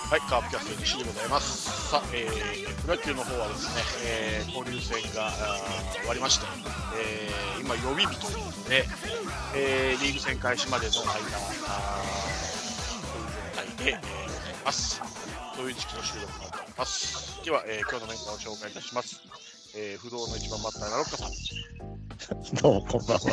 はい、カープキャストの西でございます。さあ、プロ野球の方はですね、交流戦が終わりまして、今予備日ということで、リーグ戦開始までの間、こういう状態で、ございます。そういう時期の収録になっております。では、今日のメンバーを紹介いたします。不動の一番バッター、ラロッカさん。 どうもこんばんは。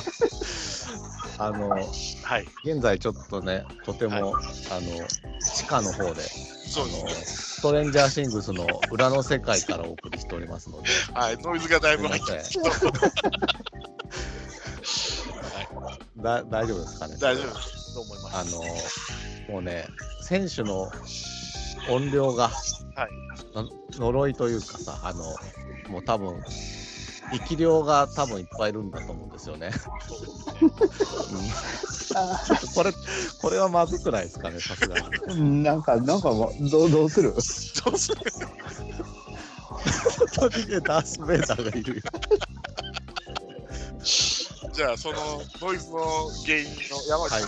はい、 現在ちょっとね、とても、 はい、 地下の方で、 そうですストレンジャーシングスの裏の世界からお送りしておりますので、 はい、ノイズがだいぶ入ってますけど、 大丈夫ですかね。 大丈夫です。と思います。 もうね、選手の音量が、 はい、 呪いというかさ、もう多分生き量が多分いっぱいいるんだと思うんですよね。これはまずくないですかね、さすがに。 なんかどうする？ 本当にね、ダース・ベイダーがいるよ。 じゃあそのノイズの原因の山内さん、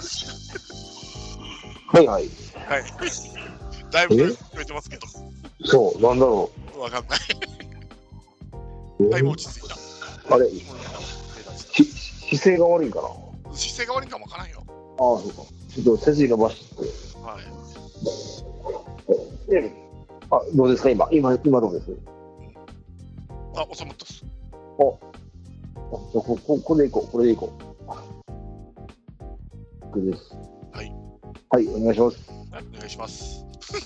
はいはい。 はい、だいぶ聞こえてますけど、 そう、なんだろわかんない。 う。 だいぶ落ち着いた。 あれ、姿勢が悪いんかな。 姿勢が悪いんかもわからんよ。 ああ、そうか。ちょっと背筋伸ばして。 はい。 あ、どうですか今どうです？ あ、収まったっす。 これでいこう。これです。 はい。 はい、お願いします。 はい、お願いします。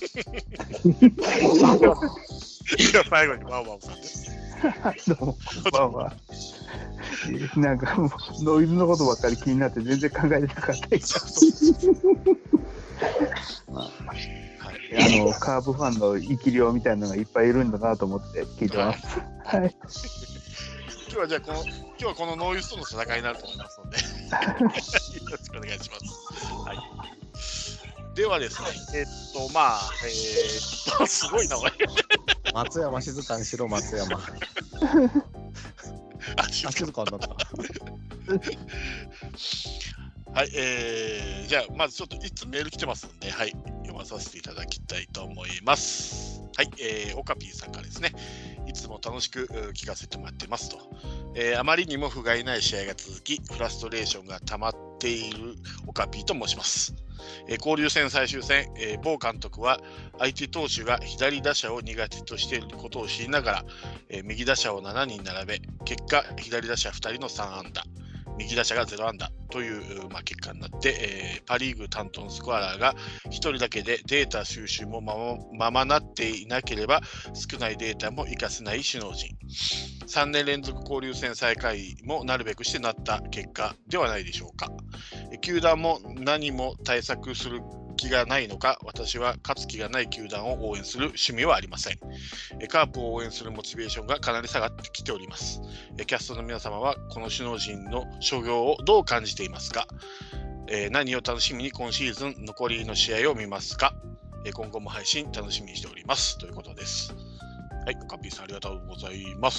では最後にワンワンさんです。 どうも、こんばんは。なんかもうノイズのことばっかり気になって全然考えてなかったけど、カープファンの生き量みたいなのがいっぱいいるんだなと思って聞いてます。はい。 今日はこのノイズとの戦いになると思いますので、よろしくお願いします。はい。ではですね、すごいな、おい。 松山静かにしろ、松山。静かになった。 はい、じゃあまずちょっといつメール来てますんで、はい、読まさせていただきたいと思います。はい、オカピーさんからですね、いつも楽しく聞かせてもらってますと、あまりにも不甲斐ない試合が続き、フラストレーションが溜まっているオカピーと申します。交流戦最終戦、某監督は相手投手が左打者を苦手としていることを知りながら、右打者を7人並べ、結果左打者2人の3安打、右打者が0安打という、結果になって、パ・リーグ担当のスコアラーが1人だけでデータ収集もままなっていなければ少ないデータも活かせない首脳陣。3年連続交流戦再開もなるべくしてなった結果ではないでしょうか。球団も何も対策する気がないのか、私は勝つ気がない球団を応援する趣味はありません。カープを応援するモチベーションがかなり下がってきております。キャストの皆様はこの首脳陣の所業をどう感じていますか？何を楽しみに今シーズン残りの試合を見ますか？今後も配信楽しみにしておりますということです。はい、カピーさんありがとうございます。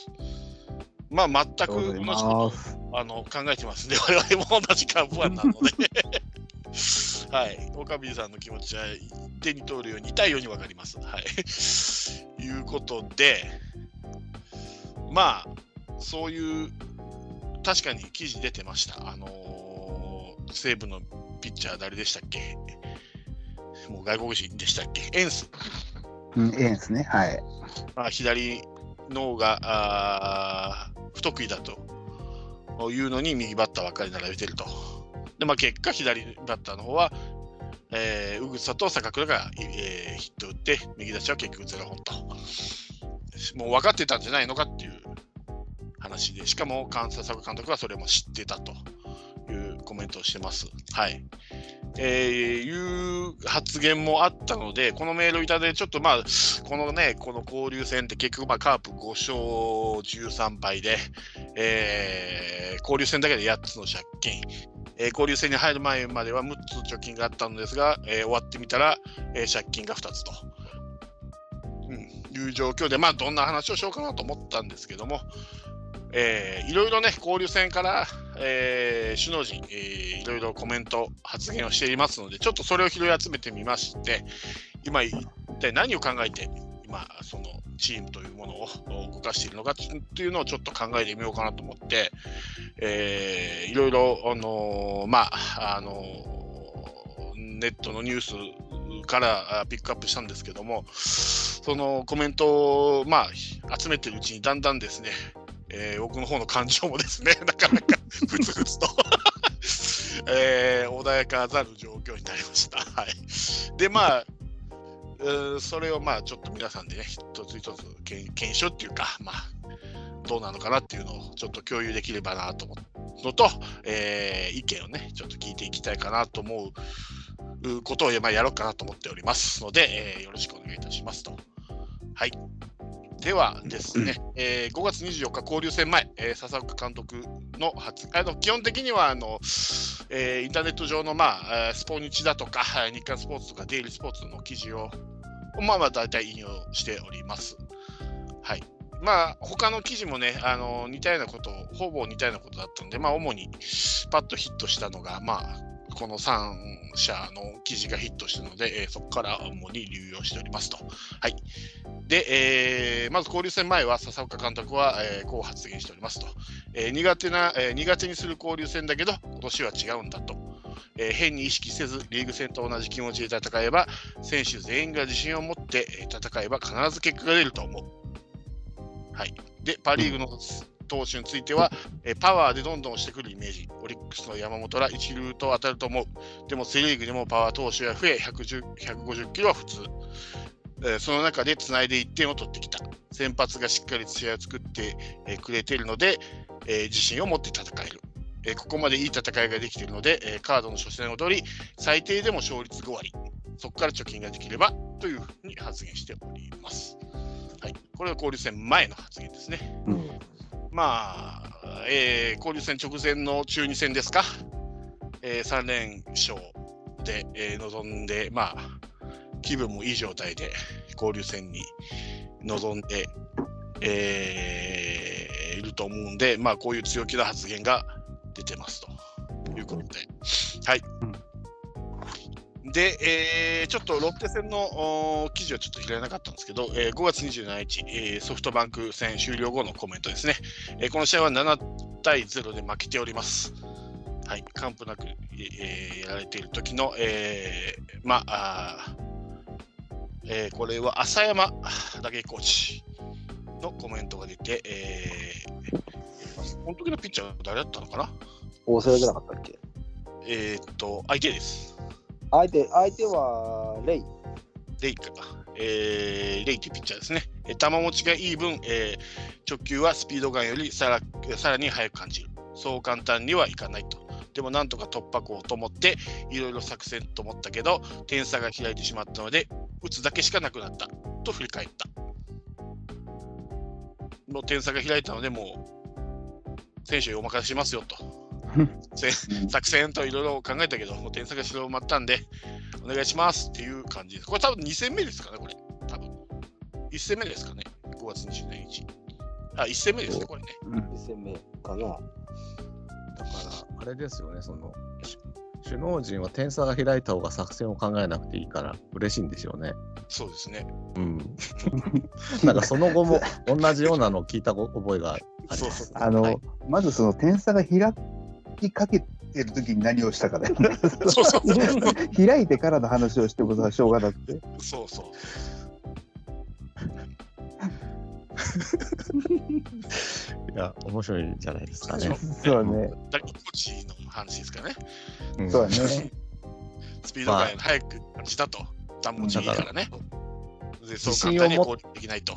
まあ全く同じことを考えてますんで、我々も同じカープファンなのではい、オカビーさんの気持ちは手に通るように痛いように分かります。はい、いうことで、まあそういう確かに記事出てました。西武のピッチャー誰でしたっけ？もう外国人でしたっけ？エンス。 エンスね、はい。 まあ、左の方が不得意だというのに右バッターばっかり並べてると。で、結果左バッターの方は、宇草と坂倉が、ヒット打って右打者は結局0本と。もう分かってたんじゃないのかっていう話で、しかも佐々監督はそれも知ってたというコメントをしてます。はい。いう発言もあったので、このメールをいただいて、ちょっとこの交流戦って結局カープ5勝13敗で、交流戦だけで8つの借金、交流戦に入る前までは6つ貯金があったのですが、終わってみたら、借金が2つと、いう状況で、どんな話をしようかなと思ったんですけども、いろいろね、交流戦から、首脳陣、いろいろコメント、発言をしていますので、ちょっとそれを拾い集めてみまして、 今一体何を考えて今そのチームというものを動かしているのかというのをちょっと考えてみようかなと思って、いろいろネットのニュースからピックアップしたんですけども、そのコメントを集めてるうちにだんだんですね、僕の方の感情もですね、なかなかふつふつと穏やかざる状況になりました。はい、でそれをちょっと皆さんでね、一つ一つ検証っていうか、どうなのかなっていうのをちょっと共有できればなと思うのと、意見をね、ちょっと聞いていきたいかなと思うことをやろうかなと思っておりますので、よろしくお願いいたしますと。はい。ではですね、5月24日交流戦前、笹岡監督の基本的にはインターネット上のスポニチだとか日刊スポーツとかデイリースポーツの記事を大体引用しております。はい。他の記事もね、似たようなこと、ほぼ似たようなことだったので、主にパッとヒットしたのが、この3社の記事がヒットしたので、そこから主に流用しておりますと。はい。で、まず交流戦前は笹岡監督は、こう発言しておりますと。苦手にする交流戦だけど、今年は違うんだと。変に意識せず、リーグ戦と同じ気持ちで戦えば、選手全員が自信を持って戦えば必ず結果が出ると思う。はい。で、パ・リーグの投手については、パワーでどんどん押してくるイメージ。オリックスの山本ら一流と当たると思う。でもセ・リーグでもパワー投手が増え、150キロは普通。その中でつないで1点を取ってきた。先発がしっかり試合を作ってくれているので、自信を持って戦える。ここまでいい戦いができているので、カードの初戦を取り、最低でも勝率5割。そこから貯金ができればというふうに発言しております。はい、これは交流戦前の発言ですね。交流戦直前の中2戦ですか、3連勝で、臨んで、気分もいい状態で交流戦に臨んで、いると思うんで、こういう強気な発言が出てますということで、はい。で、ちょっとロッテ戦の記事はちょっと開いなかったんですけど、5月27日、ソフトバンク戦終了後のコメントですね。この試合は7対0で負けております。はい、完膚なく、やられている時の、これは浅山打撃コーチのコメントが出て、この時のピッチャーは誰だったのかな？ 大瀬良じゃなかったっけ？ 相手です。 相手はレイか。レイっていうピッチャーですね。球持ちがいい分、直球はスピードガンよりさらに速く感じる。そう簡単にはいかないと。でもなんとか突破口と思っていろいろ作戦と思ったけど点差が開いてしまったので打つだけしかなくなったと振り返った。もう点差が開いたのでもう選手にお任せしますよと作戦といろいろ考えたけどもう点差が広まったんでお願いしますっていう感じです。これ多分2戦目ですかね。これ多分1戦目ですかね。5月27日1戦目ですね。これね 1戦目かな。 だからあれですよね、その首脳陣は点差が開いた方が作戦を考えなくていいから嬉しいんでしょうね。 そうですね。 なんかその後も同じようなのを聞いた覚えがあります。 まずその点差が開きかけてる時に何をしたかだよね。開いてからの話をしてもさしょうがなくて。 そう。 いや、面白いんじゃないですかね。 そうね。 打撃コーチの話ですかね。 そうね。 スピードが速く感じたと。弾持ちいいからね。で、そう簡単に攻撃できないと。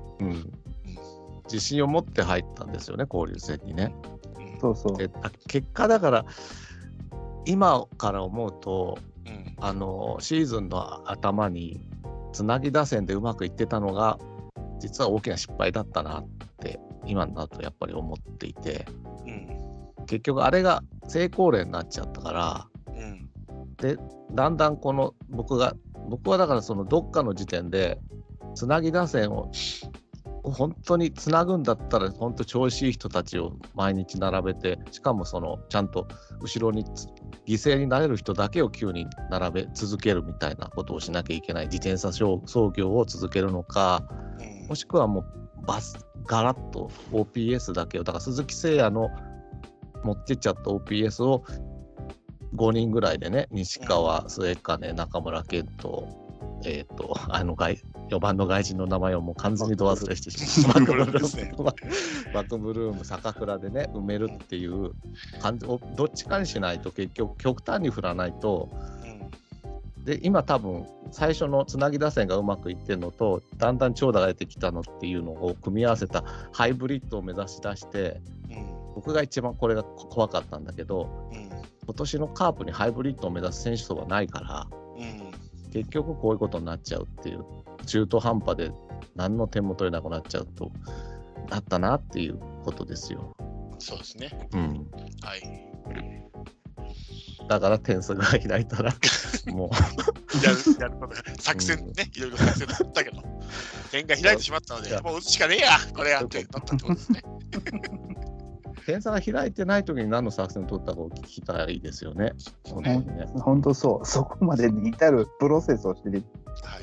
自信を持って入ったんですよね、交流戦にね。 そうで結果だから今から思うと、シーズンの頭につなぎ打線でうまくいってたのが実は大きな失敗だったなって今だとやっぱり思っていて、結局あれが成功例になっちゃったから、でだんだんこの僕はだからそのどっかの時点でつなぎ打線を本当につなぐんだったら本当調子いい人たちを毎日並べて、しかもそのちゃんと後ろに犠牲になれる人だけを急に並べ続けるみたいなことをしなきゃいけない自転車操業を続けるのか、もしくはもうガラッと OPS だけを、だから鈴木誠也の持ってっちゃった OPS を5人ぐらいでね、西川、末金、中村健人、4番の外人の名前をもう完全にど忘れしてしまった。バックブルーム、坂倉でね、埋めるっていう感じをどっちかにしないと、結局極端に振らないと、で今多分最初のつなぎ打線がうまくいってるのと、だんだん長打が出てきたのっていうのを組み合わせたハイブリッドを目指し出して、僕が一番これが怖かったんだけど、今年のカープにハイブリッドを目指す選手層がないから、結局こういうことになっちゃうっていう、中途半端で何の点も取れなくなっちゃうとなったなっていうことですよ。 そうですね。はい。 だから点数が開いたらもうやる作戦ね、いろいろ作戦だったけど、点が開いてしまったので、もう打つしかねえやこれやってなったってことですね。 点差が開いてないときに何の作戦を取ったかを聞きたいですよね。 本当そう、そこまでに至るプロセスをしてる。 はい。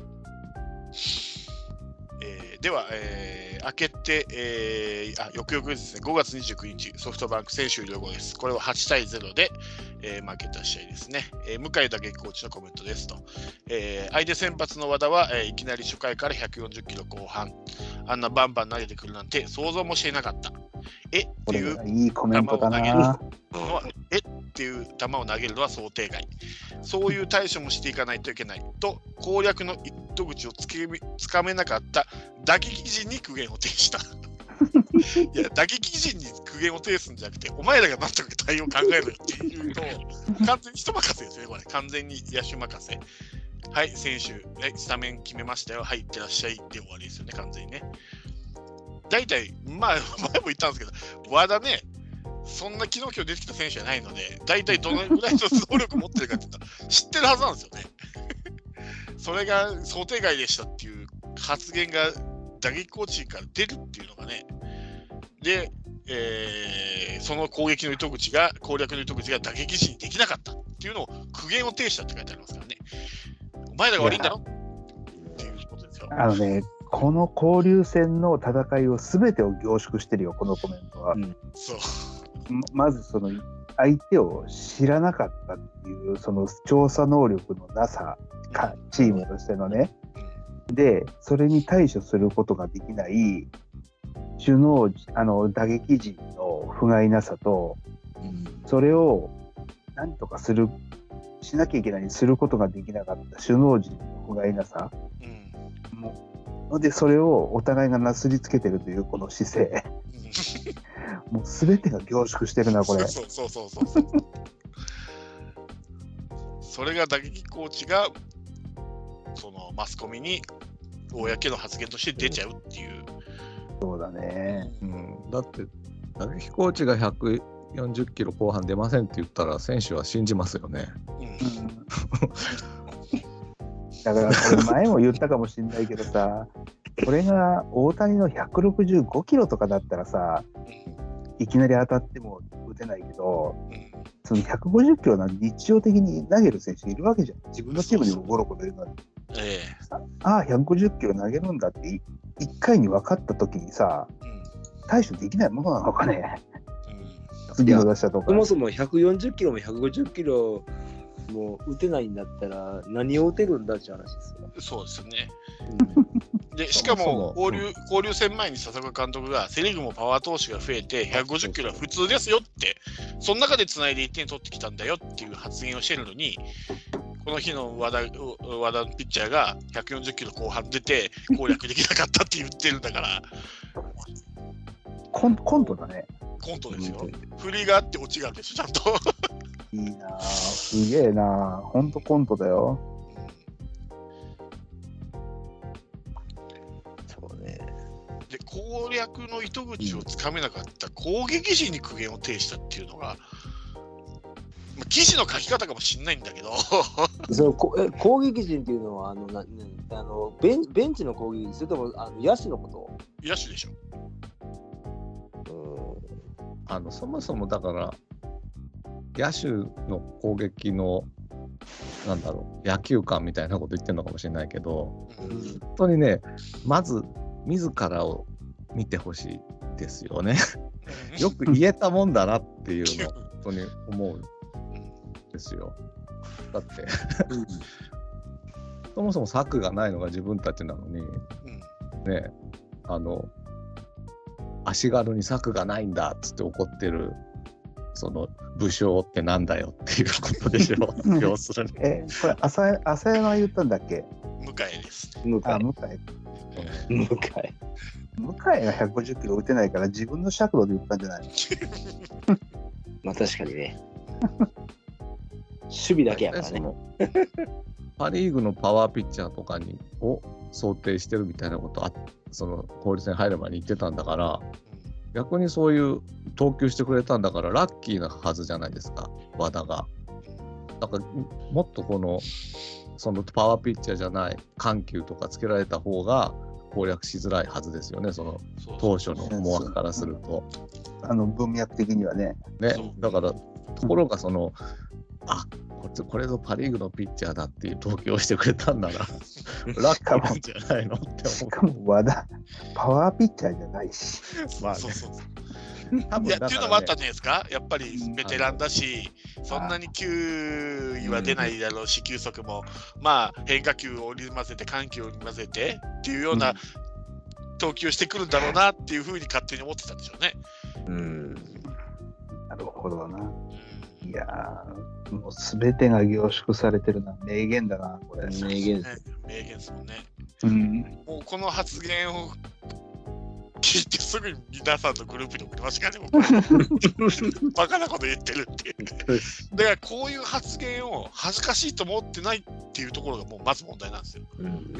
では、明けて、翌々ですね、5月29日、ソフトバンク戦終了後です。これは8対0で、負けた試合ですね。向井打撃コーチのコメントですと。相手先発の和田はいきなり初回から140キロ後半、あんなバンバン投げてくるなんて想像もしていなかった。っていういいコメントだな。 っていう球を投げるのは想定外。そういう対処もしていかないといけないと攻略の糸口をつかめなかった打撃陣に苦言を呈した。いや、打撃陣に苦言を呈すんじゃなくて、お前らがなんとか対応を考えるっていうと、完全に人任せですね、これ。完全に野手任せ。はい、選手、スタメン決めましたよ。はい、いってらっしゃいで終わりですよね、完全にね。大体、前も言ったんですけど、和田ね、そんな昨日今日出てきた選手じゃないので、大体どのぐらいの能力を持ってるかっていうのは知ってるはずなんですよね。それが想定外でしたっていう発言が打撃コーチから出るっていうのがね、で、その攻略の糸口が打撃陣にできなかったっていうのを苦言を呈したって書いてありますからね。お前らが悪いんだろっていうことですよ。 この交流戦の戦いを全てを凝縮してるよ、このコメントは。 そう。 まずその相手を知らなかったっていうその調査能力のなさか、チームとしてのね。で、それに対処することができない打撃陣の不甲斐なさと、それを何とかしなきゃいけないにすることができなかった首脳陣の不甲斐なさ。でそれをお互いがなすりつけてるというこの姿勢もう全てが凝縮してるなこれ。 そうそれが打撃コーチがそのマスコミに公の発言として出ちゃうっていう。 そうだね、 だって打撃コーチが140キロ後半出ませんって言ったら選手は信じますよね。 だからこれ前も言ったかもしれないけどさ、これが大谷の165キロとかだったらさ、いきなり当たっても打てないけど、その150キロな日常的に投げる選手いるわけじゃん。自分のチームにもゴロゴロいるのに。150キロ投げるんだって1回に分かった時にさ、対処できないものなのかね。次の打者とか。 そもそも140キロも150キロもう打てないんだったら何を打てるんだって話ですよ。 そうですよね。でしかも交流戦前に佐々岡監督がセ・リーグもパワー投手が増えて150キロは普通ですよって、その中でつないで1点取ってきたんだよっていう発言をしてるのに、この日の和田ピッチャーが140キロ後半出て攻略できなかったって言ってるんだからコントだね。 コントですよ。振りがあってオチがあるでしょ、ちゃんと。 いいなぁ、すげえなぁ、ほんとコントだよ。 そうね。 で、攻略の糸口をつかめなかった攻撃陣に苦言を呈したっていうのが、 記事の書き方かもしれないんだけどその攻撃陣っていうのはベンチの攻撃、それとも野手のこと？ 野手でしょ。 そもそもだから野手の攻撃のなんだろう野球観みたいなこと言ってるのかもしれないけど、本当にねまず自らを見てほしいですよねよく言えたもんだなっていうのを本当に思うんですよ。だってそもそも策がないのが自分たちなのに、ね足軽に策がないんだっつって怒ってるその武将ってなんだよっていうことでしょ要するに。 これ浅山が言ったんだっけ？ 向井です。 向井が 150キロ打てないから自分の尺度で言ったんじゃないの？ まあ確かにね守備だけやからね。 パ・リーグのパワーピッチャーとかを想定してるみたいなことその交流戦入る前に言ってたんだから、逆にそういう投球してくれたんだからラッキーなはずじゃないですか、和田が。だからもっとそのパワーピッチャーじゃない緩急とかつけられた方が攻略しづらいはずですよね、その当初の思惑からすると。 文脈的にはね。 だからところがこれぞパ・リーグのピッチャーだっていう投球をしてくれたんならラッキーなんじゃないのって思う。 しかも和田パワーピッチャーじゃないし。 まあね、 多分ね、っていうのもあったんじゃないですか。やっぱりベテランだし、そんなに球威は出ないだろうし、球速もまあ変化球を織り交ぜて緩急を織り交ぜてっていうような投球してくるんだろうなっていうふうに勝手に思ってたんでしょうね。 なるほどな。いやー、もう全てが凝縮されてるな。名言だな、これ。 名言ですもんね。もうこの発言を聞いてすぐに皆さんのグループに送りましたからね、バカなこと言ってるっていう。だからこういう発言を恥ずかしいと思ってないっていうところがもうまず問題なんですよ。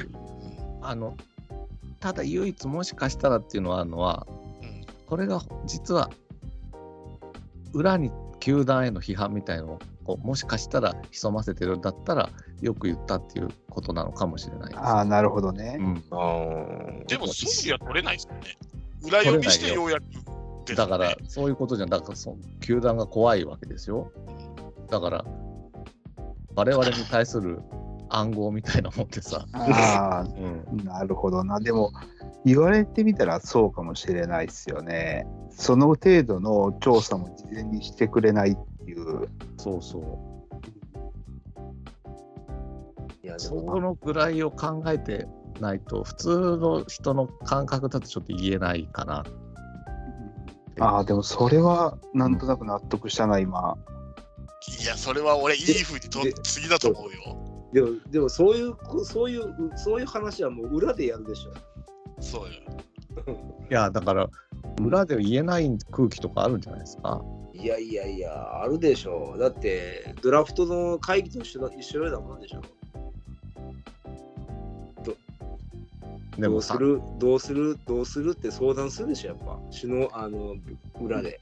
ただ唯一もしかしたらっていうのはあるのは、これが実は裏に球団への批判みたいのをもしかしたら潜ませてるんだったらよく言ったっていうことなのかもしれないです。 なるほどね。 でもそうは取れないですよね。裏読みしてようやくですね。 だからそういうことじゃだから球団が怖いわけですよ。だから我々に対する暗号みたいなもんでさ。 なるほどな。でも言われてみたらそうかもしれないですよね。その程度の調査も事前にしてくれないっていう。 そう。いやそのぐらいを考えてないと普通の人の感覚だとちょっと言えないかな。 でもそれはなんとなく納得したな今。 いやそれは俺いい風に取り次だと思うよ。でもそういう話はもう裏でやるでしょ。 そうよ。 いやだから裏で言えない空気とかあるんじゃないですか。 いやあるでしょ。だってドラフトの会議と一緒のようなもんでしょ。 でもどうするって相談するでしょ、やっぱ裏で。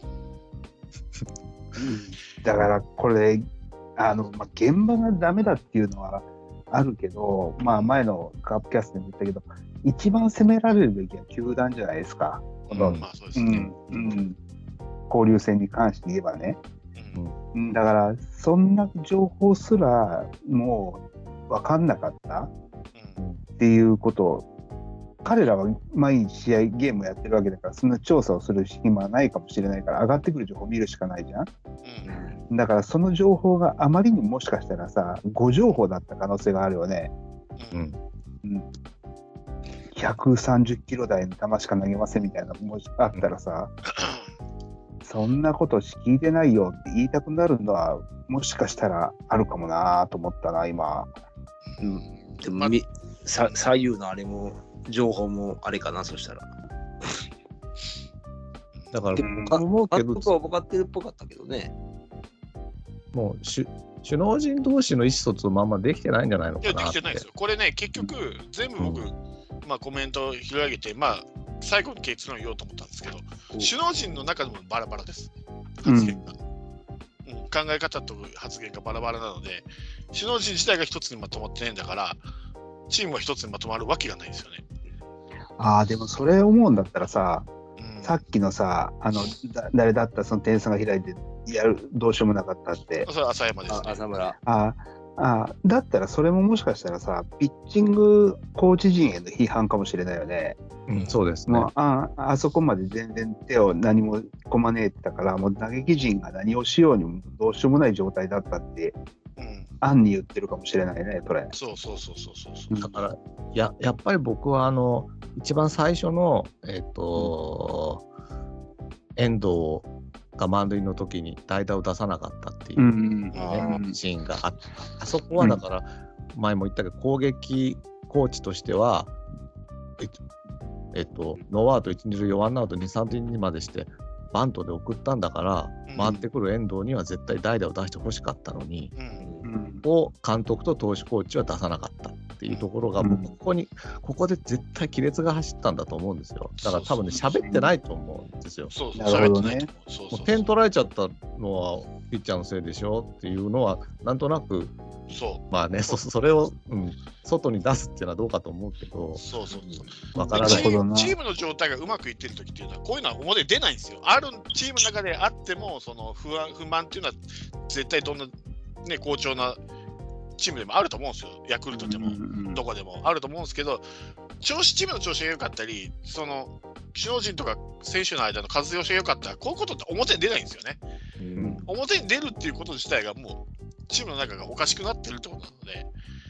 だからこれ現場がダメだっていうのはあるけど、前のカープキャストでも言ったけど、一番責められるべきは球団じゃないですか。 そうですね。 交流戦に関して言えばね。だからそんな情報すらもう分かんなかったっていうことを、彼らは毎日試合ゲームやってるわけだから、そんな調査をする暇はないかもしれないから、上がってくる情報を見るしかないじゃん。だからその情報があまりにもしかしたらさ、誤情報だった可能性があるよね。130キロ台の球しか投げませんみたいなのもあったらさ、そんなこと聞いてないよって言いたくなるのはもしかしたらあるかもなと思ったな今。 でも左右のあれも情報もあれかな、そしたら。 だから思うけど、 僕は分かってるっぽかったけどね。 もう首脳陣同士の意思疎通まんまできてないんじゃないのかなって。 いやできてないですよ。これね結局全部僕、コメントを広げて最後に結論言おうと思ったんですけど、首脳陣の中でもバラバラです。発言が。 考え方と発言がバラバラなので、首脳陣自体が一つにまとまってないんだから、チームは一つにまとまるわけがないんですよね。 でもそれ思うんだったらさ、さっきのさ、誰だったその点差が開いてどうしようもなかったって。 それは浅山ですね。 浅村。 だったらそれももしかしたらさ、ピッチングコーチ陣への批判かもしれないよね。 そうですね。 もうあそこまで全然手を何も込まねえってたから、もう打撃陣が何をしようにもどうしようもない状態だったって、暗に言ってるかもしれないね、これ。 だからやっぱり僕は一番最初の遠藤が満塁の時に代打を出さなかったっていう、シーンがあそこはだから前も言ったけど、攻撃コーチとしてはノーアウト1、2塁4ワンアウト2、3塁にまでしてバントで送ったんだから、回ってくる遠藤には絶対代打を出してほしかったのに、を監督と投手コーチは出さなかったっていうところが、僕ここで絶対亀裂が走ったんだと思うんですよ。だから多分ね、喋ってないと思うんですよ。 喋ってない。 点取られちゃったのはピッチャーのせいでしょっていうのはなんとなく、まあね、それを、外に出すっていうのはどうかと思うけど、 わからない。チームの状態がうまくいってる時っていうのはこういうのは表に出ないんですよ。あるチームの中であっても、その不満っていうのは絶対どんなね、好調なチームでもあると思うんですよ。ヤクルトでもどこでもあると思うんですけど、チームの調子が良かったり、その首脳陣とか選手の間の活用が良かったら、こういうことって表に出ないんですよね。表に出るっていうこと自体がもうチームの中がおかしくなってるってことなので。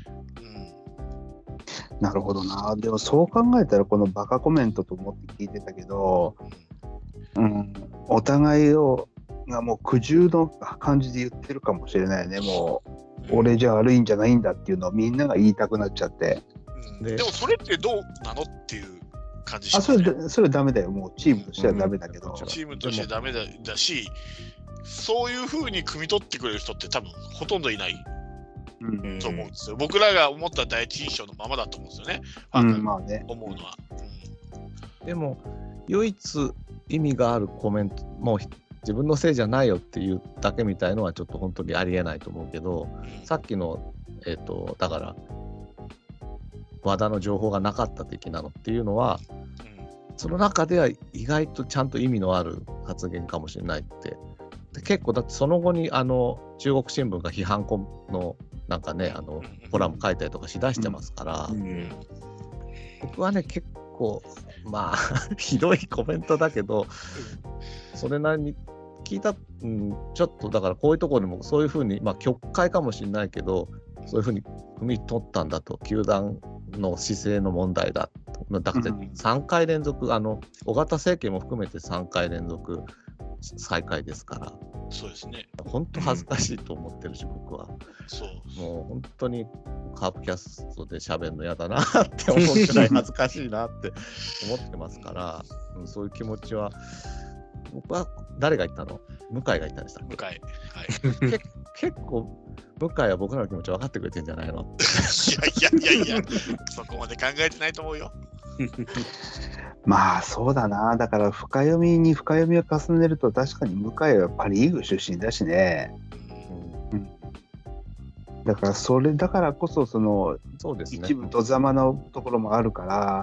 なるほどな。でもそう考えたら、このバカコメントと思って聞いてたけど、お互いがもう苦渋の感じで言ってるかもしれないね。もう俺じゃ悪いんじゃないんだっていうのをみんなが言いたくなっちゃって、 でもそれってどうなのっていう感じしますね。 それはダメだよ。もうチームとしてはダメだけど、 チームとしてダメだし、そういう風に汲み取ってくれる人って多分ほとんどいないと思うんですよ。僕らが思った第一印象のままだと思うんですよね。 まあね、 思うのは。 でも唯一意味があるコメント、もう自分のせいじゃないよっていうだけみたいのはちょっと本当にありえないと思うけど、さっきのだから和田の情報がなかった的なのっていうのは、その中では意外とちゃんと意味のある発言かもしれないって。で結構だってその後に中国新聞が批判のなんかねコラム書いたりとかしだしてますから、僕はね結構まあひどいコメントだけど、それなりに聞いた、ちょっとだからこういうところにもそういうふうに、曲解かもしれないけど、そういうふうに踏み取ったんだと、球団の姿勢の問題だと。だから3回連続、尾形政権も含めて3回連続再開ですから、 そうですね。 本当恥ずかしいと思ってるし、僕は。もう本当にカープキャストで喋るの嫌だなって思うくらい恥ずかしいなって思ってますから、そういう気持ちは。僕は誰が言ったの？向井が言ったんでしたっけ？ 向井。 結構向井は僕らの気持ち分かってくれてるんじゃないの？ いやそこまで考えてないと思うよ。 まあそうだな。だから深読みに深読みを重ねると、確かに向井はパ・リーグ出身だしね。だからそれだからこそそうですね、 一部戸ざまのところもあるから、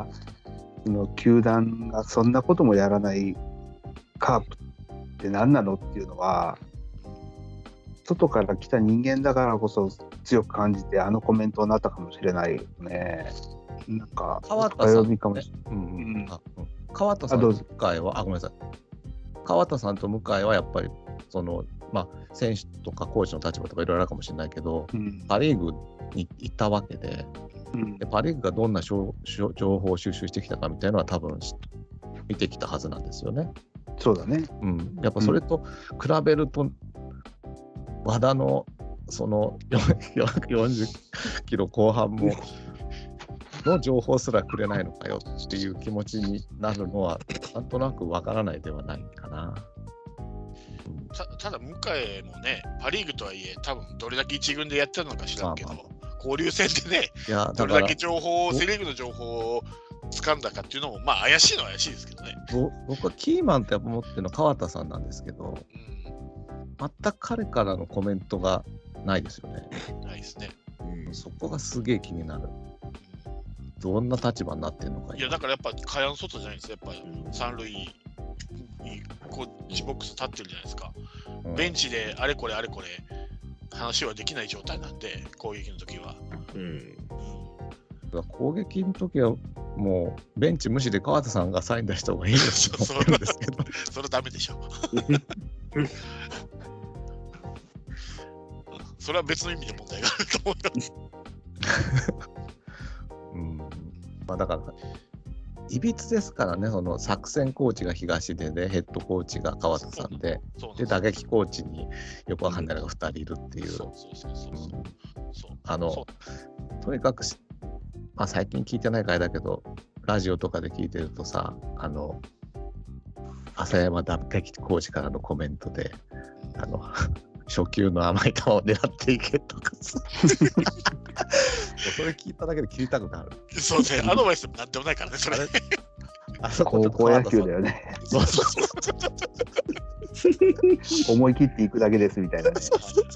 球団がそんなこともやらないカープって何なのっていうのは、外から来た人間だからこそ強く感じてコメントになったかもしれないよね。なんか川田さん、ね、川田さんと向井はごめんなさい。川田さんと向井はやっぱり選手とかコーチの立場とかいろいろあるかもしれないけど、パ・リーグにいたわけで、パ・リーグがどんな情報を収集してきたかみたいなのは多分見てきたはずなんですよね。 そうだね。 やっぱそれと比べると、和田のその40キロ後半もの情報すらくれないのかよっていう気持ちになるのはなんとなくわからないではないかな。 ただ向井もね、パ・リーグとはいえ多分どれだけ一軍でやってたのか知らんけど、交流戦でね、どれだけセ・リーグの情報を掴んだかっていうのも怪しいのは怪しいですけどね。 僕はキーマンって思ってるの川田さんなんですけど、 全く彼からのコメントがないですよね。 ないですね。 そこがすげえ気になる。どんな立場になってるのか。 いやだからやっぱ蚊帳の外じゃないですよ。やっぱ三塁にこっちボックス立ってるじゃないですか。ベンチであれこれ話はできない状態なんで、攻撃の時は。 攻撃の時はもうベンチ無視で川田さんがサイン出した方がいいですと思うんですけど。 それダメでしょ。それは別の意味で問題があると思います。 まあだからいびつですからね、その作戦コーチが東出で、ヘッドコーチが川田さんで、で打撃コーチによくわかんないのが2人いるっていう。とにかく、まあ、最近聞いてない回だけど、ラジオとかで聞いてるとさ、浅山打撃コーチからのコメントで、初球の甘い球を狙っていけとかさ。それ聞いただけで切りたくなる。 そうね、アドバイスもなんでもないからね、それ。 高校野球だよね。思い切っていくだけですみたいなね。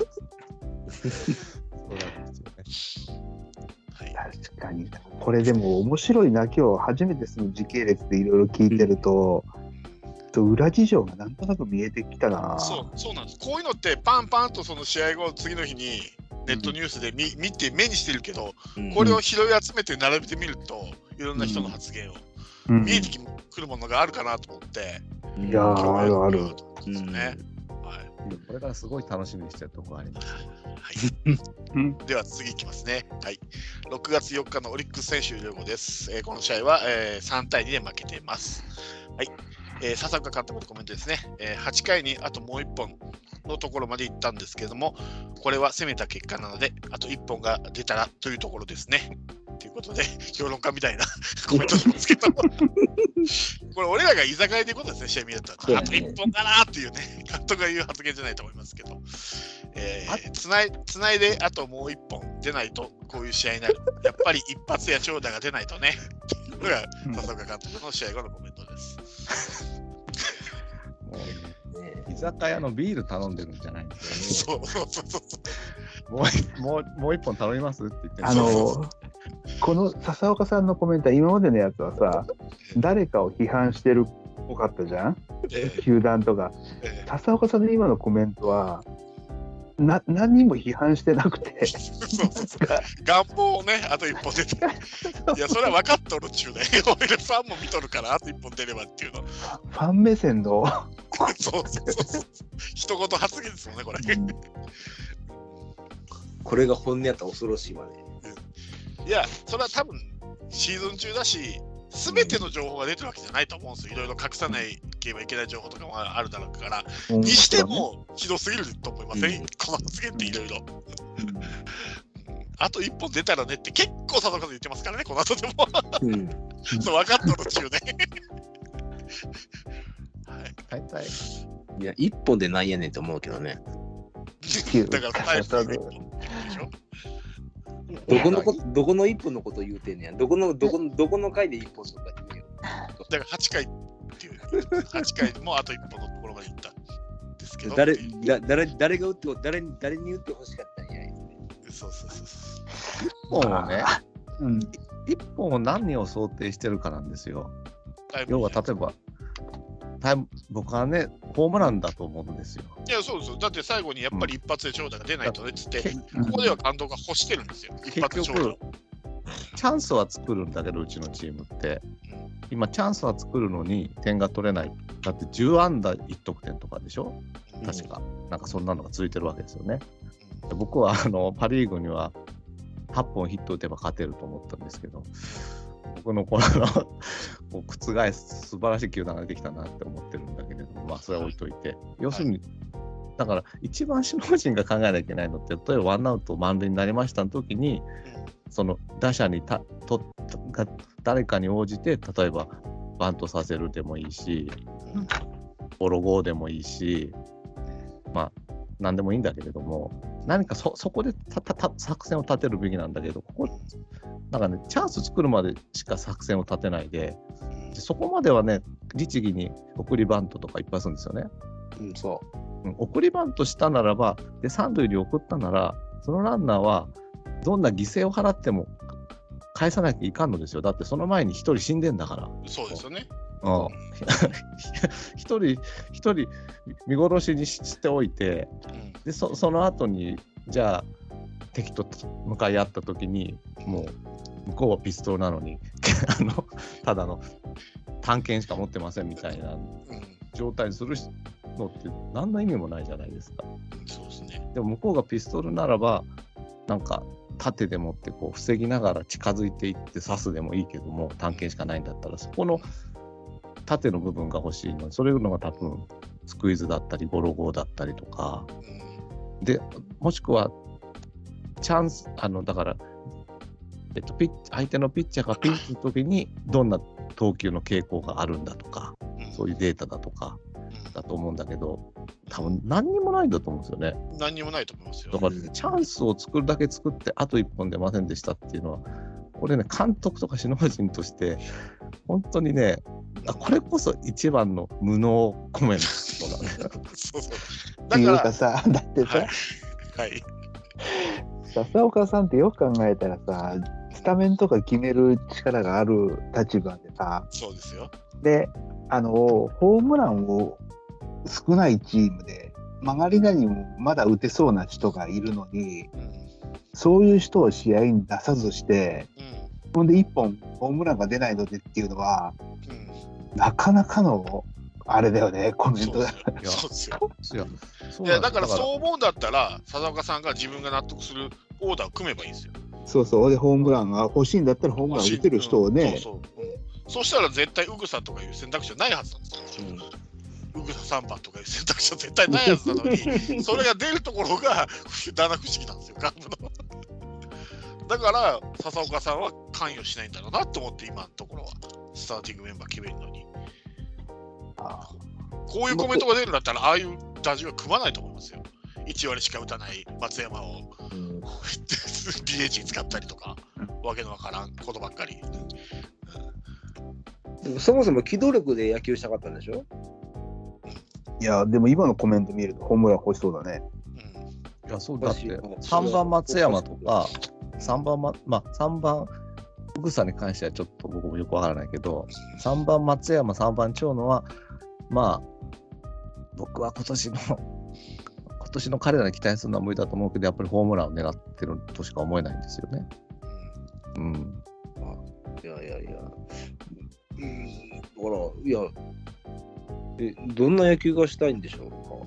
確かに。これでも面白いな、今日初めてその時系列でいろいろ聞いてると、裏事情がなんとなく見えてきたな。 そうなんです。こういうのってパンパンとその試合後、次の日にネットニュースで見て目にしてるけど、これを拾い集めて並べてみると、いろんな人の発言を見えてくるものがあるかなと思って、 いやー、ある。 これからすごい楽しみにしてるところあります。 では次いきますね。6月4日のオリックス選手両方です。この試合は、3対2で負けています。笹岡監督のコメントですね。8回にあともう1本のところまで行ったんですけれども、これは攻めた結果なので、あと1本が出たらというところですね。ということで、評論家みたいなコメントしますけど、これ、俺らが居酒屋でいうことですね、試合見ると。あと1本かなっていうね、監督が言う発言じゃないと思いますけど、つないであともう1本出ないと、こういう試合になる。やっぱり一発や長打が出ないとね、っていうのが笹岡監督の試合後のコメントです。 居酒屋のビール頼んでるんじゃないんですよね。もう一本頼みますって言ってこの笹岡さんのコメントは今までのやつはさ、誰かを批判してるっぽかったじゃん、球団とか。笹岡さんの今のコメントは何にも批判してなくて願望をね、あと1本出ていや、それは分かっとるっちゅうね。俺ファンも見とるからあと1本出ればっていうの。 ファン目線のそう一言発言ですもんね、これ。 これが本音やったら恐ろしいわね。 いや、それは多分シーズン中だし、すべての情報が出てるわけじゃないと思うんですよ。いろいろ隠さないければいけない情報とかもあるだろうから、にしてもひどすぎると思いません、この発言っていろいろ。あと1本出たらねって結構佐藤さん言ってますからね、この後でも。そう分かったの中ね。 大体。 いや、1本でないやねんと思うけどね。 だから最初の1本でしょ。 どこの1本のこと言うてんねや。どこの回で1本とか言うよ。 だから8回っていう、8回もあと1本のところまで行ったんですけど。 誰が打って誰に打ってほしかったんや。 そう。 1本をね、1本を何を想定してるかなんですよ。要は例えば、僕はね、ホームランだと思うんですよ。 いや、そうですよ。だって最後にやっぱり一発で長打が出ないとねっつって、ここでは監督が欲してるんですよ。一発長打。 チャンスは作るんだけど、うちのチームって、今、チャンスは作るのに点が取れない。だって10安打1得点とかでしょ、確か。なんかそんなのが続いてるわけですよね。僕はパ・リーグには8本ヒット打てば勝てると思ったんですけど、僕のこの覆す素晴らしい球団ができたなって思ってるんだけれども、まあそれは置いといて、要するに、だから一番首脳陣が考えなきゃいけないのって、例えばワンアウト満塁になりましたの時に、その打者に誰かに応じて、例えばバントさせるでもいいし、ボロゴーでもいいし、まあ何でもいいんだけれども、何かそこで作戦を立てるべきなんだけど、ここなんかね、チャンス作るまでしか作戦を立てないで、そこまではね、律儀に送りバントとかいっぱいするんですよね。 そう。 送りバントしたならば、で三塁に送ったなら、そのランナーはどんな犠牲を払っても返さなきゃいかんのですよ。だってその前に一人死んでんだから。 そうですよね。 一人見殺しにしておいて、でその後にじゃあ敵と向かい合った時にもう向こうはピストルなのにただの短剣しか持ってませんみたいな状態にするのって何の意味もないじゃないですか。 そうですね。 でも向こうがピストルならばなんか盾でもってこう防ぎながら近づいていって刺すでもいいけども、短剣しかないんだったらそこの縦の部分が欲しいので、それのが多分スクイズだったりゴロゴーだったりとか、でもしくはチャンスだから、相手のピッチャーがピンチの時にどんな投球の傾向があるんだとか、そういうデータだとかだと思うんだけど、多分何にもないんだと思うんですよね。 何にもないと思いますよ。 だからチャンスを作るだけ作ってあと1本出ませんでしたっていうのは、これね、監督とか首脳陣として本当にね、これこそ一番の無能コメントだね。 そうそう。 だからさ、だってさ、 はい。 笹岡さんってよく考えたらさ、スタメンとか決める力がある立場でさ、 そうですよ。 で、ホームランを少ないチームで曲がりなりもまだ打てそうな人がいるのに、そういう人を試合に出さずして、ほんで1本ホームランが出ないのでっていうのは、なかなかのあれだよね、コメントだ。 そうですよ。いやだからそう思うんだったら、笹岡さんが自分が納得するオーダーを組めばいいんですよ。 そうそう。でホームランが欲しいんだったらホームラン打てる人をね。 そうしたら絶対ウグサとかいう選択肢はないはずなんですよ。ウグサ3番とかいう選択肢は絶対ないはずなのに、それが出るところがだな不思議なんですよ、カープの。だから笹岡さんは関与しないんだろうなと思って、今のところはスターティングメンバー決めるのに。こういうコメントが出るんだったら、ああいう打順は組まないと思いますよ。1割しか打たない松山を、DH に使ったりとか、わけのわからんことばっかり。 でもそもそも機動力で野球したかったんでしょ。 いや、でも今のコメント見るとホームラン欲しそうだね。 いや、そうだって、3番松山とか、3番ウグサに関してはちょっと僕もよくわからないけど、3番松山、3番長野は、まあ、僕は今年の彼らに期待するのは無理だと思うけど、やっぱりホームランを狙ってるとしか思えないんですよね。 いや。だから、どんな野球がしたいんでしょ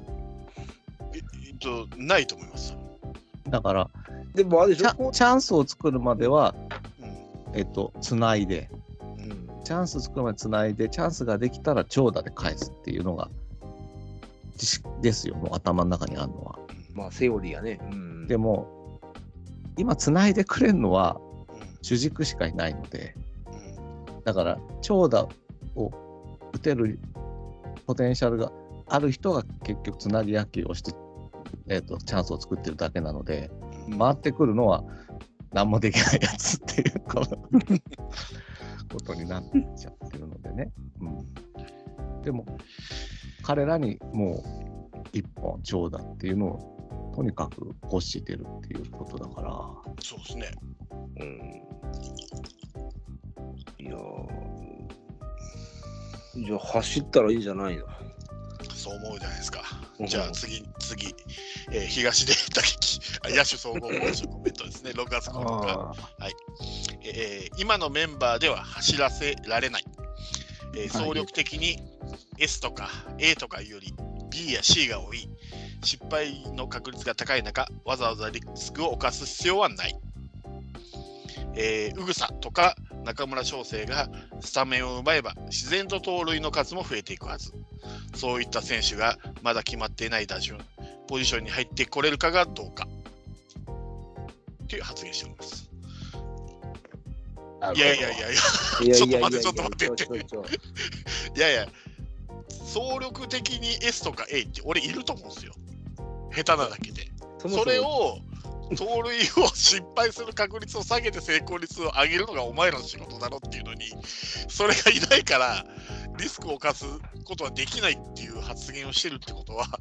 うか。ないと思います。 だから、 でもあれでしょ、 チャンスを作るまでは、つないで、チャンス作るまでつないで、チャンスができたら長打で返すっていうのがですよ、もう頭の中にあるのは。 まあセオリーやね。 でも今つないでくれるのは主軸しかいないので、だから長打を打てるポテンシャルがある人が結局つなぎ野球をして、チャンスを作ってるだけなので、回ってくるのは何もできないやつっていうことになっちゃってるのでね。でも彼らにもう一本長打っていうのをとにかく欲してるっていうことだから。 そうですね。 いやじゃあ走ったらいいんじゃないの。 そう思うじゃないですか。じゃあ次、東出打撃野手総合コメントですね。6月9日、はい。今のメンバーでは走らせられない。総力的に S とか A とかより B や C が多い。失敗の確率が高い中、わざわざリスクを冒す必要はない。宇草とか中村翔成がスタメンを奪えば自然と盗塁の数も増えていくはず。そういった選手がまだ決まっていない打順、ポジションに入ってこれるかがどうかという発言しております。いやちょっと待ってって。いや総力的に S とか A って俺いると思うんですよ。下手なだけで。それを盗塁を失敗する確率を下げて成功率を上げるのがお前らの仕事だろっていうのに、それがいないからリスクを冒すことはできないっていう発言をしてるってことは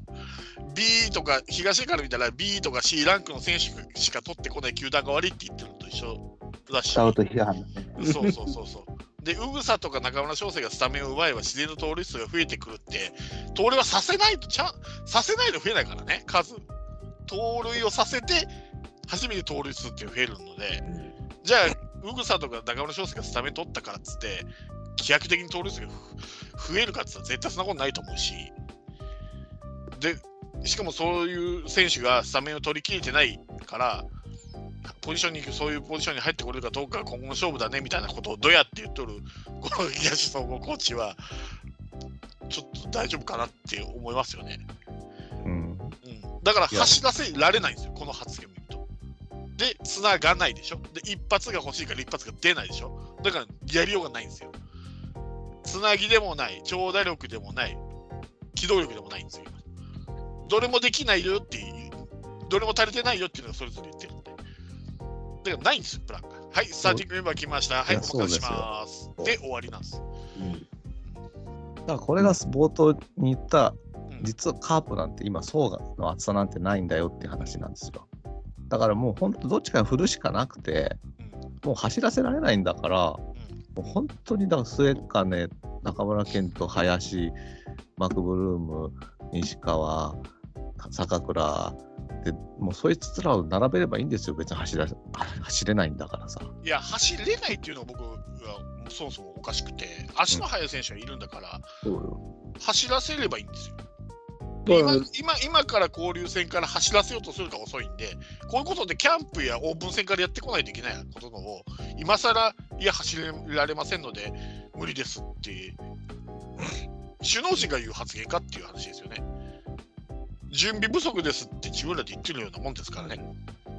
B とか東から見たら B とか C ランクの選手しか取ってこない球団が悪いって言ってるのと一緒だし、 スカウト批判だね。 そうで、宇草とか中村翔成がスタメンを奪えば自然の盗塁数が増えてくるって、盗塁はさせないと増えないからね、数。盗塁をさせて初めて盗塁数って増えるので、じゃあ宇草とか中村翔成がスタメン取ったからっつって飛躍的に盗塁数が増えるかっつったら絶対そんなことないと思うし、でしかもそういう選手がスタメンを取り切れてないからポジションにそういうポジションに入ってこれるかどうかが今後の勝負だねみたいなことをどやって言っとるこの東総合コーチはちょっと大丈夫かなって思いますよね。だから走らせられないんですよ、この発言を見ると。で、繋がないでしょ。で、一発が欲しいから一発が出ないでしょ。だからやりようがないんですよ。つなぎでもない、長打力でもない、機動力でもないんですよ。どれもできないよっていう、どれも足りてないよっていうのがそれぞれ言ってるんで。だからないんですよ、プランが。はい、スターティングメンバー来ました。はい、お任せします。で、終わりなんですよ。 だからこれが冒頭に言った、実はカープなんて今層の厚さなんてないんだよって話なんですよ。だからもう本当どっちかに振るしかなくて、もう走らせられないんだから、もう本当にだから末金、中村健人、林、マクブルーム、西川、坂倉で、もうそいつらを並べればいいんですよ。別に走れないんだからさ。いや、走れないっていうのは僕はそもそもおかしくて、足の速い選手がいるんだから、走らせればいいんですよ。今から交流戦から走らせようとするか遅いんで、こういうことでキャンプやオープン戦からやってこないといけないことのを今更いや走られませんので無理ですって首脳陣が言う発言かっていう話ですよね。準備不足ですって自分らで言ってるようなもんですからね。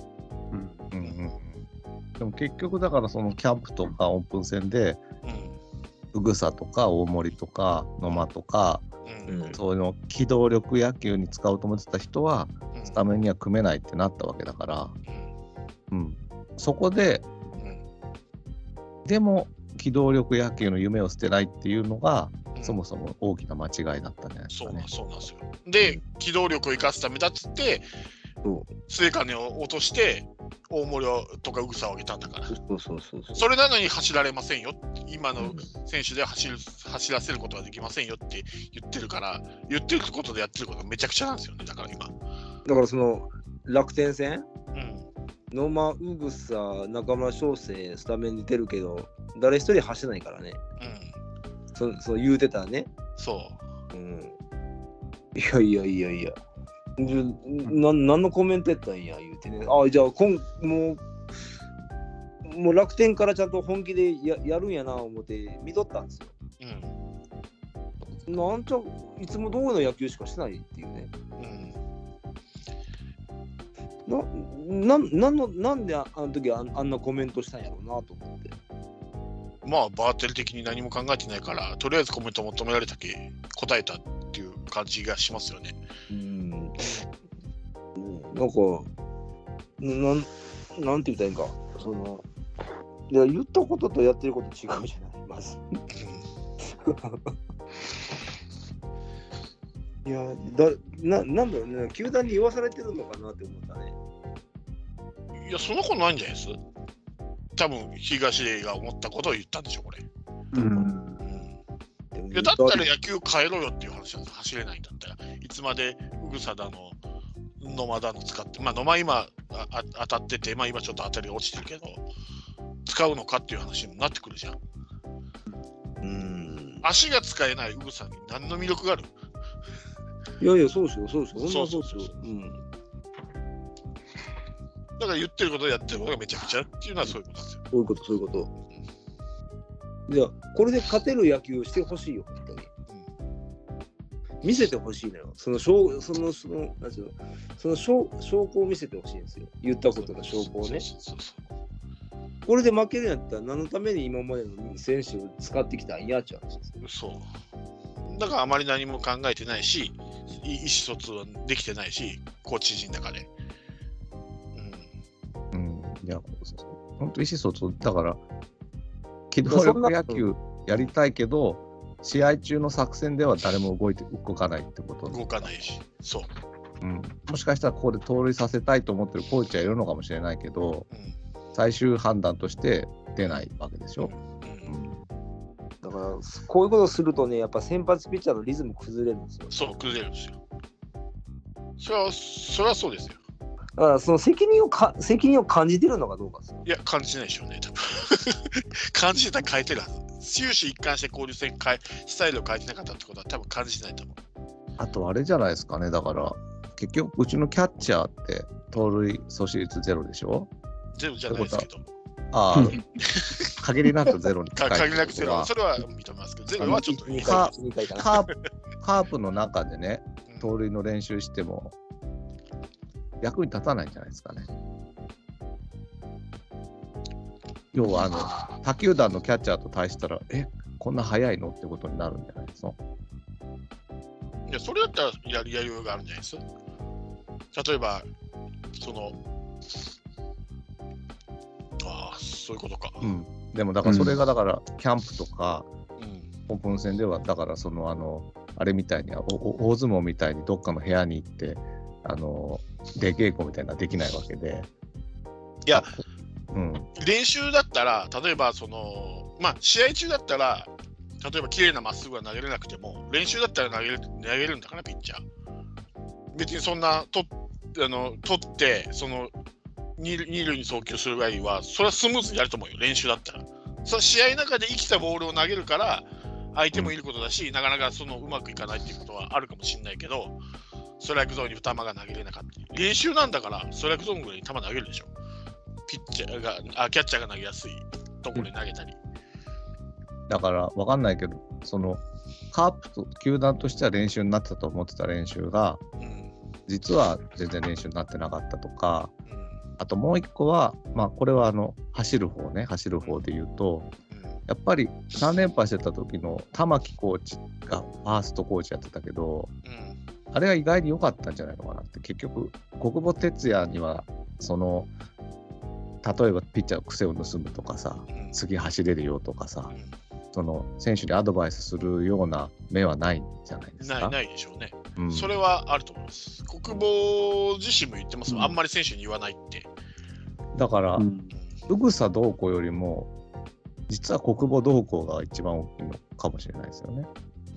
でも結局だからそのキャンプとかオープン戦で宇草とか大森とか野間とかそういうの機動力野球に使おうと思ってた人はスタメンには組めないってなったわけだから、そこで、でも機動力野球の夢を捨てないっていうのが、そもそも大きな間違いだったんじゃないですかね。 そうなんですよ。で、機動力を生かすためだっつって末金を落として大森とか宇草を上げたんだから。それなのに走られませんよ、今の選手では走らせることはできませんよって言ってるから、言ってることでやってることがめちゃくちゃなんですよね。だから今だからその楽天戦、野間、宇草、中村翔成スタメンに出てるけど誰一人走らないからね。そう言うてたね。いや何のコメントやったんや言うてね。じゃあもう楽天からちゃんと本気で やるんやな思って見とったんですよ。なんちゃいつも通りの野球しかしてないっていうね。なんであの時あんなコメントしたんやろうなと思って。 まあバーテル的に何も考えてないからとりあえずコメント求められたけ答えたっていう感じがしますよね。 なんかなんて言ったらいいんか、いや言ったこととやってること違うじゃないまず。いやなんだろうね、球団に言わされてるのかなって思ったね。 いやそんなことないんじゃないです。多分東出が思ったことを言ったんでしょこれ。いやだったら野球変えろよっていう話なんです。走れないんだったらいつまで宇草だの野間だの使って、野間今当たってて、今ちょっと当たり落ちてるけど使うのかっていう話になってくるじゃん。足が使えない宇草に何の魅力がある？ いやそうですよ。 だから言ってることやってることがめちゃくちゃっていうのはそういうことですよ。 そういうこと。じゃあこれで勝てる野球をしてほしいよ本当に。見せてほしいのよ。その証拠を見せてほしいんですよ。言ったことの証拠をね。これで負けるんやったら何のために今までの選手を使ってきたんやっちゃうんですよ。 だからあまり何も考えてないし、意思疎通はできてないし、コーチ陣の中で。 いや、本当意思疎通だから、機動力野球やりたいけど、 試合中の作戦では誰も動かないってこと。 動かないし、そう。 もしかしたらここで盗塁させたいと思ってるコーチはいるのかもしれないけど、最終判断として出ないわけでしょ。 だからこういうことをするとね、やっぱ先発ピッチャーのリズム崩れるんですよ。 そう崩れるんですよ。それはそうですよ。 だからその責任を感じてるのかどうかですよ。 いや感じないでしょうね多分。感じてたら変えてるはず。終始一貫して交流戦スタイルを変えてなかったってことは多分感じてないと思う。 あとあれじゃないですかね。だから結局うちのキャッチャーって盗塁阻止率ゼロでしょ。 ゼロじゃないですけど。 限りなくゼロに近い。 限りなくゼロ。それは認めますけど、ゼロはちょっとカープの中でね、盗塁の練習しても役に立たないんじゃないですかね。要は他球団のキャッチャーと対したら、こんな速いのってことになるんじゃないですか。 いや、それだったらやりようがあるんじゃないですか。例えば、そういうことか。 でもだからそれがだからキャンプとかオープン戦ではだからあれみたいに大相撲みたいにどっかの部屋に行って出稽古みたいなのできないわけで。 いや、練習だったら例えば試合中だったら例えば綺麗なまっすぐは投げれなくても練習だったら投げるんだからピッチャー。別にそんな取って二塁に送球する場合はそれはスムーズにやると思うよ。練習だったらそれ試合の中で生きたボールを投げるから相手もいることだし、なかなかうまくいかないっていうことはあるかもしれないけど、ストライクゾーンに球が投げれなかった練習なんだからストライクゾーンぐらいに球投げるでしょ。キャッチャーが投げやすいところに投げたり、 だから分かんないけどカープと球団としては練習になってたと思ってた練習が、実は全然練習になってなかったとか、あともう一個は、これは走る方で言うと、やっぱり3連覇してた時の玉木コーチがファーストコーチやってたけど、あれは意外に良かったんじゃないのかなって。結局国保哲也には例えばピッチャーの癖を盗むとかさ、次走れるよとかさ、選手にアドバイスするような目はないんじゃないですか。 ないでしょうね。それはあると思います。国保自身も言ってますもん、あんまり選手に言わないって。 だから宇草どうこうよりも実は国保どうこうが一番大きいのかもしれないですよね。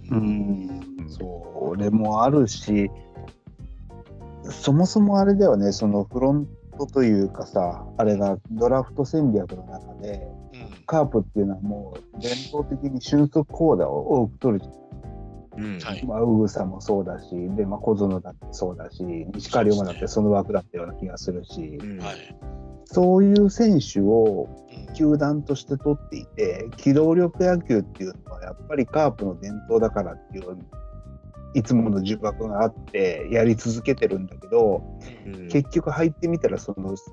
それもあるし、そもそもあれだよね、フロントというかさ、あれがドラフト戦略の中で、カープっていうのはもう伝統的に俊足巧打を多く取るじゃない。宇草もそうだし、で小園だってそうだし、西川龍馬だってその枠だったような気がするし、そういう選手を球団として取っていて、機動力野球っていうのはやっぱりカープの伝統だからっていういつもの呪縛があってやり続けてるんだけど、結局入ってみたら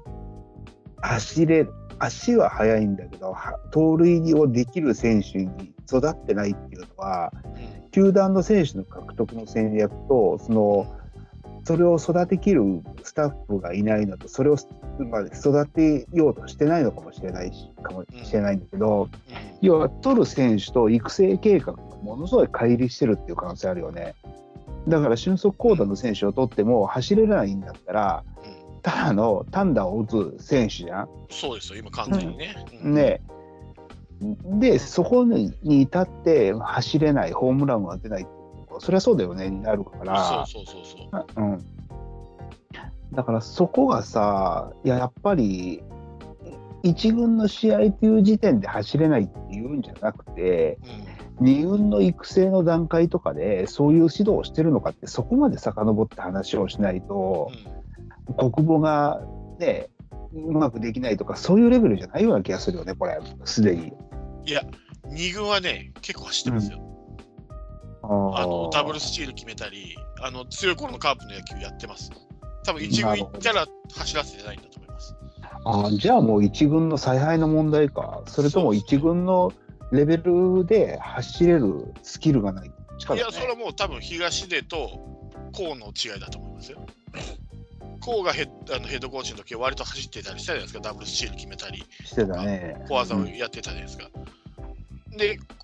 足は速いんだけど盗塁をできる選手に育ってないっていうのは、球団の選手の獲得の戦略とそれを育てきるスタッフがいないのと、それを育てようとしてないのかもしれないんだけど、要は取る選手と育成計画がものすごい乖離してるっていう可能性あるよね。だから俊足巧打の選手を取っても走れないんだったら、ただの単打を打つ選手じゃん。 そうですよ、今完全にね。 でそこに至って走れない、ホームランが出ないっていう、それはそうだよねになるから。だからそこがさ、やっぱり一軍の試合という時点で走れないっていうんじゃなくて、二軍の育成の段階とかでそういう指導をしてるのかって、そこまで遡って話をしないと、国母がねうまくできないとかそういうレベルじゃないような気がするよね、これすでに。 いや、二軍はね結構走ってますよ。ダブルスチール決めたり、強い頃のカープの野球やってます。多分一軍行ったら走らせてないんだと思います。 じゃあもう一軍の采配の問題か、それとも一軍のレベルで走れるスキルがない、 いや、それはもう多分東出とコウの違いだと思いますよ。コウがヘッドコーチの時は割と走ってたりしたじゃないですか。ダブルスチール決めたりしてたね、 小技をやってたじゃないですか。で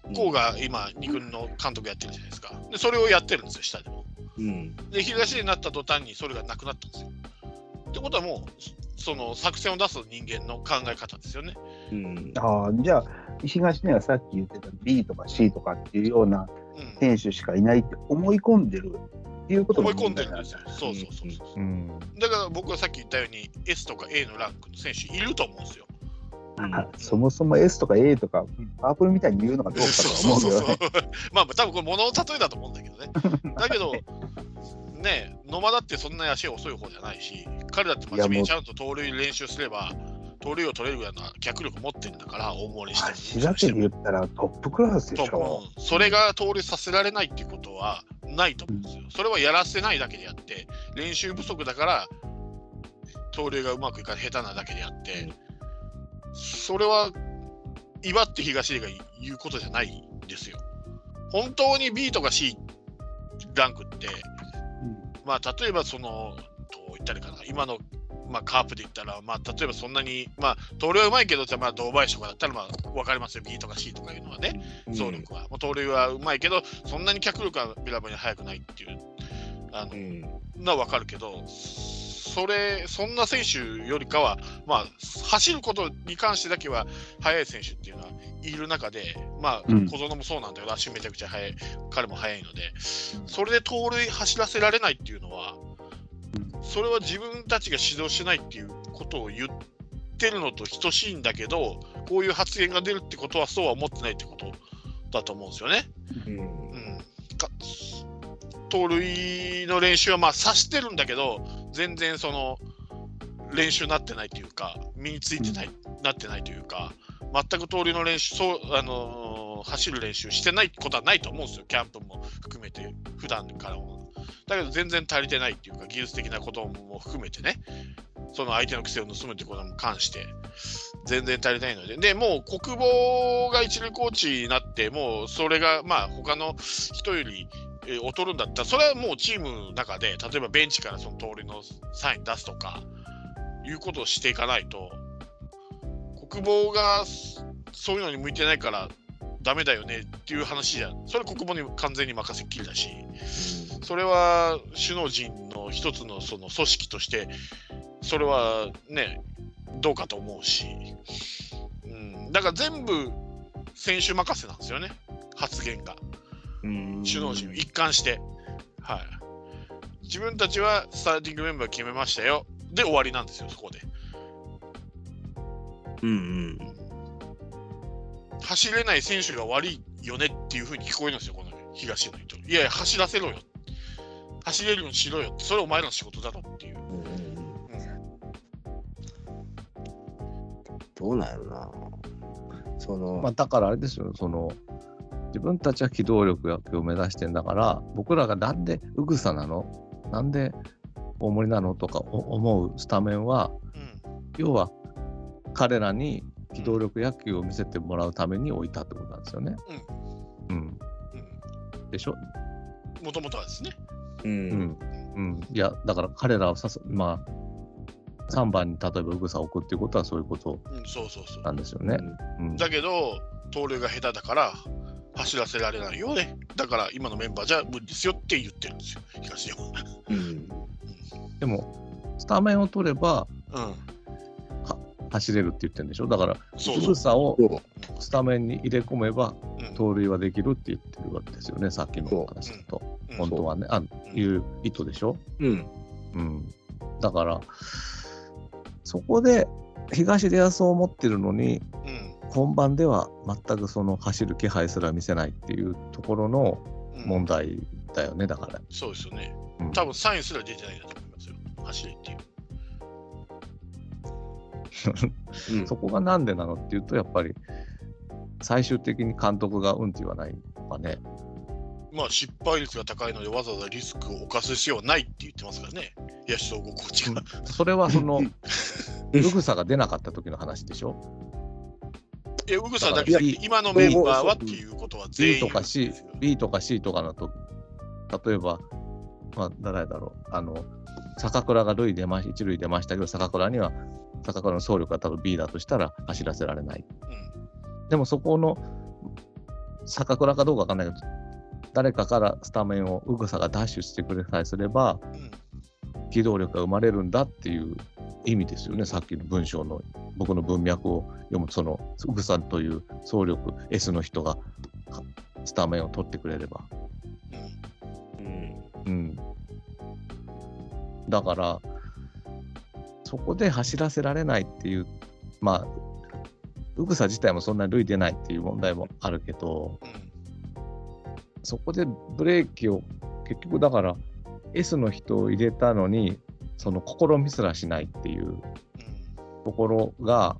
こうが今2軍の監督やってるじゃないですか。でそれをやってるんですよ、下でも。で東になった途端にそれがなくなったんですよ。ってことはもうその作戦を出す人間の考え方ですよね。 じゃあ東にはさっき言ってた B とか C とかっていうような選手しかいないって思い込んでるっていうことも思い込んでるんですよ。そう。だから僕はさっき言ったように S とか A のランクの選手いると思うんですよ。 そもそも S とか A とかパープルみたいに言うのがどうかと思うけどね。 まあ多分これ物の例えだと思うんだけどね。だけどね、野間だってそんなに足が遅い方じゃないし、彼だって真面目にちゃんと盗塁練習すれば盗塁を取れるぐらいの脚力持ってるんだから、大盛りしても足だけで言ったらトップクラスでしょ。 それが盗塁させられないっていうことはないと思うんですよ。それはやらせないだけであって練習不足だから盗塁がうまくいかない下手なだけであって、それは威張って東出が言うことじゃないんですよ。本当に B とか C ランクって、まあ例えばそのどう言ったらいいかな、今のカープで言ったら、例えばそんなに盗塁はうまいけど、まあ堂林とかだったら分かりますよ、 B とか C とかいうのはね、走力は、盗塁はうまいけどそんなに脚力はベラベラに速くないっていうのは分かるけど、そんな選手よりかは、走ることに関してだけは速い選手っていうのはいる中で、小園もそうなんだけど、足めちゃくちゃ速い、彼も速いので、それで盗塁走らせられないっていうのは、それは自分たちが指導しないっていうことを言ってるのと等しいんだけど、こういう発言が出るってことはそうは思ってないってことだと思うんですよね。盗塁の練習はさしてるんだけど、全然その練習になってないというか、身についてない、なってないというか、全く盗塁の練習、走る練習してないことはないと思うんですよ、キャンプも含めて、普段からも。だけど全然足りてないっていうか、技術的なことも含めてね、その相手の癖を盗むってことに関して全然足りないので、でもう国防が一塁コーチになって、もうそれが他の人より劣るんだったら、それはもうチームの中で、例えばベンチからその盗塁のサイン出すとかいうことをしていかないと、国防がそういうのに向いてないからダメだよねっていう話じゃん。それ国防に完全に任せっきりだし、それは首脳陣の一つのその組織としてそれはねどうかと思うし、だから全部選手任せなんですよね、発言が。首脳陣一貫して、自分たちはスターティングメンバー決めましたよで終わりなんですよ、そこで。走れない選手が悪いよねっていう風に聞こえるんですよ、この東野の人。いやいや、走らせろよ、走れるようにしろよって、それはお前らの仕事だろっていう。 どうなんやろな。 だからあれですよ、自分たちは機動力野球を目指してんだから、僕らがなんでうぐさなの、なんで大森なのとか思うスタメンは、要は彼らに機動力野球を見せてもらうために置いたってことなんですよね。でしょ、 もともとはですね。 いやだから彼らを3番に例えばうぐさを置くっていうことはそういうことなんですよね。 だけど盗塁が下手だから走らせられないよね、だから今のメンバーじゃ無理ですよって言ってるんですよ、東山は。 でもスタメンを取れば、走れるって言ってるんでしょ。だからうぐさをスタメンに入れ込めば盗塁はできるって言ってるわけですよね、さっきの話だと。本当はね、いう意図でしょ。だからそこで東出はそう思ってるのに、本番では全くその走る気配すら見せないっていうところの問題だよね。だからそうですよね。多分サインすら出てないんだと思いますよ、走れっていう。 そこがなんでなのっていうと、やっぱり最終的に監督がって言わないのかね。 失敗率が高いのでわざわざリスクを冒す必要はないって言ってますからね、野手総合コーチが。 それはそのうぐさが出なかった時の話でしょ。 うぐさだけ今のメンバーはっていうことは全員 B とか C とかのと、例えば誰だろう、坂倉が一塁出ましたけど、坂倉の走力が多分 B だとしたら走らせられない。でもそこの坂倉かどうかわかんないけど、誰かからスタメンをうぐさがダッシュしてくれさえすれば、機動力が生まれるんだっていう意味ですよね。さっきの文章の僕の文脈を読む、そのうぐさという総力 S の人がスタメンを取ってくれれば、だからそこで走らせられないっていう、まあうぐさ自体もそんなに塁出ないっていう問題もあるけど、そこでブレーキを結局だから S の人を入れたのにその試みすらしないっていうところが、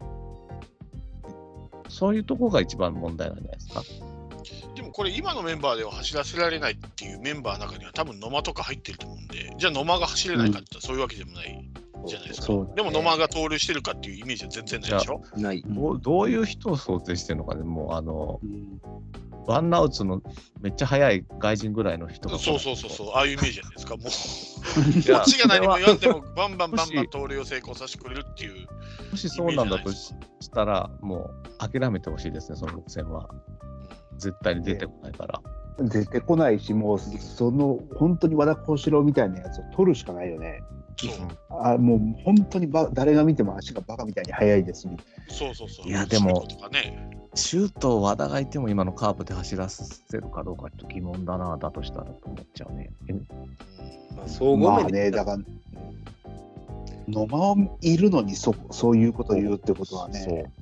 そういうところが一番問題なんじゃないですか。 でもこれ今のメンバーでは走らせられないっていうメンバーの中には多分野間とか入ってると思うんで、じゃあ野間が走れないかって言ったらそういうわけでもないじゃないですか。でも野間が盗塁してるかっていうイメージは全然ないでしょ。 ない。 どういう人を想定してるのかね、もうワンアウトのめっちゃ速い外人ぐらいの人が。 そう、ああいうイメージじゃないですか。もう、こっちが何も言わんでもバンバン盗塁を成功させてくれるっていう。 もしそうなんだとしたら、もう諦めてほしいですね、その6戦は。絶対に出てこないから。 出てこないし、もうその本当に和田幸四郎みたいなやつを取るしかないよね。もう本当に誰が見ても足がバカみたいに速いですみたいな。そう。 いやでも、シュートを和田がいても今のカーブで走らせるかどうかちょっと疑問だな、だとしたらと思っちゃうね。 まあね、だから野間いるのにそういうことを言うってことはね、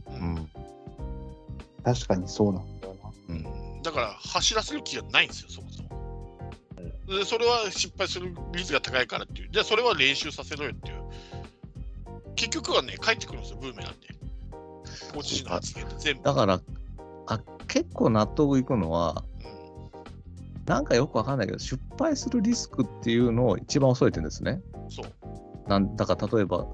確かにそうなんだよな。 だから走らせる気がないんですよ、そもそも。でそれは失敗する率が高いからっていう。じゃあそれは練習させろよっていう。結局はね、帰ってくるんですよ、ブーメランで。コーチ陣の発言って全部。だから結構納得いくのは、なんかよくわかんないけど、失敗するリスクっていうのを一番恐れてるんですね。だから例えば、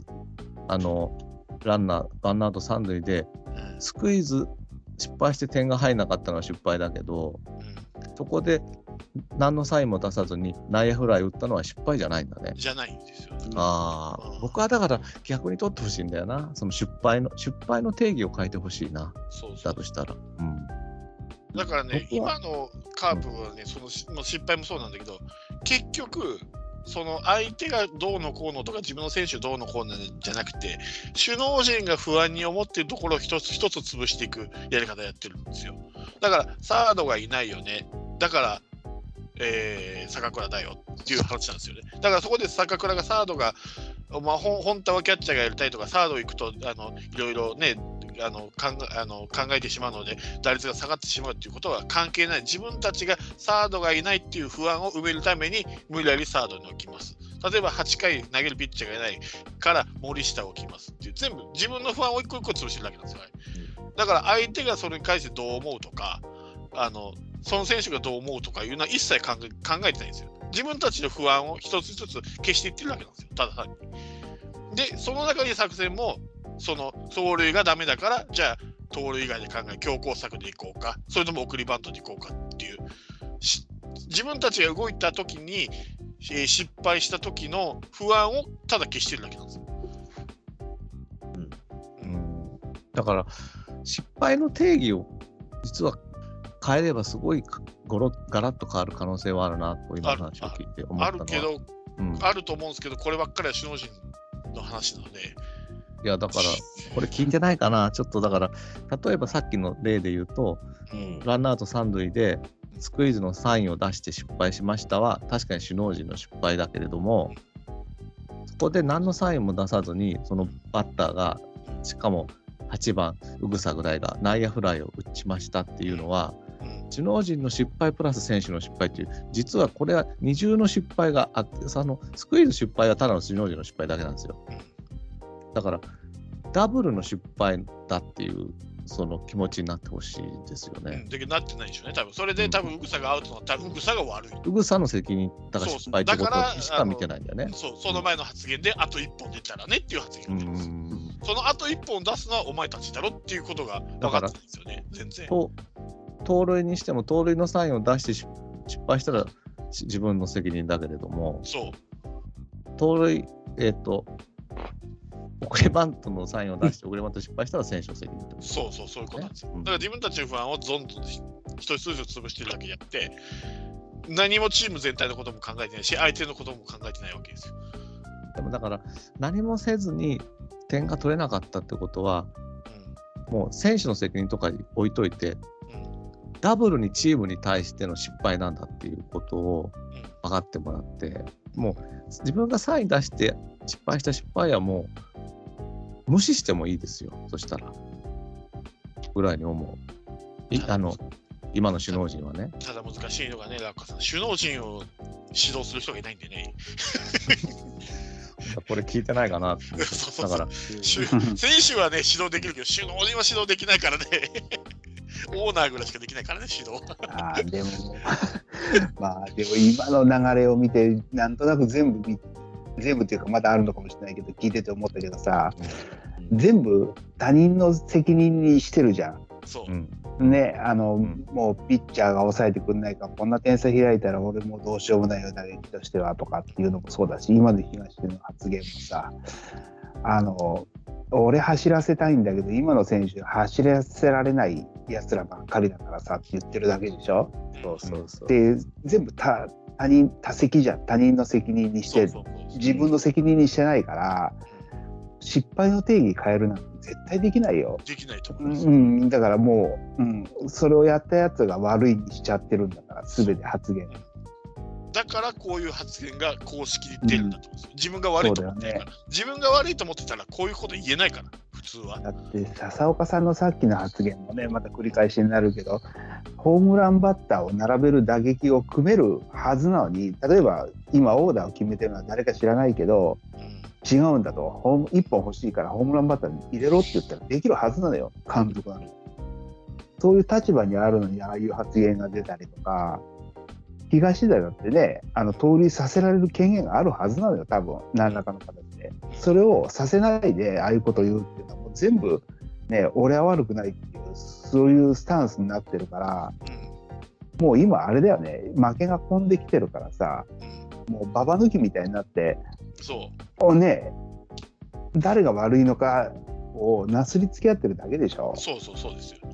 ランナー、ワンアウト三塁で、スクイズ失敗して点が入らなかったのは失敗だけど、そこで何のサインも出さずに内野フライ打ったのは失敗じゃないんだね。 じゃないんですよ。 僕はだから逆に取ってほしいんだよな。その失敗の定義を変えてほしいな。だとしたら。 だからね、今のカープはね、その失敗もそうなんだけど、結局、その相手がどうのこうのとか自分の選手どうのこうのじゃなくて、首脳陣が不安に思っているところを一つ一つ潰していくやり方やってるんですよ。だからサードがいないよね。だから、坂倉だよっていう話なんですよね。だからそこで坂倉がサードが、本当はキャッチャーがやりたいとか、サード行くといろいろね考えてしまうので打率が下がってしまうっていうことは関係ない。自分たちがサードがいないっていう不安を埋めるために無理やりサードに置きます。例えば8回投げるピッチャーがいないから森下を置きますっていう、全部自分の不安を一個一個潰してるだけなんですよ。だから相手がそれに関してどう思うとか、その選手がどう思うとかいうのは一切考えてないんですよ。自分たちの不安を一つずつ消していってるだけなんですよ、ただ単に。で、その中に作戦も、その盗塁がダメだから、じゃあ盗塁以外で考え、強攻策でいこうか、それとも送りバントでいこうかっていう、自分たちが動いた時に、失敗した時の不安をただ消してるだけなんですよ。 だから失敗の定義を実は変えればすごいガラッと変わる可能性はあるなと今の話を聞いて思ったのは。 あると思うんですけど、こればっかりは首脳陣の話なので。 いやだからこれ聞いてないかな。ちょっとだから例えばさっきの例で言うと、ランアウト三塁でスクイズのサインを出して失敗しましたは確かに首脳陣の失敗だけれども、そこで何のサインも出さずにそのバッターがしかも8番うぐさぐらいが内野フライを打ちましたっていうのは、首脳陣の失敗プラス選手の失敗っていう、実はこれは二重の失敗があって、そのスクイズ失敗はただの首脳陣の失敗だけなんですよ。だからダブルの失敗だっていうその気持ちになってほしいですよね。 だけどなってないでしょうね、多分。それで多分うぐさがアウトになったらうぐさが悪い。 うぐさの責任だから失敗ってことしか見てないんだよね。 その前の発言であと1本出たらねっていう発言が出ます。そのあと1本出すのはお前たちだろっていうことが分かってないんですよね、全然。 盗塁にしても盗塁のサインを出して失敗したら自分の責任だけれども、盗塁送りバントのサインを出して送りバント失敗したら選手の責任ってこと。 そういうことなんですよ。だから自分たちの不安をどんどん一人ずつ潰してるだけであって、何もチーム全体のことも考えてないし、相手のことも考えてないわけですよ。 でもだから何もせずに点が取れなかったってことは、もう選手の責任とかに置いといて、ダブルにチームに対しての失敗なんだっていうことを分かってもらって、もう自分がサイン出して失敗した失敗はもう無視してもいいですよ。そしたらぐらいに思う。今の首脳陣はね。 ただ難しいのがね、ラッカさん、首脳陣を指導する人がいないんでね。 これ聞いてないかなって。だから選手はね指導できるけど、首脳陣は指導できないからね。オーナーぐらいしかできないからね、指導。 でもまあでも今の流れを見てなんとなく全部っていうかまだあるのかもしれないけど、聞いてて思ったけどさ、全部他人の責任にしてるじゃん。 そうね、もうピッチャーが抑えてくんないか、こんな点差開いたら俺もうどうしようもないよ、打撃としてはとかっていうのもそうだし、今の東出の発言もさ、俺走らせたいんだけど今の選手走らせられないやつらばっかりだからさって言ってるだけでしょ。 そうで全部他責じゃん。他人の責任にして自分の責任にしてないから、失敗の定義変えるなんて絶対できないよ。 できないと思います。 だからもう、それをやったやつが悪いにしちゃってるんだから、全て発言。 だからこういう発言が公式に出るんだと思うんですよ。自分が悪いと思ってるから、自分が悪いと思ってたらこういうこと言えないから、普通は。 だって笹岡さんのさっきの発言もね、また繰り返しになるけど、ホームランバッターを並べる打撃を組めるはずなのに、例えば今オーダーを決めてるのは誰か知らないけど、違うんだと、1本欲しいからホームランバッターに入れろって言ったらできるはずなのよ、監督なの。そういう立場にあるのにああいう発言が出たりとか、東田だってね、盗塁させられる権限があるはずなのよ、多分何らかの形で。それをさせないでああいうことを言うっていうのはもう全部ね、俺は悪くないっていう、そういうスタンスになってるから、もう今あれだよね、負けが込んできてるからさ、もうババ抜きみたいになって、ね、誰が悪いのかをなすりつけ合ってるだけでしょ。 そうですよ。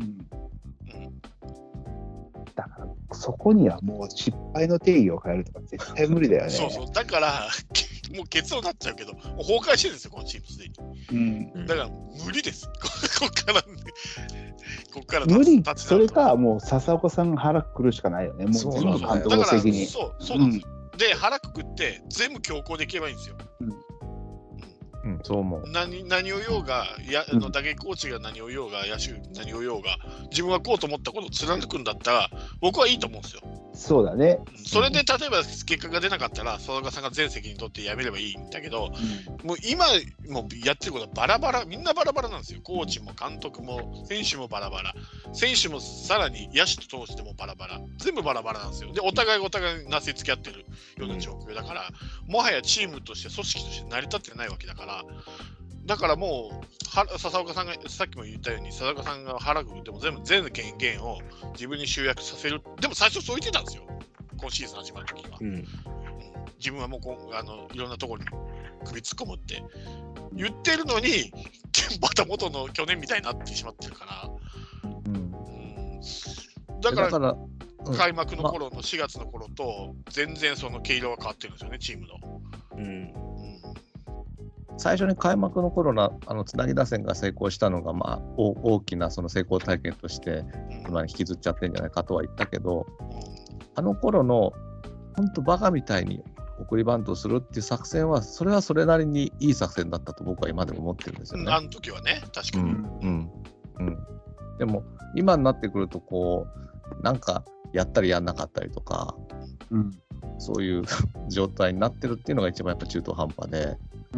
だからそこにはもう失敗の定義を変えるとか絶対無理だよね。 だからもう結論になっちゃうけど、もう崩壊してるんですよ、このチームすでに。だから無理です。こっから無理。それかもう笹岡さんが腹くくるしかないよね。もう全部監督の責任。 そうなんですよ。で腹くくって全部強行できればいいんですよ。 そう思う。 何を言おうが、打撃コーチが何を言おうが、野手何を言おうが、自分がこうと思ったことを貫くんだったら、僕はいいと思うんですよ。 そうだね。 それで例えば結果が出なかったら、佐岡さんが全責任取ってやめればいいんだけど、もう今もやってることはバラバラ、みんなバラバラなんですよ。コーチも監督も選手もバラバラ、選手もさらに野手と通してもバラバラ、全部バラバラなんですよ。で、お互いなすりつけ合ってるような状況だから、もはやチームとして組織として成り立ってないわけだから。だからもう笹岡さんがさっきも言ったように、笹岡さんが腹くくっても全権限を自分に集約させる。でも最初そう言ってたんですよ、今シーズン始まるときは。自分はもういろんなところに首突っ込むって言ってるのに、また元の去年みたいになってしまってるから。だから開幕の頃の4月の頃と全然その毛色が変わってるんですよね、チームの。 最初に開幕の頃のつなぎ打線が成功したのが、大きなその成功体験として今に引きずっちゃってるんじゃないかとは言ったけど、あの頃の本当バカみたいに送りバントをするっていう作戦は、それはそれなりにいい作戦だったと僕は今でも思ってるんですよね。 あの時はね、確かに。 でも今になってくるとこうなんかやったりやんなかったりとか、そういう状態になってるっていうのが一番やっぱ中途半端で。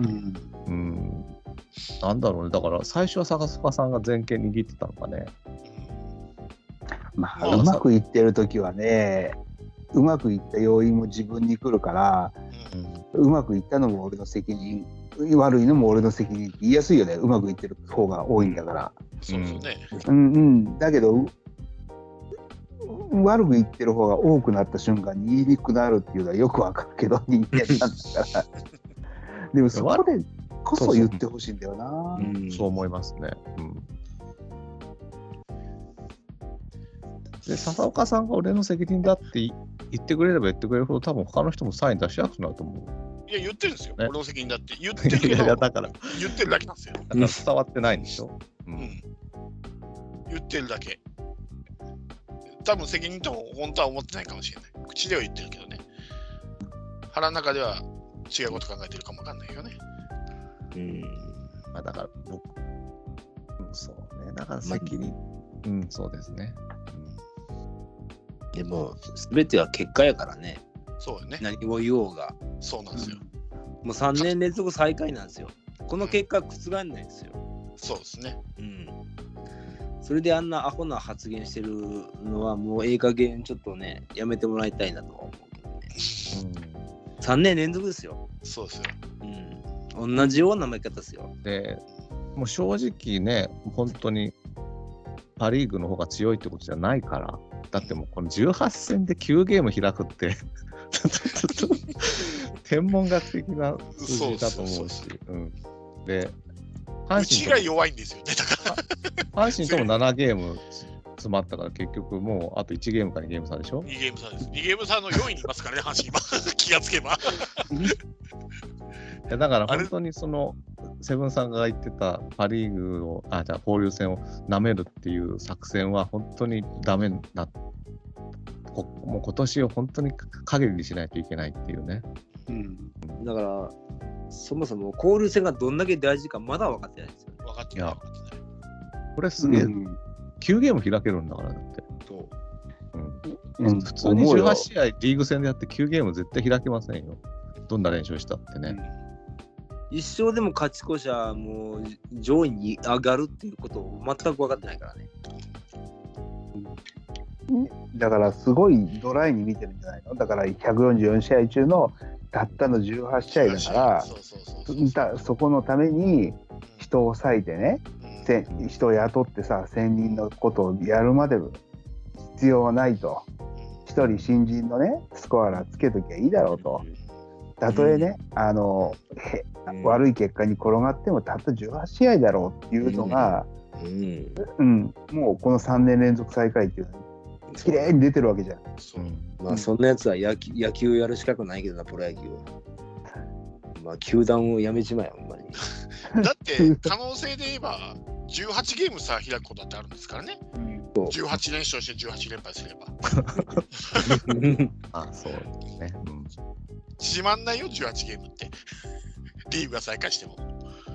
なんだろうね、だから最初は笹岡さんが全権握ってたのかね。 うまくいってる時はね、うまくいった要因も自分に来るから、うまくいったのも俺の責任、悪いのも俺の責任って言いやすいよね。うまくいってる方が多いんだから。だけど悪くいってる方が多くなった瞬間に言いにくくなるっていうのはよくわかるけど、人間なんだからでもそこでこそ言ってほしいんだよな。 そう思いますね。 で、笹岡さんが俺の責任だって言ってくれれば言ってくれるほど、多分他の人もサイン出しやすくなると思う。 いや、言ってるんですよ。 ね、 俺の責任だって言ってるけど、 いやだから言ってるだけなんですよ。 だから伝わってないんでしょ。 言ってるだけ。多分責任とも本当は思ってないかもしれない。口では言ってるけどね。腹の中では違うこと考えてるかもわかんないよね。 まあ、だから僕、そうね。だから責任、そうですね。 でも、すべては結果やからね。 そうよね。 何も言おうが。 そうなんですよ。 もう3年連続最下位なんですよ。この結果は覆らないんですよ。 そうですね。 それであんなアホな発言してるのはもうええ加減ちょっとね、やめてもらいたいなとは思うけどね。3年連続ですよ。 そうですよ。 同じような負け方ですよ。 で、もう正直ね、本当にパ・リーグの方が強いってことじゃないから、だってもうこの18戦で9ゲーム開くって、ちょっと天文学的な数字だと思うし、で、 うちが弱いんですよね、だから。 阪神とも7ゲーム詰まったから、結局もうあと1ゲームか2ゲーム差でしょ。 2ゲーム差です。2ゲーム差の4位にいますからね、阪神今、気がつけば。 だから本当にそのセブンさんが言ってたパ・リーグを、じゃあ交流戦をなめるっていう作戦は本当にダメな、もう今年を本当に限りにしないといけないっていうね。 だからそもそも交流戦がどんだけ大事かまだ分かってないですよね。 分かってない。 これすげえ、9ゲーム開けるんだからだって。 そう。 普通に18試合リーグ戦でやって9ゲーム絶対開けませんよ。どんな練習したってね。 一生でも勝ち越しはもう上位に上がるっていうことを全く分かってないからね。 だからすごいドライに見てるんじゃないの。だから144試合中のたったの18試合だからそこのために人を割いてね、人を雇ってさ1000人のことをやるまで必要はないと。一人新人のねスコアラーつけときゃいいだろうと。たとえね、悪い結果に転がってもたった18試合だろうっていうのが、もうこの3年連続最下位っていうのにきれいに出てるわけじゃん。 まあそんなやつは野球やる資格ないけどな、プロ野球は。まあ球団をやめちまえよ、ほんまに。 だって可能性で言えば18ゲーム差開くことだってあるんですからね。18連勝して18連敗すれば。 そうですね。 縮まんないよ、18ゲームって。リーグが再開しても。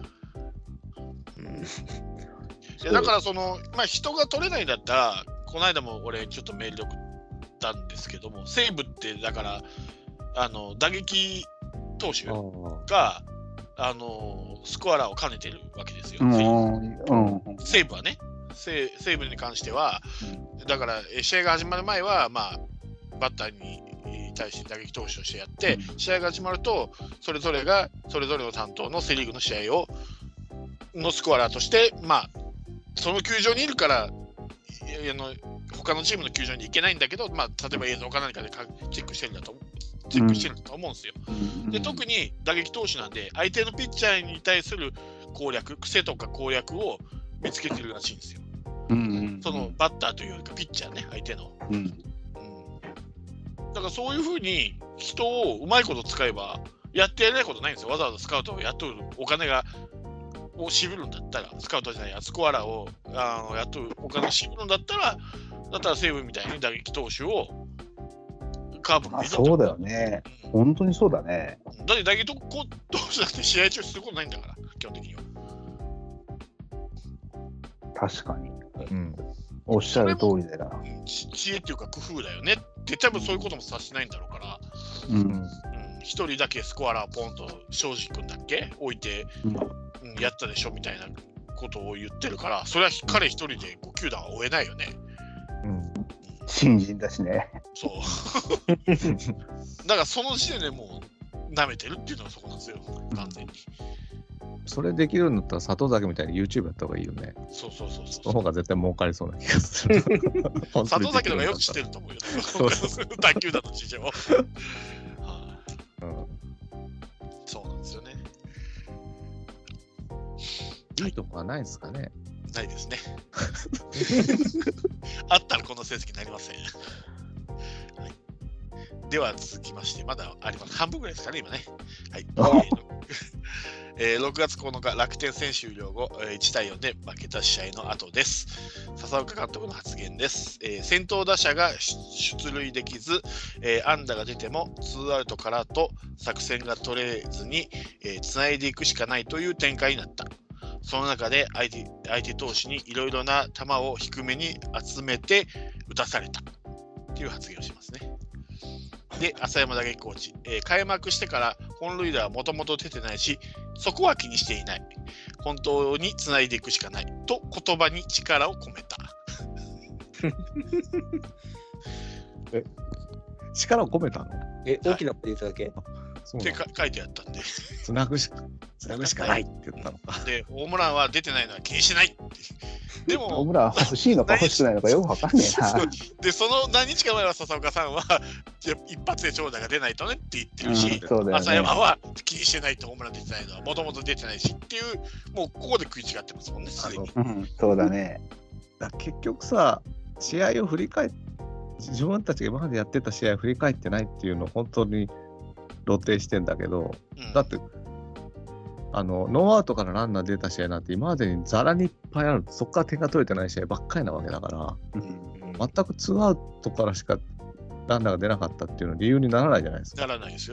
だから人が取れないんだったら、この間も俺ちょっとメールで送ったんですけども、西武ってだから打撃投手がスコアラーを兼ねてるわけですよ。西武はね、西武に関しては、だから試合が始まる前はバッターに対して打撃投手としてやって、試合が始まるとそれぞれの担当のセ・リーグの試合のスコアラーとして、その球場にいるから他のチームの球場に行けないんだけど、例えば映像か何かでチェックしてるんだと思うんですよ。で、特に打撃投手なんで相手のピッチャーに対する攻略、癖とか攻略を見つけてるらしいんですよ。そのバッターというよりかピッチャーね、相手の。だからそういうふうに人をうまいこと使えばやってやれないことないんですよ。わざわざスカウトを雇うお金を渋るんだったら、スカウトじゃないやスコアラーを雇うお金を渋るんだったら西武みたいに打撃投手をカーブにそうだよね。本当にそうだね。 だって打撃投手だって試合中することないんだから、基本的には。 確かに。おっしゃる通りだな。 知恵っていうか工夫だよねって多分そういうことも察しないんだろうから、一人だけスコアラーポンと庄司君だっけ置いて、やったでしょみたいなことを言ってるから、それは彼一人で5球団は追えないよね。 新人だしね。 そうだからその時点でもう舐めてるっていうのがそこなんですよ、完全に。 それできるんだったら里崎みたいに YouTube やった方がいいよね。 そうその方が絶対儲かりそうな気がする。 里崎の方がよく知ってると思うよ。卓球団の事情。そうなんですよね。 いいとこはないですかね。 ないですね。あったらこの成績になりません。はい、では続きまして、まだあります。半分ぐらいですかね、今ね。はい。6月9日、楽天戦終了後、1対4で負けた試合の後です。笹岡監督の発言です。先頭打者が出塁できず、安打が出ても2アウトからと作戦が取れずに、つないでいくしかないという展開になった。その中で相手投手にいろいろな球を低めに集めて打たされたという発言をしますね。で、浅山打撃コーチ、開幕してから本塁打はもともと出てないし、そこは気にしていない。本当につないでいくしかないと言葉に力を込めた。 力を込めたの？ 大きなこと言っただけ？ って書いてあったんで、 つなぐしかないって言ったのか。 で、ホームランは出てないのは気にしないって。でも、 ホームラン欲しいのか欲しくないのかよくわかんねえな。 で、その何日か前は笹岡さんは一発で長打が出ないとねって言ってるし、浅山は気にしてないとホームラン出てないのはもともと出てないしっていう、もうここで食い違ってますもんね、すでに。 そうだね。 結局さ、試合を振り返って、自分たちが今までやってた試合を振り返ってないっていうのを本当に露呈してんだけど、だってノーアウトからランナー出た試合なんて今までにざらにいっぱいある、そこから点が取れてない試合ばっかりなわけだから、全くツーアウトからしかランナーが出なかったっていうのは理由にならないじゃないですか。 ならないですよ。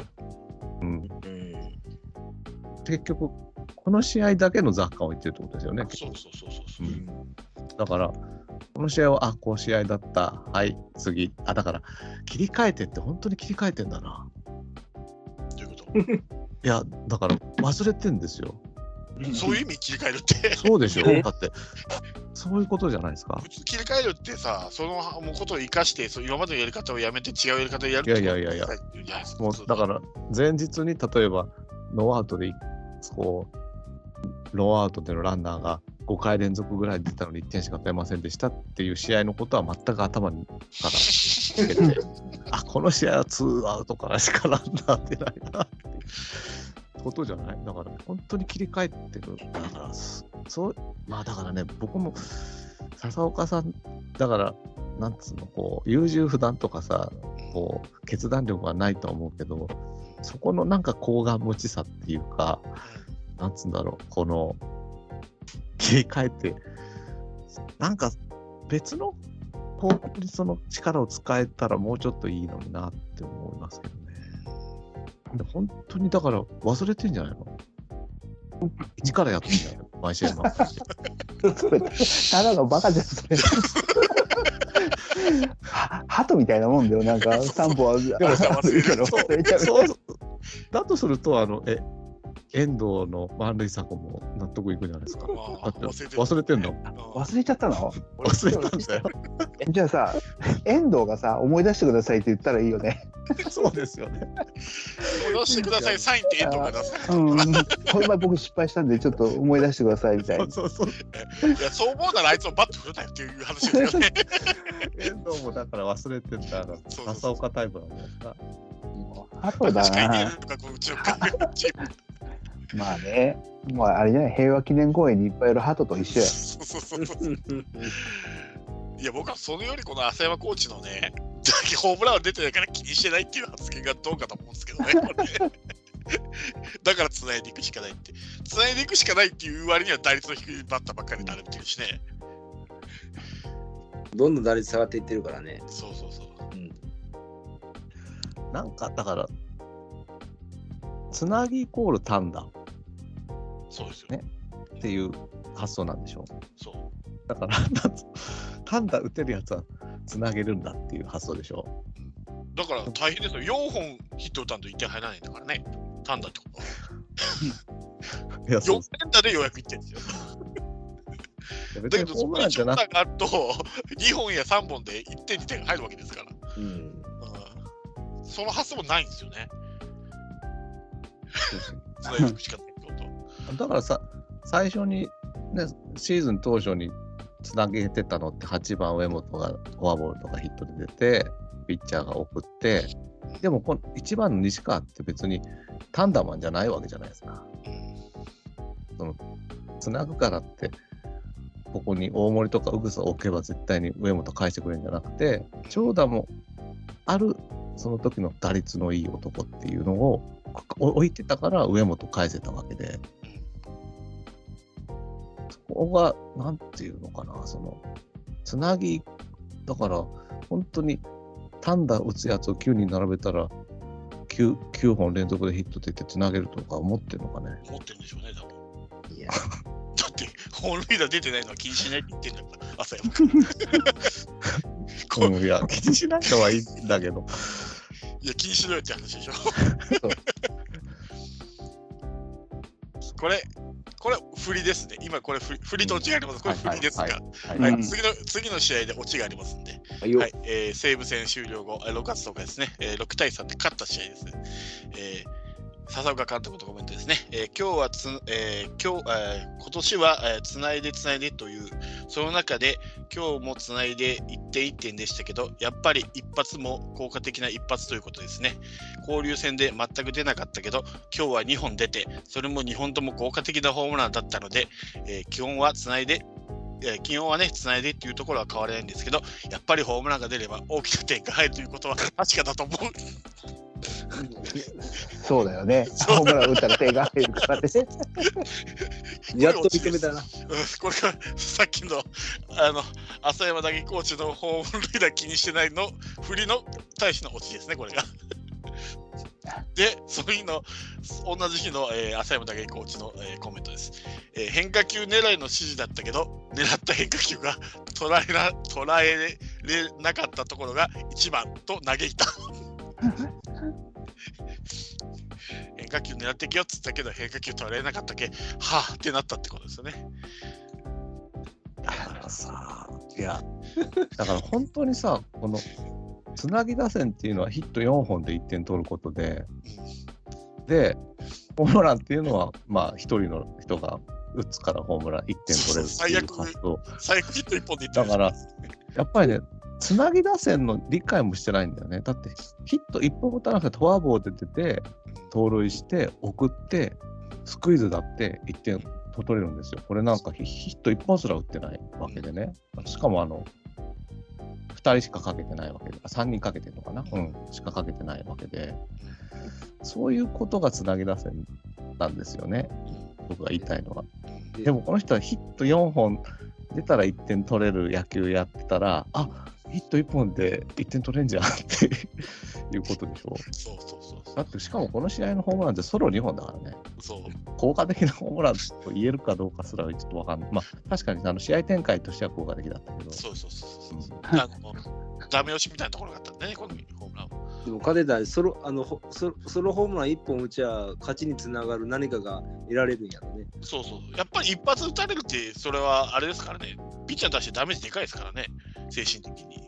結局この試合だけの雑感を言ってるってことですよね。 そう。 だからこの試合はこう試合だった、はい次、だから切り替えてって本当に切り替えてんだな。 どういうこと？ いやだから忘れてんですよ。 そういう意味切り替えるってそうでしょ。だってそういうことじゃないですか。 普通切り替えるってさ、そのことを生かして今までのやり方をやめて違うやり方をやるっていやもうだから前日に例えばノーアウトでこうノーアウトでのランナーが5回連続ぐらい出たのに1点しか取れませんでしたっていう試合のことは全く頭にからつけてこの試合は2アウトからしかランナー出ないなってことじゃない。だから本当に切り替えてる。だからだからね、僕も笹岡さんだからなんつうの優柔不断とかさ決断力はないとは思うけど、そこのなんか厚顔持ちさっていうか、なんつうんだろう、この切り替えてなんか別の方向にその力を使えたらもうちょっといいのになって思いますけどね。本当にだから忘れてんじゃないの？一からやってんじゃないの？毎試合の。 それただのバカじゃんそれ。鳩みたいなもんだよ。なんか3歩は忘れちゃう。 そうだとすると遠藤の満塁策も納得いくじゃないですか。忘れてんの？ 忘れちゃったの？ 忘れたんだよ。 じゃあさ、遠藤がさ、思い出してくださいって言ったらいいよね。 そうですよね。 思い出してください、サインって遠藤が出さない。 この前僕失敗したんでちょっと思い出してくださいみたいな。 そう。いや、そう思うならあいつもバット振るなよっていう話ですよね。 遠藤もだから忘れてたら笹岡タイプなんだよな。 鳩だな。まあね、あれじゃない、平和記念公園にいっぱいいる鳩と一緒や。 そう。いや、僕はそのよりこの浅山コーチのね、ホームランは出てないから気にしてないっていう発言がどうかと思うんですけどね。だから繋いでいくしかないって。繋いでいくしかないっていう割には打率の低いバッターばっかりになるっていうしね。 どんどん打率下がっていってるからね。 そう。 なんかだからつなぎイコール単打。 そうですよね。っていう発想なんでしょう。 そう。 だから単打打てるやつはつなげるんだっていう発想でしょ。 だから大変ですよ。4本ヒット打たんと1点入らないんだからね。単打ってことは。4点打でようやく1点ですよ。だけどそこに長打があると2本や3本で1点2点が入るわけですから。その発想もないんですよね。 だからさ、最初に、ね、シーズン当初につなげてたのって8番上本がフォアボールとかヒットで出てピッチャーが送って、でもこの1番の西川って別に単打マンじゃないわけじゃないですか。そのつなぐからってここに大森とか宇草を置けば絶対に上本返してくれるんじゃなくて、長打もあるその時の打率のいい男っていうのを置いてたから上本返せたわけで、そこがなんていうのかな、そのつなぎだから本当に単打打つやつを9人並べたら 9本連続でヒット出てつなげるとか思ってるのかね。 思ってるんでしょうね、多分。 いやだって本塁打出てないのは気にしないって言ってんだから朝山君いや気にしないのはいいんだけどいや気にしろよって話でしょこれ振りですね。今これ振りとオチがあります。これ振りですが、次の試合でオチがありますんで、はい、西武戦終了後6月10日ですね、6対3で勝った試合ですね。笹岡監督のコメントですね。今年はつないでという、その中で今日もつないで1点1点でしたけど、やっぱり一発も効果的な一発ということですね。交流戦で全く出なかったけど、今日は2本出て、それも2本とも効果的なホームランだったので、基本はつないでっていうところは変わらないんですけど、やっぱりホームランが出れば大きな点が入るということは確かだと思う。 そうだよね。ホームラン打ったら手が入るからね。 やっと認めたな。 これがさっきの浅山打撃コーチのホーム塁打気にしてないの振りの対してのオチですね、これが。で、その日の同じ日の、浅山打撃コーチの、コメントです。変化球狙いの指示だったけど、狙った変化球が捉えれなかったところが一番と嘆いた。変化球狙ってきよっつったけど変化球取られなかったっけはぁってなったってことですよね。 だからさ、いやだから本当にさ、このつなぎ打線っていうのはヒット4本で1点取ることで、でホームランっていうのはまあ1人の人が打つからホームラン1点取れるっていう発想。 最悪ヒット1本でいってる。 だからやっぱりね、つなぎ打線の理解もしてないんだよね。だってヒット1本打たなくてフォアボールで出て盗塁して送ってスクイズだって1点取れるんですよ。これなんかヒット1本すら打ってないわけでね。しかも2人しかかけてないわけで、3人かけてるのかな、しかかけてないわけで、そういうことがつなぎ打線なんですよね、僕が言いたいのは。でもこの人はヒット4本出たら1点取れる野球やってたら、あ、ヒット1本で1点取れんじゃんっていうことでしょ。だってしかもこの試合のホームランってソロ2本だからね。効果的なホームランと言えるかどうかすらちょっとわかんない。まあ確かに試合展開としては効果的だったけど。 ダメ押しみたいなところがあったんだね、このホームラン。 でも勝てたらソロホームラン1本打ちゃ勝ちにつながる何かが得られるんやろね。 そう。やっぱり一発打たれるってそれはあれですからね。ピッチャーに対してダメージでかいですからね、精神的に。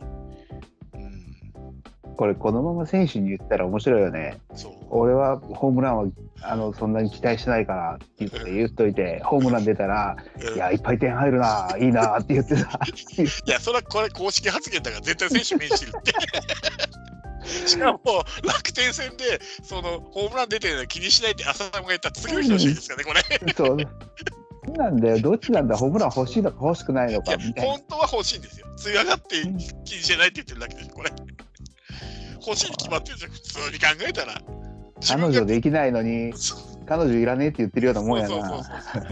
これこのまま選手に言ったら面白いよね。俺はホームランはそんなに期待しないからって言っといて、ホームラン出たら、いやいっぱい点入るな、いいなって言ってた。 いや、それはこれ公式発言だから絶対選手命じるって。しかも楽天戦でそのホームラン出てるの気にしないって浅田が言った次の日の試合ですかね、これ。 そうなんだよ、どっちなんだ、ホームラン欲しいのか欲しくないのかみたいな。 本当は欲しいんですよ。強がって気にしてないって言ってるだけでしょ、これ。欲しいに決まってるじゃん、普通に考えたら。 彼女できないのに、彼女いらねえって言ってるようなもんやな。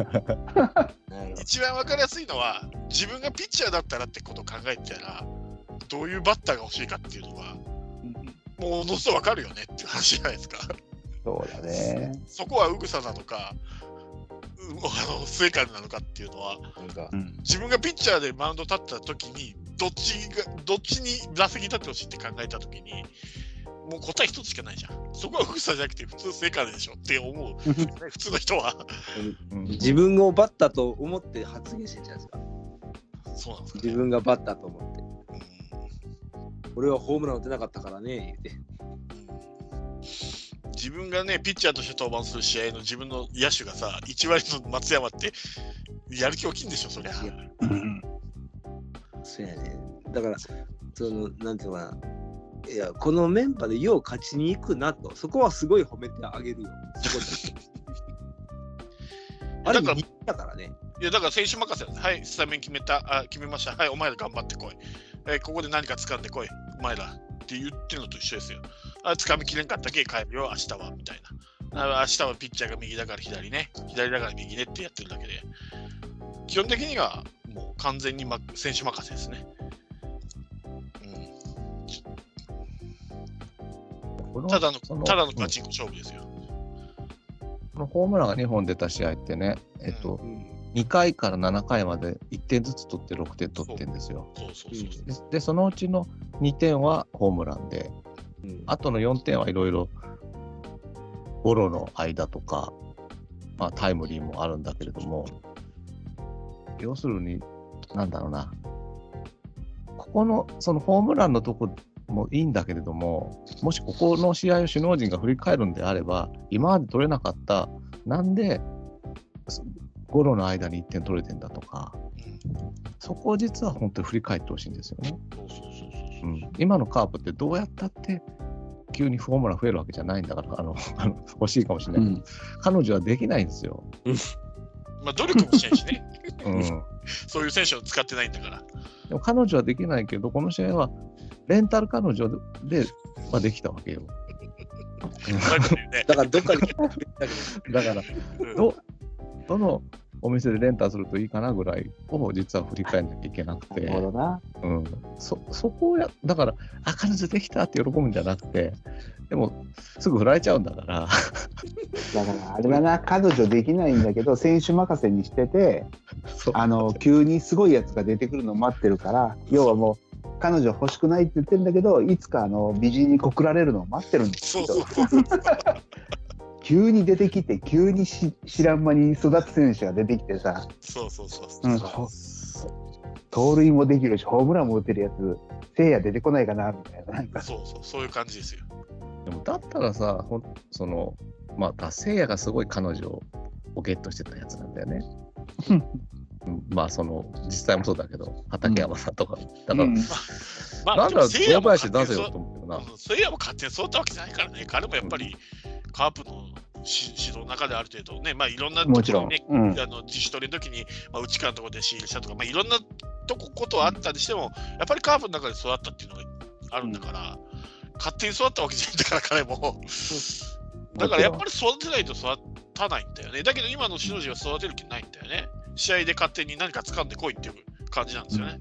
一番分かりやすいのは、自分がピッチャーだったらってことを考えたら、どういうバッターが欲しいかっていうのは、ものすごい分かるよねっていう話じゃないですか。 そうだね。 そこはうぐさなのか、末金なのかっていうのは、自分がピッチャーでマウンド立った時にどっちに打席に立ってほしいって考えた時にもう答え一つしかないじゃん。そこはうぐさじゃなくて普通末金でしょって思う普通の人は自分をバッターと思って発言してるじゃないですか。 そうなんですか、ね、 自分がバッターと思って、俺はホームラン打てなかったからね言って、 自分がねピッチャーとして登板する試合の自分の野手がさ1割の松山ってやる気大きいんでしょそりゃ。 そうやね。だからなんていうのかな、いやこのメンバーでよう勝ちに行くなと、そこはすごい褒めてあげるよ。そこであれ、だからね。 いや、だから選手任せなんです。はい、スタメン決めました。はい、お前ら頑張ってこい。ここで何か掴んでこい。お前らって言ってるのと一緒ですよ。掴みきれんかったけ帰るよ、明日は、みたいな。明日はピッチャーが右だから左ね。左だから右ねってやってるだけで。基本的にはもう完全に、選手任せですね。ただのガチンコ勝負ですよ。 このホームランが2本出た試合ってね、2回から7回まで1点ずつ取って6点取ってるんですよ。で、そのうちの2点はホームランで、あとの4点はいろいろゴロの間とか、タイムリーもあるんだけれども、要するに、なんだろうな、ここのそのホームランのとこもいいんだけれども、もしここの試合を首脳陣が振り返るんであれば、今まで取れなかった、なんでゴロの間に1点取れてんだとか、そこを実は本当に振り返ってほしいんですよね。今のカープってどうやったって急にホームラン増えるわけじゃないんだから、欲しいかもしれないけど、彼女はできないんですよ。 努力もしないしね。そういう選手を使ってないんだから。 でも彼女はできないけど、この試合はレンタル彼女でできたわけよ。 だからどっかにだからどのお店でレンタルするといいかなぐらいを実は振り返らなきゃいけなくて、 なるほどな。 そこをだから彼女できたって喜ぶんじゃなくて、でもすぐ振られちゃうんだから。 だからあれだな、彼女できないんだけど選手任せにしてて、急にすごいやつが出てくるのを待ってるから、要はもう彼女欲しくないって言ってるんだけど、いつか美人に告られるのを待ってるんですよ。急に出てきて、急に知らん間に育つ選手が出てきてさ、盗塁もできるしホームランも打てるやつ、せいや出てこないかなみたいな、なんかそういう感じですよ。 でもだったらさ、せいやがすごい彼女をゲットしてたやつなんだよね。実際もそうだけど、畠山さんとかだから、なんだ堂林出せよと思うけどな。 せいやも勝手に育ったわけじゃないからね。彼もやっぱりカープの指導の中である程度ね、いろんなところにね、自主トレの時に、内監督で仕入れしたとか、いろんなことはあったりしても、やっぱりカープの中で育ったっていうのがあるんだから、勝手に育ったわけじゃないんだから、彼も。だからやっぱり育てないと育たないんだよね。だけど今の首脳陣は育てる気ないんだよね。試合で勝手に何か掴んでこいっていう感じなんですよね。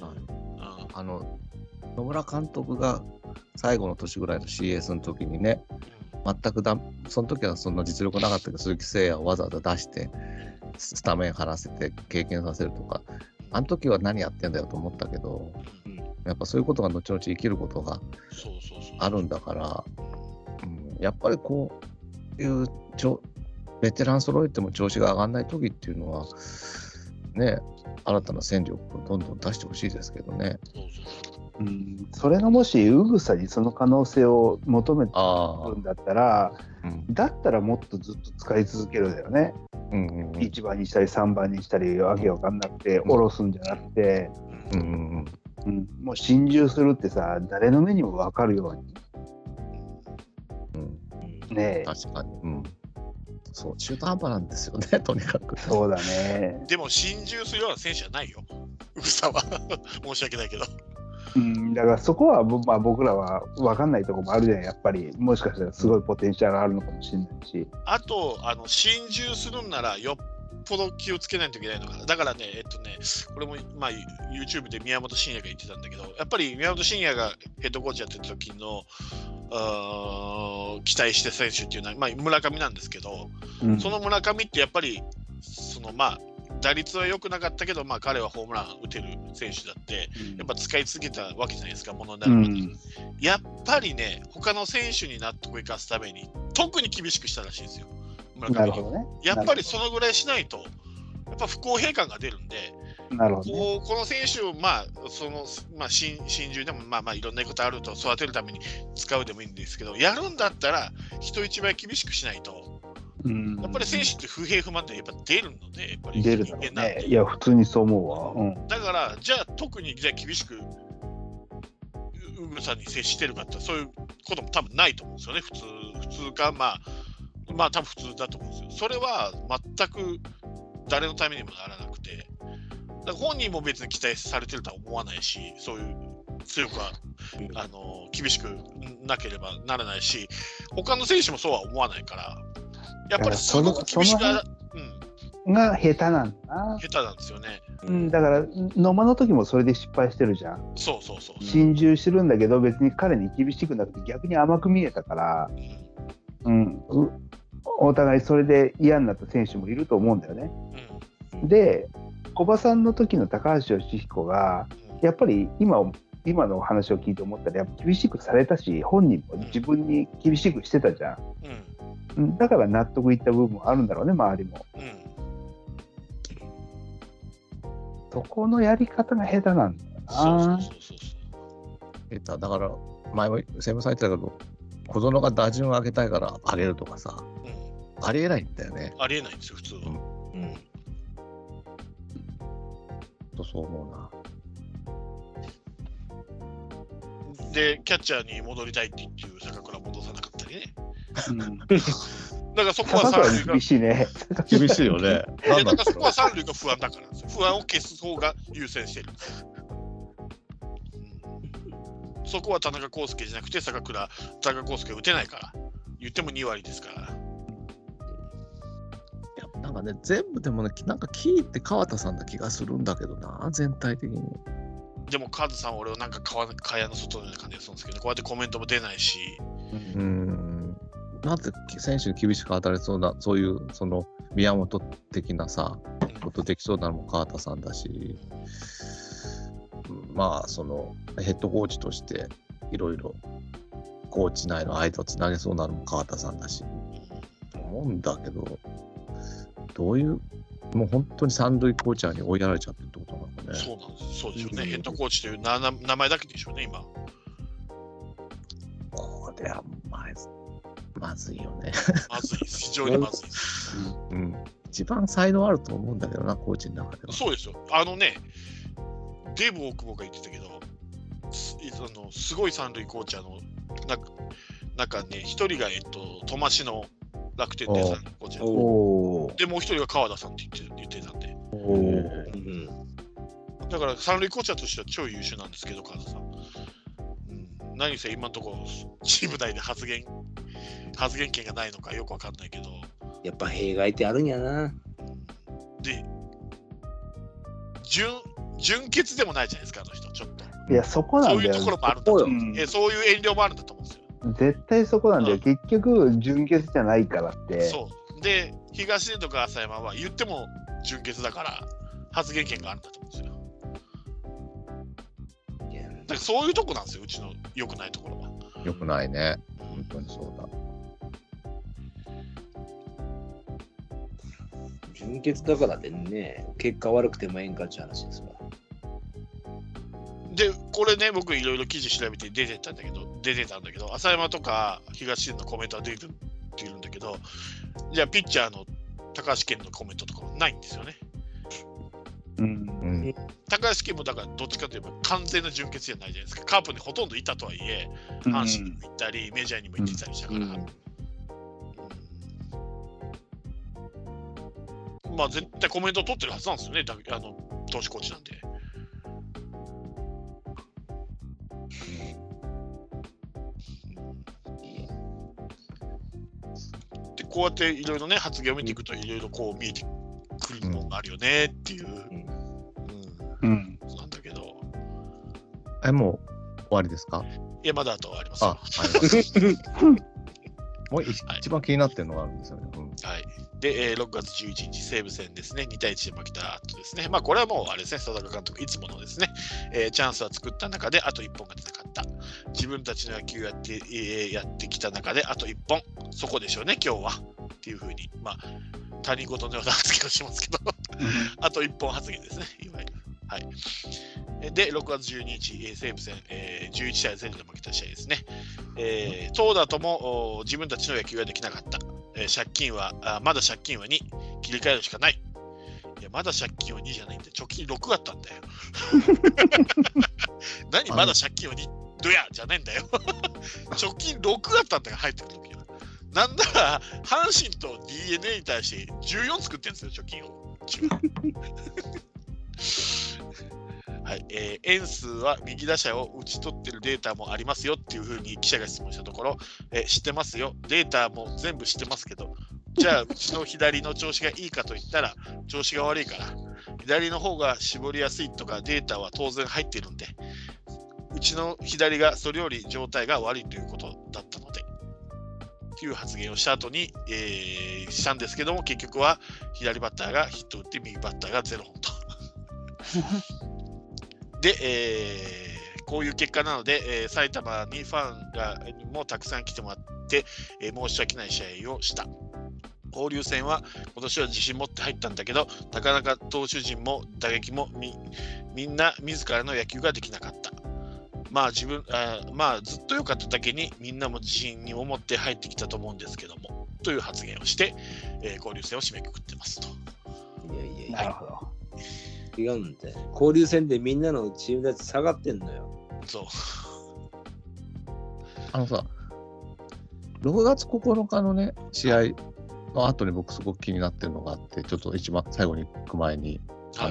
野村監督が最後の年ぐらいの CS の時にね、全くその時はそんな実力なかったけど、鈴木誠也をわざわざ出してスタメン張らせて経験させるとか、あの時は何やってんだよと思ったけど、やっぱそういうことが後々生きることがあるんだから、やっぱりこういうベテラン揃えても調子が上がらない時っていうのはね、新たな戦力をどんどん出してほしいですけどね。 それがもしウグサにその可能性を求めてるんだったら、だったらもっとずっと使い続けるだよね。1番にしたり3番にしたりわけわかんなくて下ろすんじゃなくて、もう心中するってさ、誰の目にも分かるように、ねえ、 確かに、そう中途半端なんですよね、とにかく。 そうだね。 でも心中するような選手じゃないよ、ウグサは。申し訳ないけど。 だからそこは、僕らは分かんないところもあるじゃん、やっぱり。もしかしたらすごいポテンシャルがあるのかもしれないし。 あと心中するんならよっぽど気をつけないといけないのかな。だからね、これもYouTube で宮本慎也が言ってたんだけど、やっぱり宮本慎也がヘッドコーチやってた時の期待して選手っていうのは、村上なんですけど、その村上ってやっぱり打率は良くなかったけど、彼はホームラン打てる選手だって、やっぱ使い続けたわけじゃないですか、ものになるまで。やっぱりね、他の選手に納得いかすために、特に厳しくしたらしいんですよ、村上。 なるほどね。 やっぱりそのぐらいしないと、やっぱ不公平感が出るんで、 なるほどね、 この選手を、心中でも、いろんなことあると育てるために使うでもいいんですけど、やるんだったら、人一倍厳しくしないと。やっぱり選手って不平不満ってやっぱ出るので、やっぱり出るだろうね。いや、普通にそう思うわ。 だから、じゃあ特に厳しくウグサに接してるかって、そういうことも多分ないと思うんですよね。普通か、多分普通だと思うんですよ。それは全く誰のためにもならなくて、だから本人も別に期待されてるとは思わないし、そういう強くは厳しくなければならないし、他の選手もそうは思わないから、やっぱりすごく厳しくが下手なんだな。 下手なんですよね。 だから野間の時もそれで失敗してるじゃん。 そう心中してるんだけど別に彼に厳しくなくて逆に甘く見えたから、お互いそれで嫌になった選手もいると思うんだよね。で古葉さんの時の高橋義彦がやっぱり今のお話を聞いて思ったらやっぱ厳しくされたし、本人も自分に厳しくしてたじゃん。だから納得いった部分もあるんだろうね、周りも。そこのやり方が下手なんだよな。 下手だから、前も専務さん言ってたけど、小園が打順を上げたいから上げるとかさ、ありえないんだよね。 ありえないんですよ、普通は。 そう思うな。 で、キャッチャーに戻りたいって言って坂倉戻さなかったりね。だからそこは三塁が厳しいね。 厳しいよね。 だからそこは三塁が不安だからなんですよ。不安を消す方が優先してる。そこは田中康介じゃなくて田中康介打てないから言っても2割ですから。 なんかね、全部でもね、なんかキーって川田さんな気がするんだけどな、全体的に。 でも川田さんは俺はなんか蚊帳の外のような感じがするんですけど、こうやってコメントも出ないし。 なんで選手に厳しく当たりそうな、そういうその宮本的なさ、ことできそうなのも川田さんだし、まあそのヘッドコーチとしていろいろコーチ内の間をつなげそうなのも川田さんだし、思うんだけど、どういう、もう本当に三塁コーチャーに追いやられちゃってるってことなのかね。 そうなんです。そうですよね。ヘッドコーチという名前だけでしょうね、今。 これはまずいよね。 まずいです。非常にまずいです。 一番才能あると思うんだけどな、コーチの中では。 そうですよ。デーブ大久保が言ってたけど、すごい三塁コーチャーの中ね、一人が戸増の楽天で三塁コーチャーで、もう一人が川田さんって言ってたんで。だから三塁コーチャーとしては超優秀なんですけど、川田さん。何せ今のところチーム内で発言権がないのかよくわかんないけど、 やっぱ弊害ってあるんやな。 で純潔でもないじゃないですか、あの人ちょっと。 いや、そこなんだよ。 そういうところもあるんだと思う。そういう遠慮もあるんだと思うんですよ。 絶対そこなんだよ。結局純潔じゃないからって。 そうで、東出とか浅山は言っても純潔だから発言権があるんだと思うんですよ。でそういうとこなんですよ、うちの良くないところは。 良くないね。本当にそうだ。 純潔だからでね、結果悪くてもええんかって話ですわ。 で、これね、僕いろいろ記事調べて出てたんだけど、浅山とか東出のコメントは出てるんだけど、じゃあピッチャーの高橋健のコメントとかもないんですよね。高橋健もだからどっちかといえば完全な純潔じゃないじゃないですか。カープにほとんどいたとはいえ、阪神にも行ったり、メジャーにも行ってたりしたから、まあ絶対コメント取ってるはずなんですよね、投手コーチなんで。でこうやっていろいろね発言を見ていくといろいろこう見えてくるものがあるよねっていうなんだけど。 もう終わりですか？ いや、まだあとありますよ。 もう一番気になってるのがあるんですよね。 はい。で、6月11日、西武戦ですね、2対1で負けた後ですね、まあ、これはもうあれですね、佐々監督、いつものですね、チャンスは作った中で、あと1本が出なかった。自分たちの野球やってきた中で、あと1本、そこでしょうね、今日は。っていうふうに、まあ、他人事のような発言をしますけど、あと1本発言ですね、いわゆる。はい。で、6月12日、西武戦、11対0で負けた試合ですね。投打とも自分たちの野球ができなかった。まだ借金は2、切り替えるしかない。いや、まだ借金は2じゃないんで、貯金6あったんだよ。何、まだ借金は2、どやじゃないんだよ。貯金6あったんだよ、入ってくるときは。なんだら、阪神と DNA に対して14作ってるんですよ、貯金を。 ちは。はい、エンスは右打者を打ち取ってるデータもありますよっていうふうに記者が質問したところ、知ってますよ、データも全部知ってますけど、じゃあうちの左の調子がいいかといったら調子が悪いから、左の方が絞りやすいとかデータは当然入っているんで、うちの左がそれより状態が悪いということだったのでという発言をした後に、したんですけども、結局は左バッターがヒットを打って右バッターが0本とで、こういう結果なので、埼玉にファンがもたくさん来てもらって、申し訳ない試合をした。交流戦は今年は自信持って入ったんだけど、なかなか投手陣も打撃もみんな自らの野球ができなかった。まあずっと良かっただけにみんなも自信に思って入ってきたと思うんですけども、という発言をして、交流戦を締めくくってますと。 いや、 なるほど。 違うんだよ。交流戦でみんなのチームのやつ下がってんのよ。 そう。 さ、6月9日のね、試合の後に僕すごく気になってるのがあって、ちょっと一番最後に行く前に、 はい、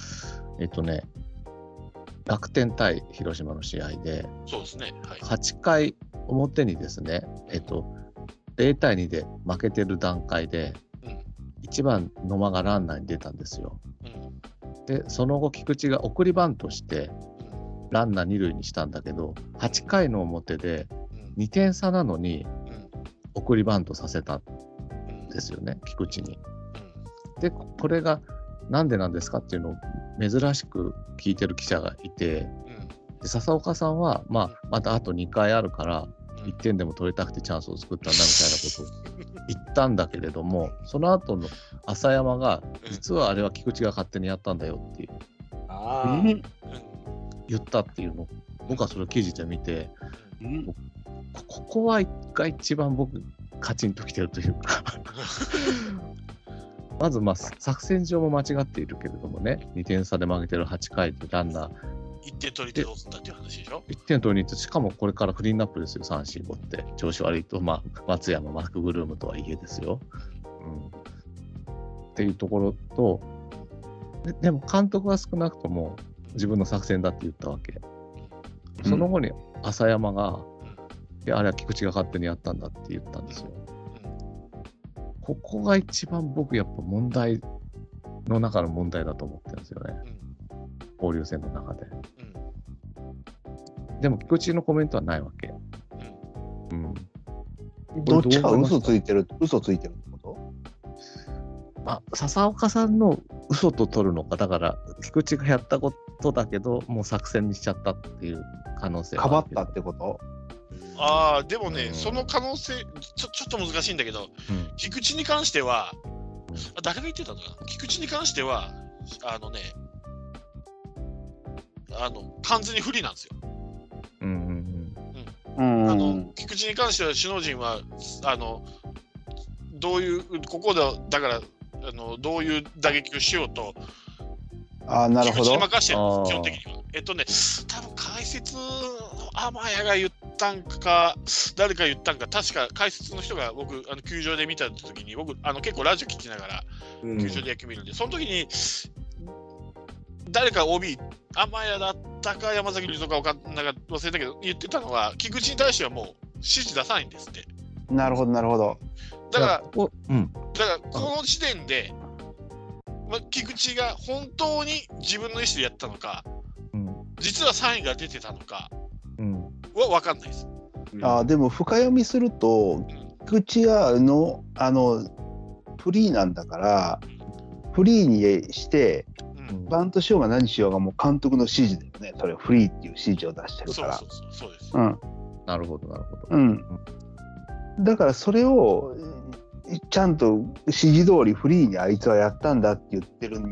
楽天対広島の試合で、 そうですね、はい、 8回表にですね、0対2で負けてる段階で、1番野間がランナーに出たんですよ。で、その後、菊池が送りバントして、ランナー2塁にしたんだけど、8回の表で2点差なのに、送りバントさせたんですよね、菊池に。で、これがなんでなんですかっていうのを珍しく聞いてる記者がいて、で笹岡さんは、またあと2回あるから、1点でも取りたくてチャンスを作ったんだみたいなことを言ったんだけれども、その後の浅山が、実はあれは菊池が勝手にやったんだよっていう、言ったっていうのを、僕はそれを記事で見て、ここは一番僕、カチンときてるというかまず作戦上も間違っているけれどもね、2点差で負けてる8回でランナー 1点取りてどうすんだっていう話でしょ。 1点取りに行って、しかもこれからクリーンナップですよ、3、4、5って。調子悪いと、松山、マクブルームとはいえですよ。っていうところと、でも監督は少なくとも自分の作戦だって言ったわけ。その後に浅山が、あれは菊池が勝手にやったんだって言ったんですよ。ここが一番僕やっぱ問題の中の問題だと思ってるんですよね。交流戦の中で。でも菊池のコメントはないわけ。 どっちか嘘ついてるってこと？ 笹岡さんの嘘と取るのか、だから菊池がやったことだけどもう作戦にしちゃったっていう可能性かばったってこと？ でもね、その可能性ちょっと難しいんだけど、菊池に関しては、誰が言ってたんだな、菊池に関しては完全に不利なんですよ。菊池に関しては首脳陣はどういうここでだからどういう打撃をしようとなるほど、 菊池に任してるんです、基本的には。多分解説の天谷が言ったんか誰か言ったんか、確か解説の人が僕球場で見た時に、僕結構ラジオ聞きながら球場で野球見るんで、その時に誰か OB 天谷だったか山崎隆三か忘れたけど言ってたのは、菊池に対してはもう指示出さないんですって。 なるほど。 だからこの時点で、菊池が本当に自分の意思でやったのか、実はサインが出てたのかは分かんないです。 でも深読みすると、菊池はフリーなんだから、フリーにして、バントしようが何しようがもう監督の指示だよね。それフリーっていう指示を出してるから。 そうです。 なるほど。 だからそれをちゃんと指示通りフリーにあいつはやったんだって言ってる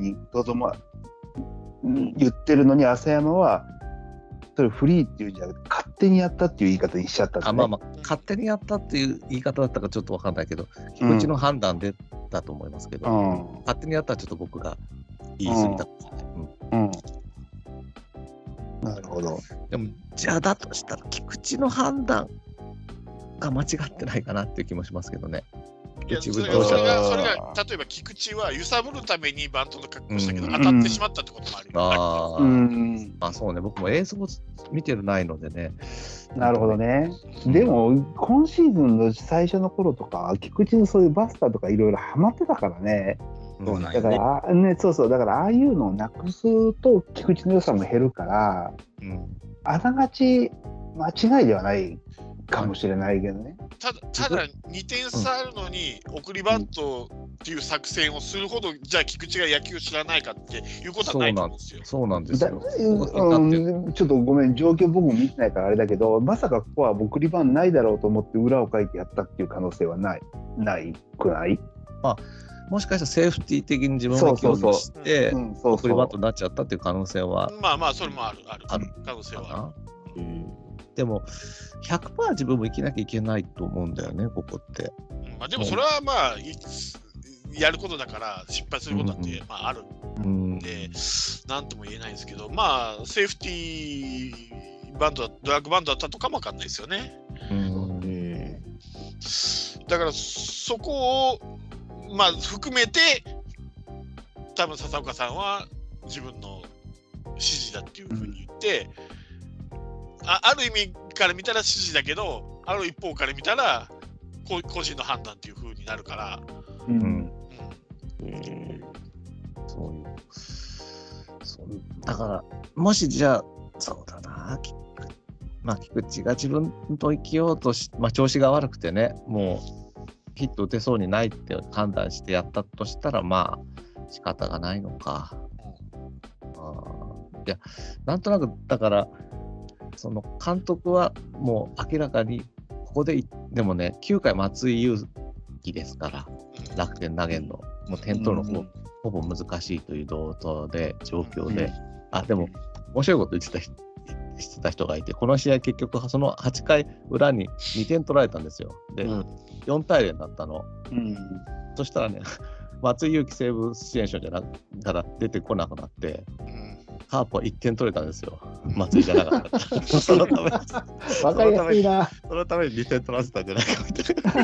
のに浅山はそれフリーっていうんじゃなくて勝手にやったっていう言い方にしちゃったんですね。 勝手にやったっていう言い方だったかちょっと分かんないけど、菊池の判断でだと思いますけど、勝手にやったらちょっと僕が言い過ぎたかもしれない。 なるほど。 でもじゃあだとしたら菊池の判断が間違ってないかなっていう気もしますけどね。 菊池それが例えば菊池は揺さぶるためにバントの格好したけど、当たってしまったってこともあるよ。 まあそうね、僕も映像見てないのでね。 なるほどね。でも今シーズンの最初の頃とか菊池のそういうバスターとかいろいろハマってたからね。 そうなんだからね、そうだからああいうのをなくすと菊池の良さも減るから、あながち間違いではないかもしれないけどね。 ただ2点差あるのに送りバントっていう作戦をするほど、じゃあ菊池が野球を知らないかっていうことはないと思うんですよ。 そうなんですよ。 ちょっとごめん、状況僕も見てないからあれだけど、まさかここは送りバンないだろうと思って裏をかいてやったっていう可能性はないくない？ もしかしたらセーフティー的に自分が気を出して送りバントになっちゃったっていう可能性はそれもある可能性はある。 でも 100% 自分も生きなきゃいけないと思うんだよね、ここって。 でもそれはやることだから失敗することだってあるんで、なんとも言えないんですけど、セーフティーバントドラッグバントだったとかも分かんないですよね。だからそこを含めて多分笹岡さんは自分の指示だっていうふうに言って、ある意味から見たら指示だけど、ある一方から見たら個人の判断っていうふうになるから、 だからもしじゃあそうだな、菊池が自分と生きようと調子が悪くてね、もうヒット打てそうにないって判断してやったとしたら仕方がないのか。いや、なんとなくだからその監督はもう明らかにここでもね、9回松井裕樹ですから、楽天投げるのもう点取るのほぼ難しいという状況で、でも面白いこと言ってた人がいて、この試合結局その8回裏に2点取られたんですよ。で、4対0になったの。そしたらね、松井裕樹セーブシチュエーションじゃなから出てこなくなって、カープは1点取れたんですよ。松井じゃなかった。そのために分かりやすいな。 そのために2点取らせたんじゃないかみたいな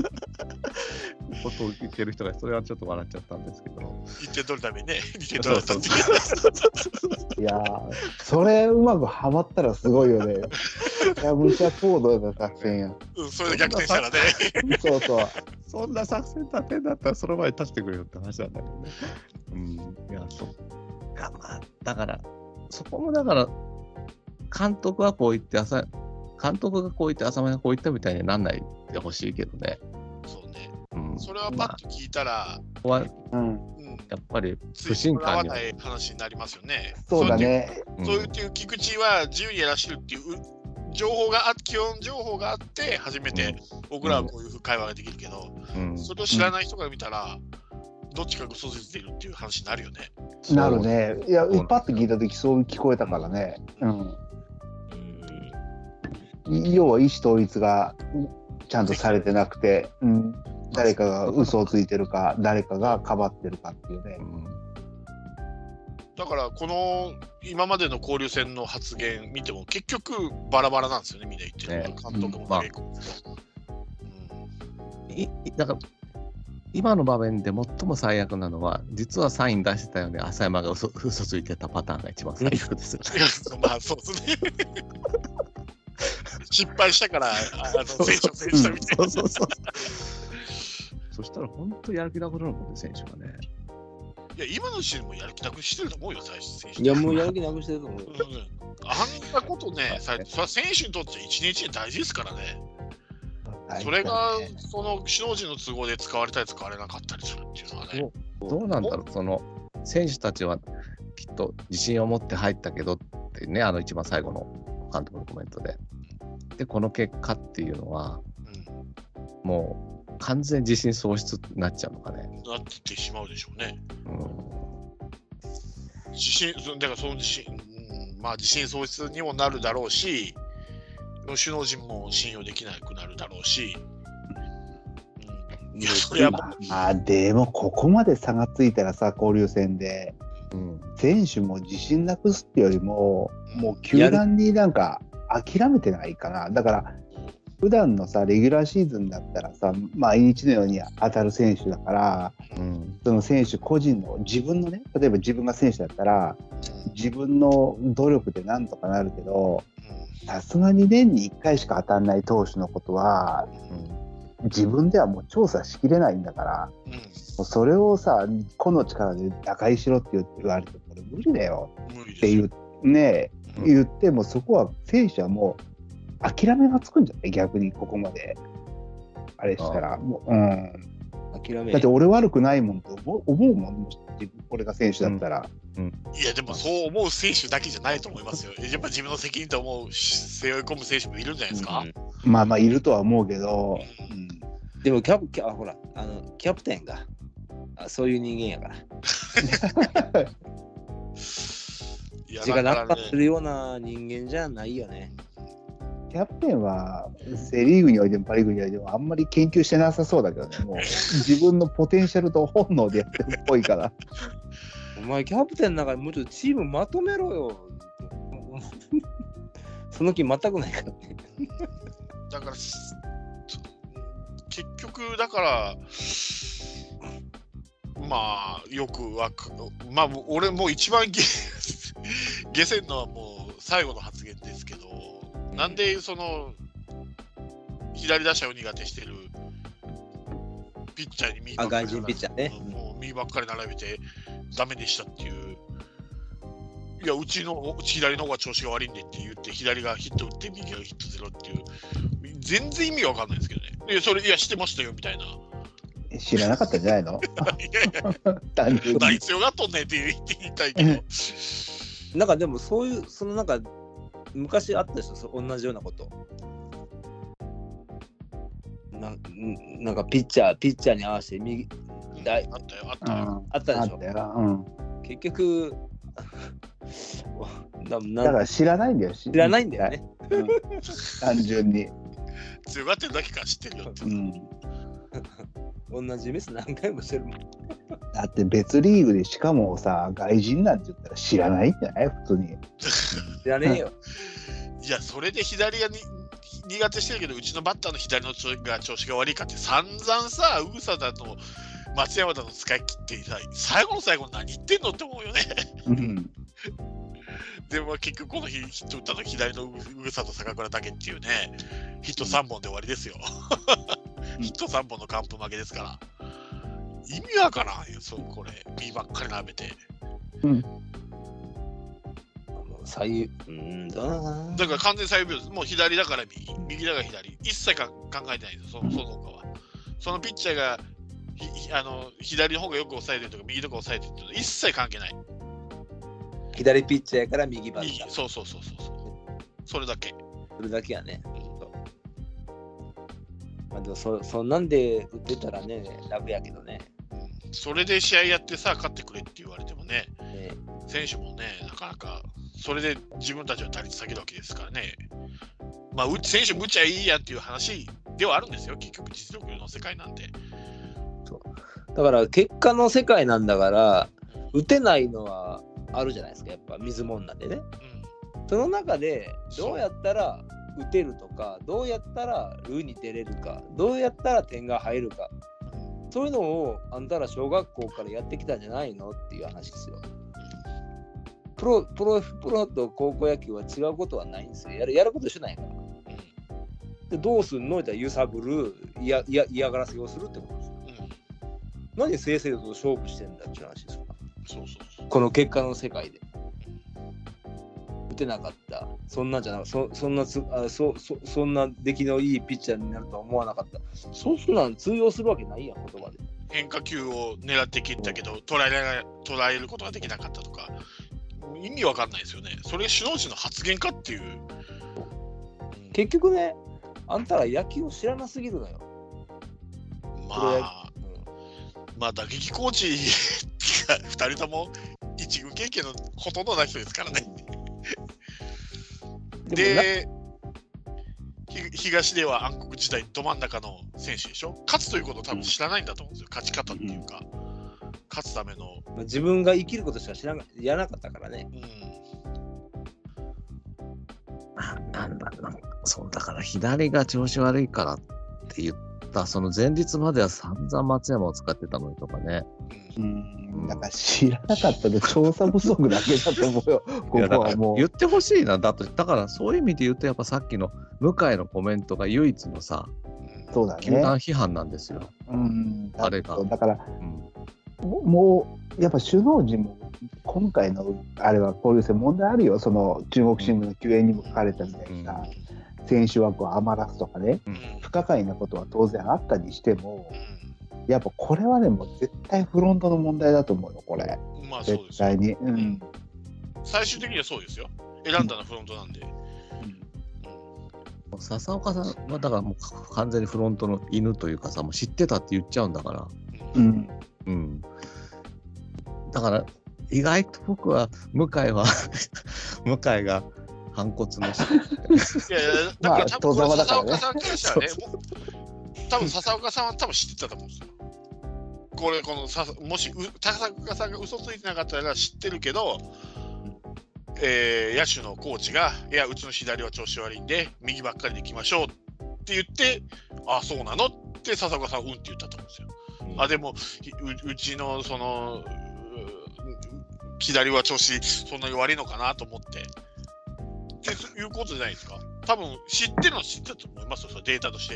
ことを言ってる人が、それはちょっと笑っちゃったんですけど。 1点取るためにね、2点取らせたっていやー、それうまくはまったらすごいよね。いや、むちゃ高度な作戦や。 それで逆転したらね。 そんな作戦立てんだったらその前に立ってくれよって話なんだけどね。いや、だからそこもだから監督がこう言って浅間がこう言ったみたいになんないでほしいけどね。 そうね。それはパッと聞いたら、 やっぱり不信感にない話になりますよね。 そうだね。 そういう菊池は自由にやらしてるっていう情報が基本情報があって初めて僕らはこういう会話ができるけど、それを知らない人から見たら、どっちかが嘘ついてるっていう話になるよね。 なるね。いや、パッと聞いた時そう聞こえたからね。要は意思統一がちゃんとされてなくて、誰かが嘘をついてるか、誰かがかばってるかっていうね。 だからこの今までの交流戦の発言見ても結局バラバラなんですよね、みんな言ってる、監督もだから今の場面で最も最悪なのは、実はサイン出してたように浅山が嘘ついてたパターンが一番最悪ですよね。 そうですね。失敗したから選手したみたいな。 そしたら本当やる気なくなるもんね、選手がね。 いや、今のシーンもやる気なくしてると思うよ、選手。 いや、もうやる気なくしてると思う。 あんなことね、それは選手にとって一日大事ですからね。それがその首脳陣の都合で使われたり使われなかったりするっていうのはね。 どうなんだろう、その選手たちはきっと自信を持って入ったけどってね、一番最後の監督のコメントで。で、この結果っていうのは、もう完全自信喪失になっちゃうのかね。 なってしまうでしょうね。だからその自信喪失にもなるだろうし、首脳陣も信用できなくなるだろうし、いや、それはもうでもここまで差がついたらさ、交流戦で、選手も自信なくすってよりも、もう球団になんか諦めてないかな。だから普段のさレギュラーシーズンだったらさ毎日のように当たる選手だから、その選手個人の自分のね、例えば自分が選手だったら自分の努力でなんとかなるけど、さすがに年に1回しか当たんない投手のことは、自分ではもう調査しきれないんだから、もうそれをさ個の力で打開しろって言われてこれ無理だよって言っても、そこは選手はもう諦めがつくんじゃない？逆にここまであれしたらもう、諦めだって俺悪くないもんと思うもん、俺が選手だったら、 いやでもそう思う選手だけじゃないと思いますよ。やっぱ自分の責任と思う背負い込む選手もいるんじゃないですか。 まあいるとは思うけど、 でもほらキャプテンがそういう人間やから血がなかってるような人間じゃないよね。 キャプテンはセ・リーグにおいてもパ・リーグにおいてもあんまり研究してなさそうだけどね、もう自分のポテンシャルと本能でやってるっぽいからお前キャプテンの中でもうちょっとチームまとめろよその気全くないからねだから結局だからまあよくまあ俺もう一番下せんのはもう最後の発言ですけど、なんでその左打者を苦手してるピッチャーに右ばっかり外人ピッチャーね、 もう右ばっかり並べてダメでしたっていう、いやうちの左の方が調子が悪いんでって言って左がヒット打って右がヒットゼロっていう全然意味わかんないですけどね。いやしてましたよみたいな。 知らなかったんじゃないの？ 何強がっとんねんって言いたいけどなんかでもそういうなんか昔あったでしょ、同じようなこと。なんかピッチャーに合わせて右あったでしょ。結局だから知らないんだよ。 知らないんだよね。 単純に強がってるだけから知ってるよって。 同じミス何回もしてるもん。 だって別リーグでしかもさ外人なんて言ったら知らないんじゃない？普通に知らねえよいやそれで左が苦手してるけどうちのバッターの左の調子が悪いかって散々さ宇草だと松山だと使い切ってさ最後の最後に何言ってんのって思うよねでも結局この日ヒット打ったの左の宇草と坂倉だけっていうね、ヒット3本で終わりですよヒット3本の完封負けですから意味わからんよ、これ右ばっかり舐めてだから完全左右病です。もう左だから右だから左一切考えてないんですよ、その他は。そのピッチャーが左の方がよく抑えてるとか右とか抑えてるとか一切関係ない。 左ピッチャーやから右バッター。 そうそれだけやね。まあでもそんなんで打ってたらね楽やけどね。 それで試合やってさ勝ってくれって言われてもね、選手もねなかなかそれで自分たちは打率下げるわけですからね。まあ選手無茶いいやっていう話ではあるんですよ、結局実力の世界なんで。 そうだから結果の世界なんだから打てないのはあるじゃないですか、やっぱ水もんなんでね、その中でどうやったら打てるとか、どうやったら塁に出れるか、どうやったら点が入るか、そういうのをあんたら小学校からやってきたんじゃないのっていう話ですよ。プロと高校野球は違うことはないんですよ。やること一緒ないから。でどうすんのって揺さぶる、嫌がらせをするってことですよ。何正々と勝負してんだっていう話ですよ。この結果の世界で打てなかった、そんなんじゃなくそんな出来のいいピッチャーになるとは思わなかった。そんなん通用するわけないやん、言葉で。 変化球を狙ってきたけど捉えることができなかったとか意味わかんないですよね。それ首脳陣の発言かっていう、 結局ね、あんたら野球を知らなすぎるのよ。 まあ打撃コーチが2人とも一軍経験のほとんどない人ですからねで東では暗黒時代ど真ん中の選手でしょ。勝つということを多分知らないんだと思うんですよ、勝ち方っていうか、勝つための自分が生きることしかやらなかったからね。 そうだから左が調子悪いからって言ったその前日までは散々松山を使ってたのにとかね。 だから知らなかったで調査不足だけだと思うよ。ここはもう言ってほしいな。だからそういう意味で言うとやっぱさっきの向井のコメントが唯一のさ、 そうだね、 球団批判なんですよ。あれが。 だから、もうやっぱ首脳陣も今回のあれは交流戦問題あるよ。その中国新聞の救援にも書かれたみたいにさ、選手枠を余らすとかね、不可解なことは当然あったにしても、やっぱこれはねもう絶対フロントの問題だと思うよこれ。 まあそうです絶対に、 最終的にはそうですよ。選んだのはフロントなんで。 笹岡さんはだからもう完全にフロントの犬というかさ、もう知ってたって言っちゃうんだから。だから意外と僕は向井が反骨の人。 いやだから多分笹岡さんからしたらね、多分笹岡さんは多分知ってたと思うんですよ。もし笹岡さんが嘘ついてなかったら知ってるけど、野手のコーチがいやうちの左は調子悪いんで右ばっかりでいきましょうって言って、あそうなのって笹岡さんって言ったと思うんですよ。でもうちのその左は調子そんなに悪いのかなと思ってっていうことじゃないですか。多分知ってるのは知ってたと思いますよ、そのデータとして。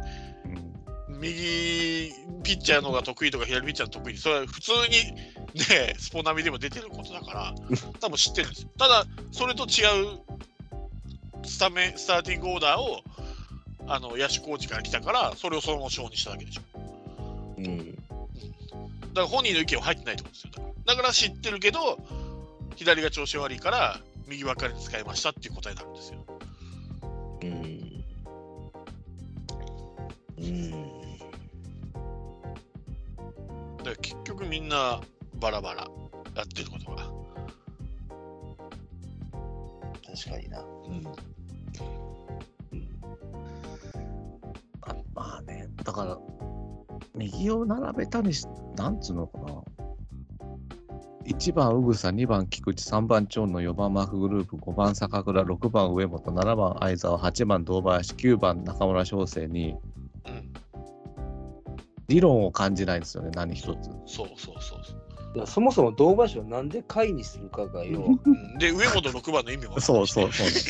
右ピッチャーの方が得意とか左ピッチャーの得意、それは普通にねスポナビでも出てることだから多分知ってるんですよ。ただそれと違うスターティングオーダーを野手コーチから来たからそれをそのまま承認しただけでしょ。だから本人の意見は入ってないと思うんですよ。だから知ってるけど左が調子悪いから右ばっかりに使いましたっていう答えになるんですよ。だから結局みんなバラバラやってることが確かにな。 まあね、だから右を並べたりなんつうのかな、1番宇草、2番菊池、3番長野、4番マークグループ、5番坂倉、6番上本、7番相澤、8番堂林、9番中村翔成に、理論を感じないんですよね、何一つ。 そう。 いやそもそも堂林をなんで下位にするかがよ。 で上本6番の意味もそうい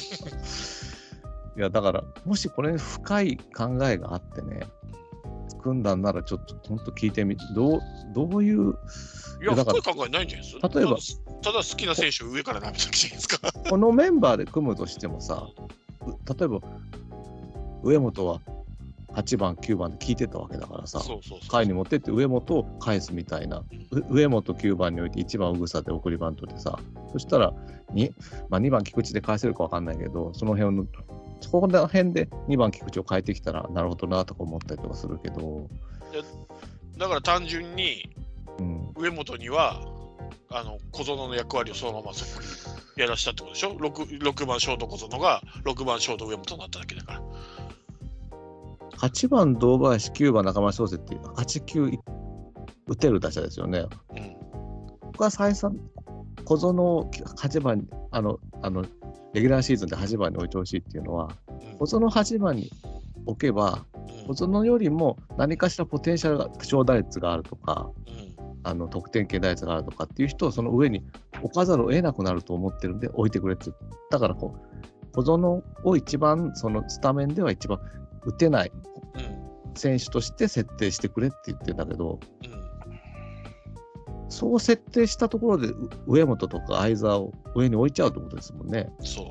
やだからもしこれに深い考えがあってね組んだんならちょっと本当聞いてみてどういう。 いや深い考えないんじゃないですか。 例えばただ好きな選手を上から舐めたきじゃないですか。 このメンバーで組むとしてもさ、例えば上本は8番9番で聞いてたわけだからさ、下位に持ってって上本を返すみたいな、上本9番に置いて1番宇草で送りバントでさ、そしたら2番菊池で返せるか分かんないけど、そこら辺で2番菊池を変えてきたらなるほどなとか思ったりとかするけど、 だから単純に上本には小園の役割をそのままそっくりやらしたってことでしょ。 6番ショート小園が6番ショート上本になっただけだから。 8番堂林、9番中村翔成っていう8、9打てる打者ですよね。僕は再三小園を8番にレギュラーシーズンで8番に置いてほしいっていうのは、小園8番に置けば小園よりも何かしらポテンシャルが長打率があるとか、得点圏打率があるとかっていう人をその上に置かざるを得なくなると思ってるんで置いてくれって。だから小園を一番そのスタメンでは一番打てない選手として設定してくれって言ってるんだけど、そう設定したところで上本とか相澤を上に置いちゃうってことですもんね。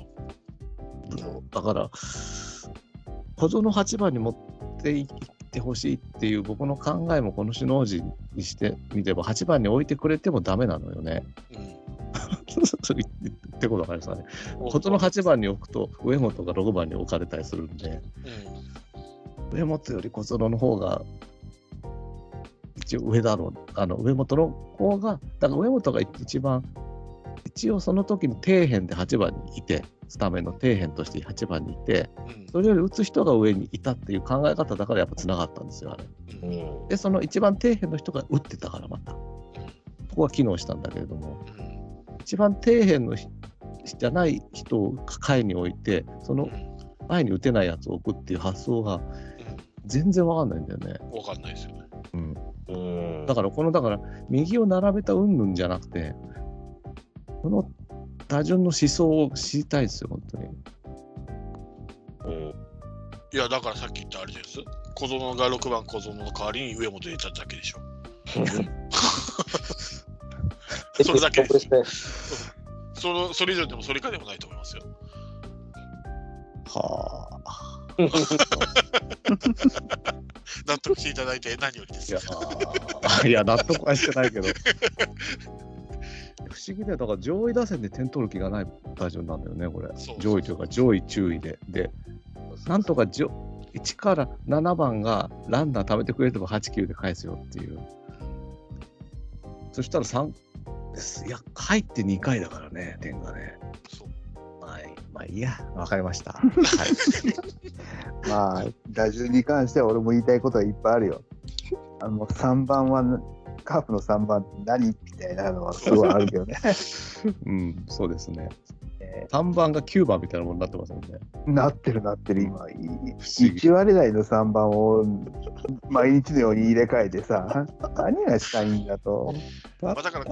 だから小園8番に持っていってほしいっていう僕の考えもこの首脳陣にしてみれば8番に置いてくれてもダメなのよね。それ言ってことわかりますかね。小園8番に置くと上本が6番に置かれたりするんで、上本より小園の方が一応上だろう。上本の方が、だから上本が一番、一応その時に底辺で8番にいて、スタメンの底辺として8番にいて、それより打つ人が上にいたっていう考え方だからやっぱつながったんですよ、あれ。で、その一番底辺の人が打ってたからまた。ここは機能したんだけれども、一番底辺のじゃない人を下位に置いて、その前に打てないやつを置くっていう発想が全然わかんないんだよね。 わかんないですよね。 だから右を並べた云々じゃなくて、この打順の思想を知りたいですよ、本当に。 いや、だからさっき言ったあれです。小園が6番小園の代わりに上本入れただけでしょ。それだけです。それ以上でもそれ以下でもないと思いますよ。 はあ。 納得していただいて何よりです。 いや納得はしてないけど。不思議で、だから上位打線で点取る気がない打順なんだよね、これ。上位というか上位注意で。なんとか1から7番がランナー貯めてくれれば8、9で返すよっていう。そしたら3です。いや、入って2回だからね、点がね。まあいいや、わかりました。はい、 まあ、打順に関しては俺も言いたいことはいっぱいあるよ。3番は、カープの3番って何みたいなのはすごいあるけどね。 そうですね。3番が9番みたいなものになってますもんね。 なってる、今。1割台の3番を毎日のように入れ替えてさ、何がしたいんだと。 だから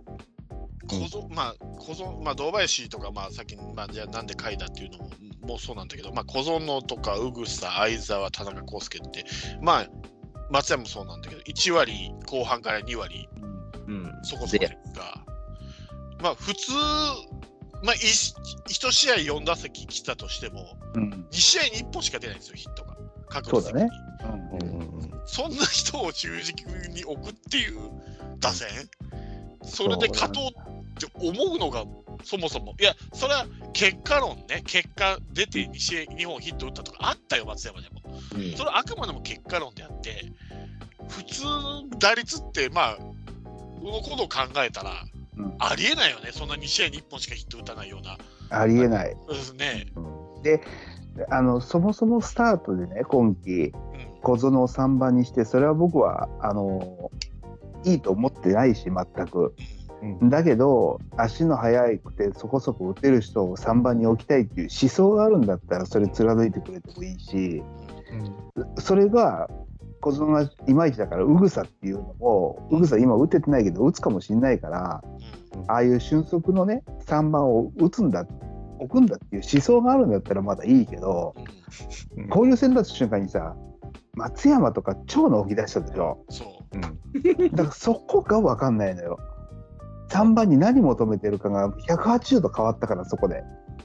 堂林とか、さっき、じゃあなんで下位だっていうのもそうなんだけど、小園とか宇草、相澤、田中康介って、松山もそうなんだけど、1割後半から2割、そこそこですが、普通、1試合4打席来たとしても、2試合に1本しか出ないんですよ、ヒットが。確率的に。そんな人を中軸に置くっていう打線、それで勝とうって思うのがそもそも、いや、それは結果論ね、結果出て2本ヒット打ったとかあったよ、松山でも。それはあくまでも結果論であって、普通打率って、このことを考えたら、ありえないよね、そんな2試合に1本しかヒット打たないような。 ありえない。 ね。 で、そもそもスタートでね、今季、小園を3番にして、それは僕はいいと思ってないし、全く。だけど、足の速くてそこそこ打てる人を3番に置きたいっていう思想があるんだったら、それ貫いてくれてもいいし、それが小園がいまいちだから、宇草っていうのも、宇草今打ててないけど、打つかもしれないから、ああいう俊足のね、3番を置くんだっていう思想があるんだったらまだいいけど、こういう戦だった瞬間にさ、松山とか長野を置き出したでしょ。だからそこが分かんないのよ。3番に何求めてるかが180度変わったから、そこで。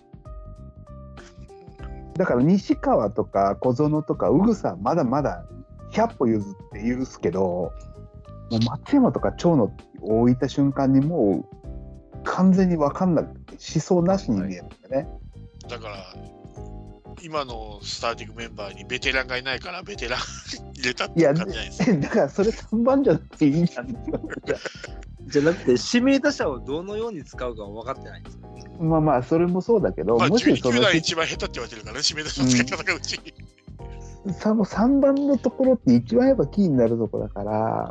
だから西川とか小園とか宇草はまだまだ100歩譲って許すけど、もう松山とか長野を置いた瞬間にもう完全に分かんなくて思想なしに見えるんだよね。 だから今のスターティングメンバーにベテランがいないからベテラン入れたって感じじゃないですか。 だからそれ3番じゃなくていいじゃん。 じゃなくて指名打者をどのように使うか分かってないんですよ。 それもそうだけど、 もしその12球団一番下手って言われてるからね、指名打者の使い方がうち。 3番のところって一番やっぱキーになるところだから、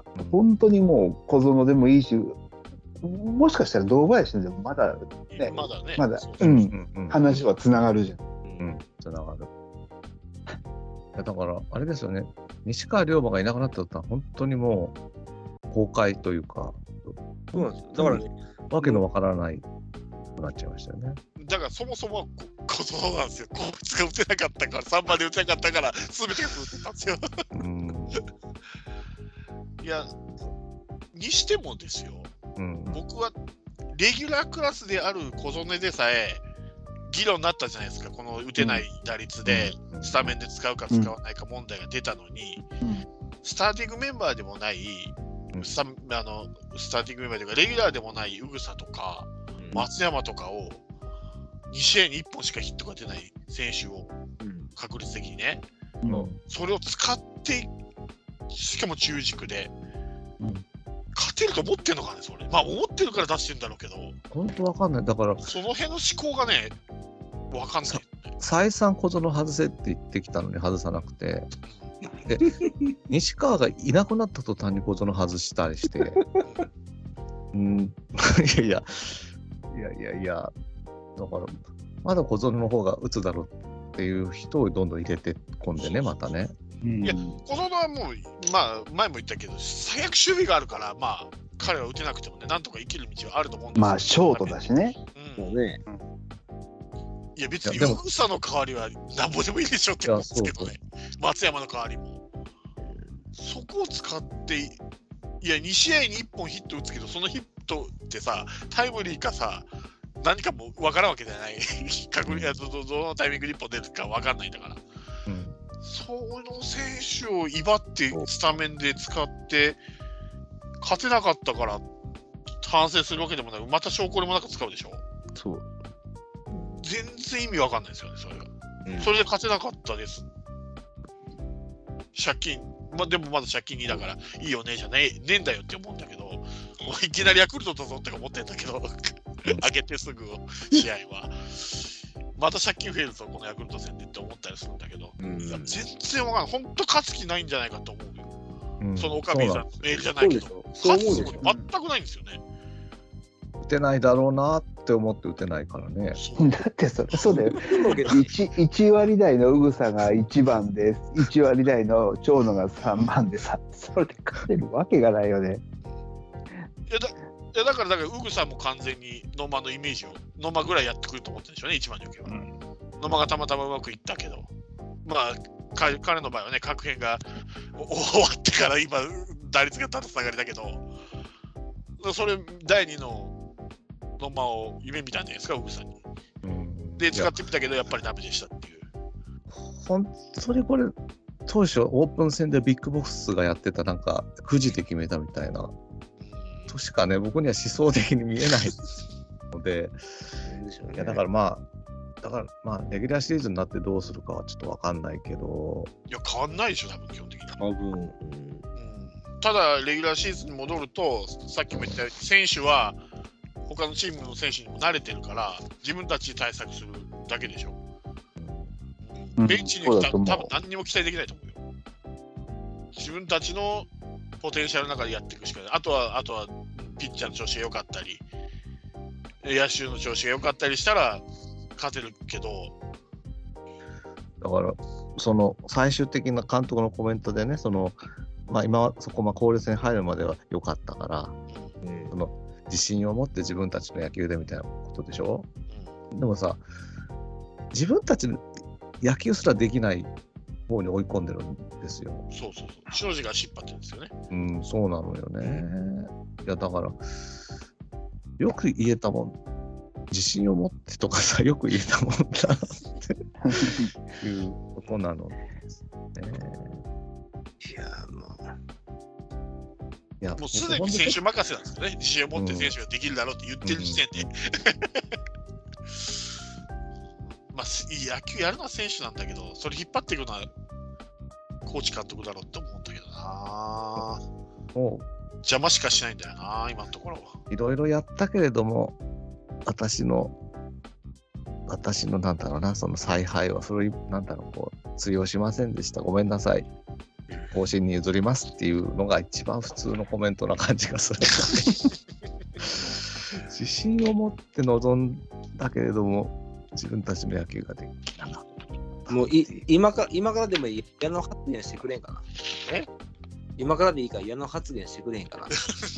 本当にもう小園でもいいし、もしかしたら堂林でもまだね、話はつながるじゃん。 つながる。だからあれですよね、西川龍馬がいなくなったとは本当にもう崩壊というか、 そうなんですよ。だからね、 わけのわからないくなっちゃいましたよね。 だからそもそも小園なんですよ。こいつが打てなかったから、3番で打てなかったから、全てが打ってたんですよ。いや、にしてもですよ、僕はレギュラークラスである小園でさえ議論になったじゃないですか。この打てない打率でスタメンで使うか使わないか問題が出たのに、スターティングメンバーでもないスターティングメンバーというかレギュラーでもない宇草とか松山とかを2試合に1本しかヒットが出ない選手を確率的にね、それを使ってしかも中軸で、勝てると思ってるのかね、それ。思ってるから出してるんだろうけど。 本当わかんない。だからその辺の思考がね、わかんない。 再三小園外せって言ってきたのに外さなくて、で西川がいなくなった途端に小園外したりして、いやだからまだ小園の方が打つだろうっていう人をどんどん入れて込んでね、またね。 いや、小園はもう、まあ、前も言ったけど、最悪守備があるから、まあ、彼は打てなくてもね、なんとか生きる道はあると思うんですよ。 まあ、ショートだしね。 そうね。 いや、別に、ウグサの代わりはなんぼでもいいでしょって思うんですけどね。松山の代わりも。そこを使って、いや、2試合に1本ヒット打つけど、そのヒットってさ、タイムリーかさ、何かも分からんわけじゃない。確認どのタイミングで1本出るか分かんないんだから。その選手を威張ってスタメンで使って勝てなかったから反省するわけでもない。また証拠にもなく使うでしょ。 そう。 全然意味わかんないですよね、それが。それで勝てなかったです。借金、でもまだ借金2だからいいよねじゃねえんだよって思うんだけど、いきなりヤクルトだぞって思ってんだけど、上げてすぐ試合は。また借金増えるぞ、このヤクルト戦でって思ったりするんだけど、いや全然わかんない。本当勝つ気ないんじゃないかと思うよ。その岡部さんのメールじゃないけど、勝つつもり全くないんですよね。 打てないだろうなって思って打てないからね。 だってそうだよ。1割台のウグサが1番で、1割台の長野が3番でさ、それで勝てるわけがないよね。 だからウグさんも完全に野間のイメージを野間ぐらいやってくると思ってるんでしょうね、一番におけば。野間がたまたまうまくいったけど、まあ彼の場合はね、確変が終わってから今打率がただ下がりだけど、それ第2の野間を夢見たんじゃないですか、ウグさんに。で使ってみたけどやっぱりダメでしたっていう。 本当にこれ当初オープン戦でビッグボスがやってたなんかくじで決めたみたいな。としかね、僕には思想的に見えないので、いやだからまあレギュラーシリーズになってどうするかはちょっと分かんないけど、 いや変わんないでしょ多分基本的に。ただレギュラーシーズンに戻ると、さっきも言ったように選手は他のチームの選手にも慣れてるから自分たちで対策するだけでしょ。ベンチに来たら多分何にも期待できないと思うよ。自分たちのポテンシャルの中でやっていくしかない。あとはピッチャーの調子が良かったり野手の調子が良かったりしたら勝てるけど、 だからその最終的な監督のコメントでね、今はそこ交流戦入るまでは良かったから、その自信を持って自分たちの野球でみたいなことでしょ。でもさ、自分たちの野球すらできない方に追い込んでるんですよ。 そう。庄司が引っ張ってるんですよね。 そうなのよね。いやだからよく言えたもん、自信を持ってとかさ、よく言えたもんだっていうことなのですね。 いやもうすでに選手任せなんですよね。自信を持って選手ができるだろうって言ってる時点で。まあ、野球やるのは選手なんだけど、それ引っ張っていくのはコーチ監督だろうって思うんだけどな。邪魔しかしないんだよな、今のところは。 いろいろやったけれども、私のなんだろうな、その采配はそれ通用しませんでした。ごめんなさい。方針に譲りますっていうのが一番普通のコメントな感じがする。自信を持って臨んだけれども、自分たちの野球ができなかった。 もう今からでも矢野発言してくれんかな。今からでいいから矢野発言してくれへんかな。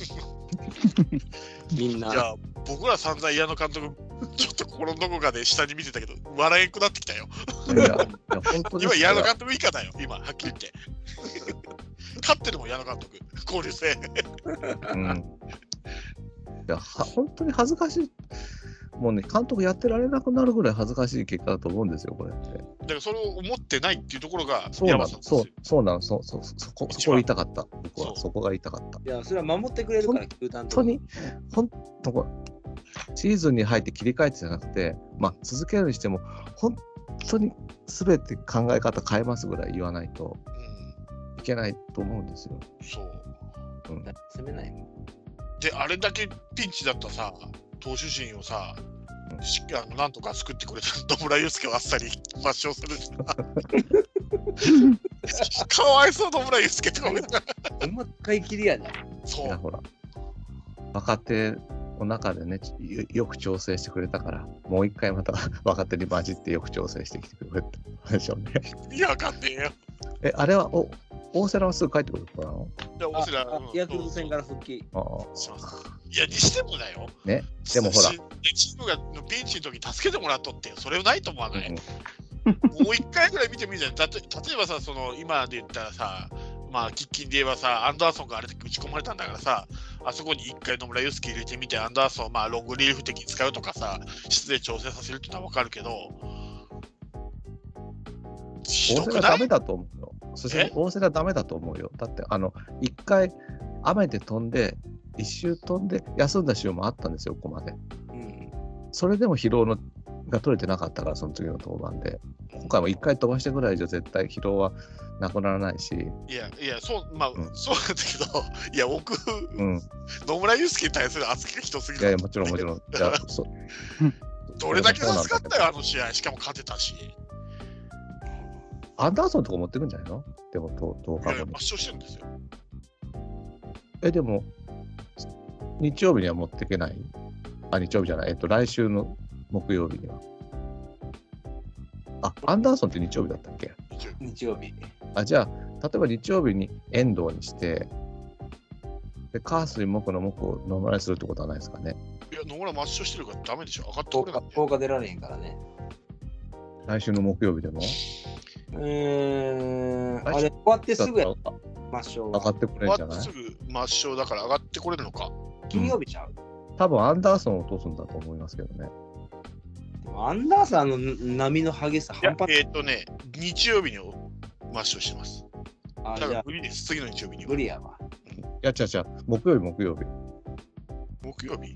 みんな。 いや、僕ら散々矢野監督、ちょっと心のどこかで下に見てたけど、笑えんくなってきたよ。今、矢野監督以下だよ、今、はっきり言って。勝ってるもん、矢野監督、交流戦。 いや、本当に恥ずかしい。もうね、監督やってられなくなるぐらい恥ずかしい結果だと思うんですよ、これって。 だからそれを思ってないっていうところが山さんですよ。そうなの、そこ言いたかった。僕はそこが言いたかった。 いや、それは守ってくれるから、球団と。 本当に、シーズンに入って切り替えてじゃなくて、続けるにしても、本当に全て考え方変えますぐらい言わないといけないと思うんですよ。 そう。 攻めないもん。 で、あれだけピンチだったさ、投手陣をさ、なんとか作ってくれた野村祐介をあっさり抹消するしな。かわいそう野村祐介とか思いながら。 使い切りやね。 そう。 ほら、若手の中でね、よく調整してくれたから、もう一回また若手に混じってよく調整してきてくれたでしょうね。 いや、わかんねえよ。 あれは大瀬良はすぐ帰ってくるのかな？ いや、大瀬良ヤクルト戦から復帰。 します。いや、にしてもだよ。 ね、でもほら。 チームがピンチの時助けてもらっとって、それをないと思わない？もう一回ぐらい見てみるじゃん。例えばさ、今で言ったらさ、まあ、喫緊で言えばさ、アンダーソンがあれで打ち込まれたんだからさ、あそこに一回野村祐介入れてみて、アンダーソンをまあロングリリーフ的に使うとかさ、質で調整させるっていうのは分かるけど、 大瀬良ダメだと思うよ。そして大瀬良ダメだと思うよ。だって一回雨で飛んで一周飛んで休んだ週もあったんですよ、ここまで。それでも疲労が取れてなかったから、その次の登板で。今回も一回飛ばしてぐらいじゃ絶対疲労はなくならないし。 いや、そうなんだけど、いや、僕、野村祐介に対する熱気が人すぎる。 いや、もちろん。 どれだけ助かったよ、あの試合。しかも勝てたし。 アンダーソンとか持ってくんじゃないの？でも、10日後に。 圧勝してるんですよ。 でも、日曜日には持っていけない？日曜日じゃない。来週の木曜日には。アンダーソンって日曜日だったっけ？ 日曜日。 じゃあ、例えば日曜日に遠藤にして、で、火水木の木を野村にするってことはないですかね？ いや、野村抹消してるからダメでしょ。上がってこれない。 10日出られへんからね。 来週の木曜日でもあれ、終わってすぐやった。抹消上がってこれるんじゃない？ 終わってすぐ抹消だから上がってこれるのか。 金曜日ちゃう？ 多分アンダーソンを落とすんだと思いますけどね。 アンダーソンの波の激しさ半端ない。 日曜日に抹消してます。だから無理です。次の日曜日には。 無理やわ。いや、違う。木曜日。 木曜日？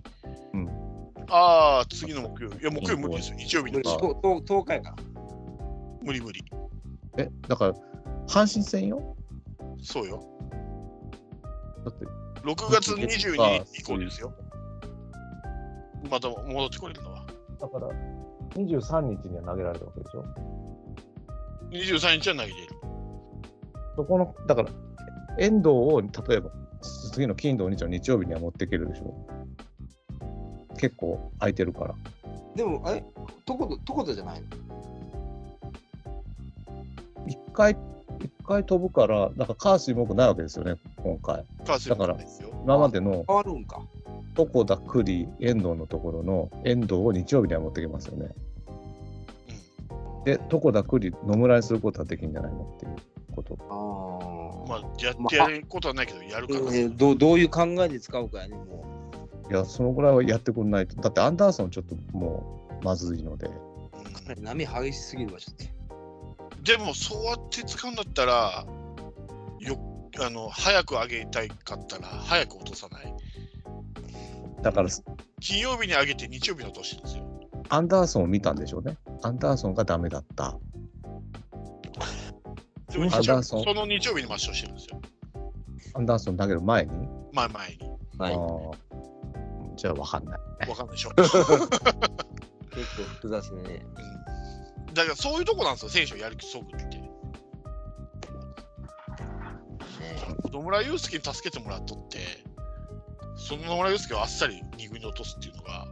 次の木曜日。いや、木曜日無理ですよ。日曜日の。 10日やから。 無理。 だから、阪神戦よ。 そうよ。 だって、 6月22日以降ですよ。また戻ってこれるのは。 だから、23日には投げられるわけでしょ。 23日は投げれる。 そこの、だから、遠藤を例えば、次の金土日の日曜日には持っていけるでしょ。結構空いてるから。 でも、とことじゃないの？ 一回飛ぶから、だから火水木ないわけですよね、今回。だから、今までの変わるんか。 床田、栗、遠藤のところの遠藤を日曜日には持ってきますよね。で、床田、栗、野村にすることはできるんじゃないのっていうこと。 まあ、やってやることはないけど、やるから。 どういう考えで使うかやね、もう。いや、そのぐらいはやってくんないと。だってアンダーソンちょっともうまずいので。 波激しすぎるわ、ちょっと。 でも、そうやって使うんだったら、早く上げたいかったら、早く落とさない。 だから、 金曜日に上げて日曜日に落としてるんですよ。 アンダーソンを見たんでしょうね。アンダーソンがダメだった。 でもその日曜日に抹消してるんですよ。 アンダーソン投げる前に？ 前に。 じゃあ分かんない。 分かんないでしょ。 結構複雑でね。 だからそういうとこなんですよ、選手をやる気そぐって。野村祐介に助けてもらっとって、その野村祐介をあっさり2軍に落とすっていうのが、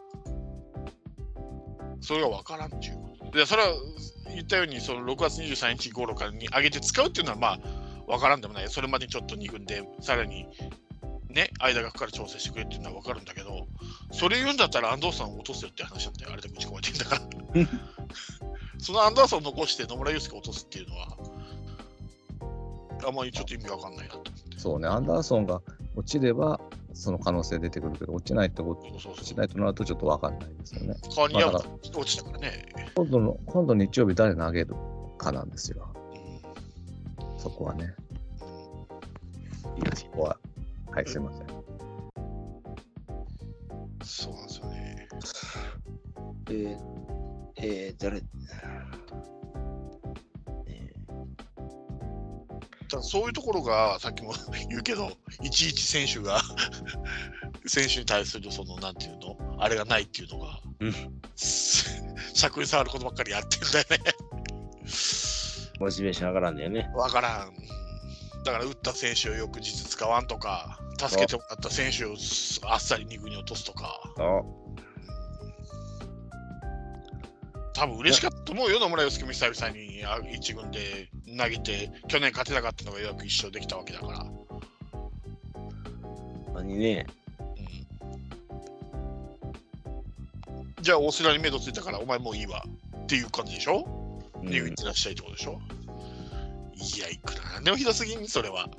それが分からんっていうことで、それは言ったように、その6月23日頃からに上げて使うっていうのは、まあ、分からんでもない。それまでにちょっと2軍で、さらにね、間がかかる調整してくれっていうのは分かるんだけど、それ言うんだったら安藤さんを落とせよって話なんだよ、あれで打ち込まれてんだから。そのアンダーソンを残して野村祐介を落とすっていうのは、あんまりちょっと意味わかんないなと思って。 そうね、アンダーソンが落ちれば、その可能性出てくるけど、落ちないとなるとちょっとわかんないですよね。 代わりに落ちたからね。 今度日曜日誰投げるかなんですよ。そこはね。そこは、はい、すいません。 そうなんですよね。 誰そういうところがさっきも言うけど、いちいち選手に対するそのなんていうのあれがないっていうのが、尺に触ることばっかりやってるんだよね。 モチベーション上がらんだよね。 わからん。だから打った選手を翌日使わんとか、 助けてもらった選手をあっさり2軍に落とすとか、多分嬉しかったと思うよ、野村祐介も久々に1軍で投げて、去年勝てなかったのがようやく1勝できたわけだから。 何ね。 じゃあ、大瀬良に目処ついたから、お前もういいわっていう感じでしょ、2軍行ってらっしゃいってことでしょ。いや、いくらなんでもひどすぎん、それは。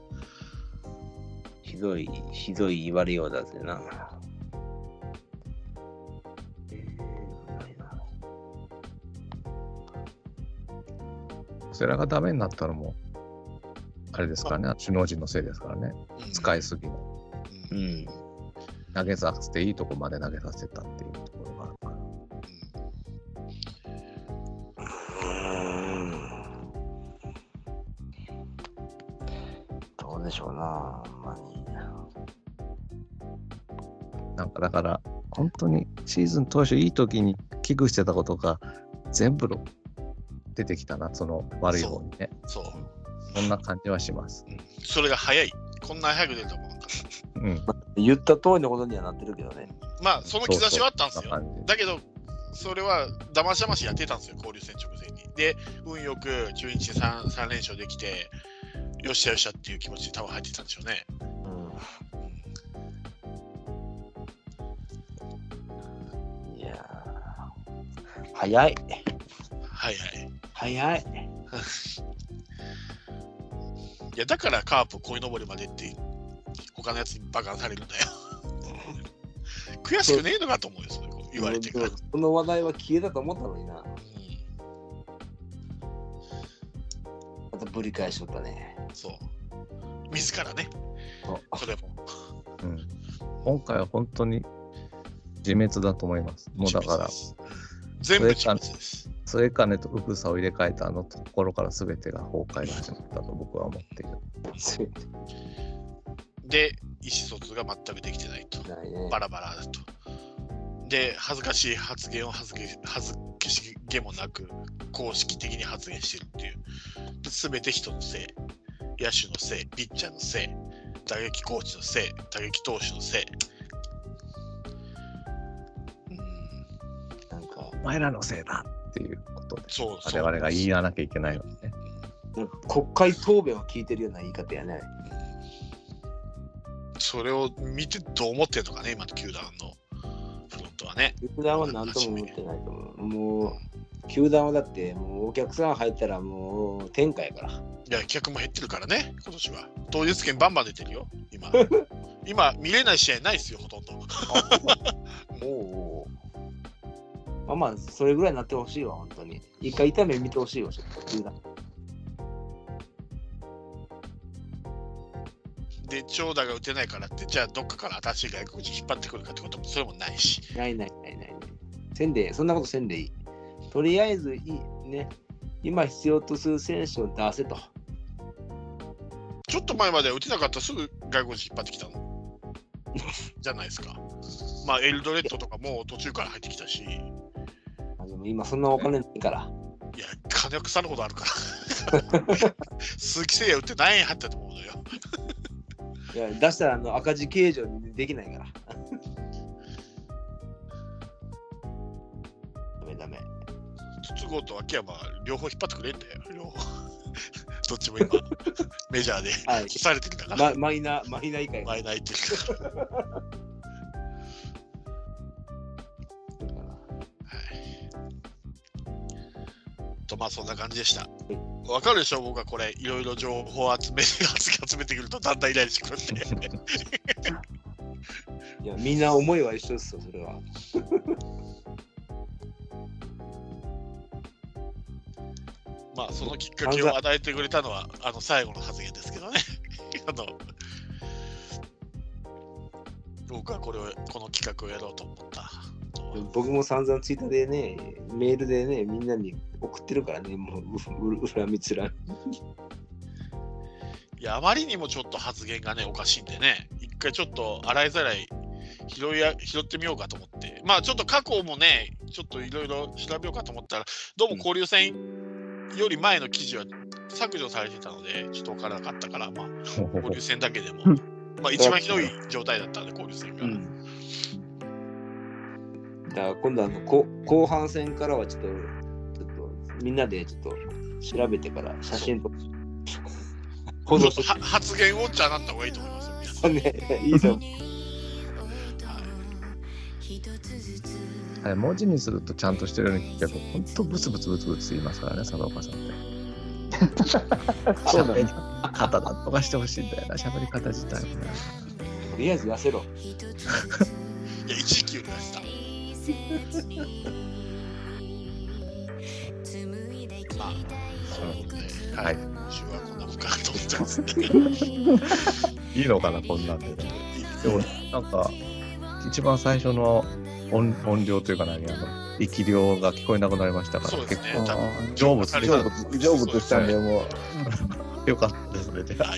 ひどい言われようだぜな。 それがダメになったのもあれですからね、首脳陣のせいですからね、使いすぎの、投げさせていいとこまで投げさせたっていうところがあるから。 どうでしょうな、 なんかだから本当にシーズン当初いい時に危惧してたことが全部出てきたな、その悪い方にね。そんな感じはします。 それが早い。こんな早く出ると思うかった。 言った通りのことにはなってるけどね。 まあその兆しはあったんですよ。だけどそれはだましだましやってたんですよ、交流戦直前に。で、運よく中日 3連勝できて、よっしゃよっしゃっていう気持ちに多分入ってたんでしょうね。 いや早い。 いやだからカープ鯉のぼりまでって他のやつにバカされるんだよ。悔しくねえのかと思うよ、それ言われてから。 その話題は消えたと思ったのにな。またぶり返しとったね。 そう。自らね。それも。 今回は本当に自滅だと思います。もうだから全部自滅です。 末金とうぶさを入れ替えたあのところから全てが崩壊が始まったと僕は思っている。 で、意思疎通が全くできてないと。バラバラだと。で、恥ずかしい発言を恥ずかしげもなく公式的に発言してるっていう。全て人のせい、野手のせい、ピッチャーのせい、打撃コーチのせい、打撃投手のせい。 お前らのせいだっていうことで、我々が言い合わなきゃいけないのにね。 国会答弁を聞いてるような言い方やね。 それを見てどう思ってるのかね、今の球団のフロントはね。 球団は何とも思ってないと思う。もう球団はだってもうお客さん入ったらもう天下やから。いや、客も減ってるからね、今年は。当日券バンバン出てるよ、今。今見れない試合ないですよ、ほとんど。 まあそれぐらいになってほしいわ、本当に。一回痛め見てほしいわ、ちょっと。 で、長打が打てないからって、じゃあどっかから新しい外国人引っ張ってくるかってこともそれもないし。 ない。そんなことせんでいい。とりあえずね、今必要とする選手を出せと。 ちょっと前までは打てなかったらすぐ外国人引っ張ってきたのじゃないですか。まあエルドレッドとかも途中から入ってきたし。 でも今そんなお金ないから。 いや、金は腐るほどあるから。鈴木誠也打って何円入ったと思うのよ。 いや、出したら赤字計上にできないから。ダメ。 筒香と秋山両方引っ張ってくれんだよ。両方。どっちも今メジャーで干されてるんだから。 マイナー以下。 マイナーいってるから。まあそんな感じでした。わかるでしょ、僕はこれいろいろ情報を集めてくるとだんだんイライラしてくるんで。 いや、みんな思いは一緒ですよ、それは。 まあそのきっかけを与えてくれたのは最後の発言ですけどね。僕はこの企画をやろうと思った。 僕も散々ツイッターでね、メールでね、みんなに送ってるからね、もう恨みつら。 いや、あまりにもちょっと発言がね、おかしいんでね、一回ちょっと洗いざらい拾ってみようかと思って、まあちょっと過去もね、ちょっといろいろ調べようかと思ったら、どうも交流戦より前の記事は削除されてたので、ちょっと分からなかったから、まあ交流戦だけでも、 まあ、一番ひどい状態だったんで、交流戦が。 だから今度後半戦からはちょっとみんなでちょっと調べてから写真と発言ウォッチャーになった方がいいと思いますよ、皆さん。 ね、いいと思う。 あれ文字にするとちゃんとしてるように聞くけど、ほんとブツブツ言いますからね、佐藤岡さんって。 そうだね。 方だとかしてほしいんだよな、喋り方自体もね。 とりあえず痩せろ。 いや、一時期より痩せた。まあ、そうで、はい。今週はこんな深くと思ってますね。 いいのかな、こんなんで。でも、なんか、一番最初の音量というか息量が聞こえなくなりましたから、 そうですね、 結構成仏したんで、もう。よかったですね、 はい。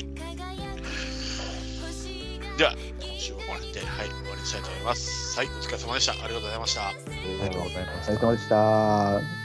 では、今週はこれで、はい、終わりにしたいと思います。はい、お疲れ様でした。ありがとうございました。 ありがとうございました。 お疲れ様でした。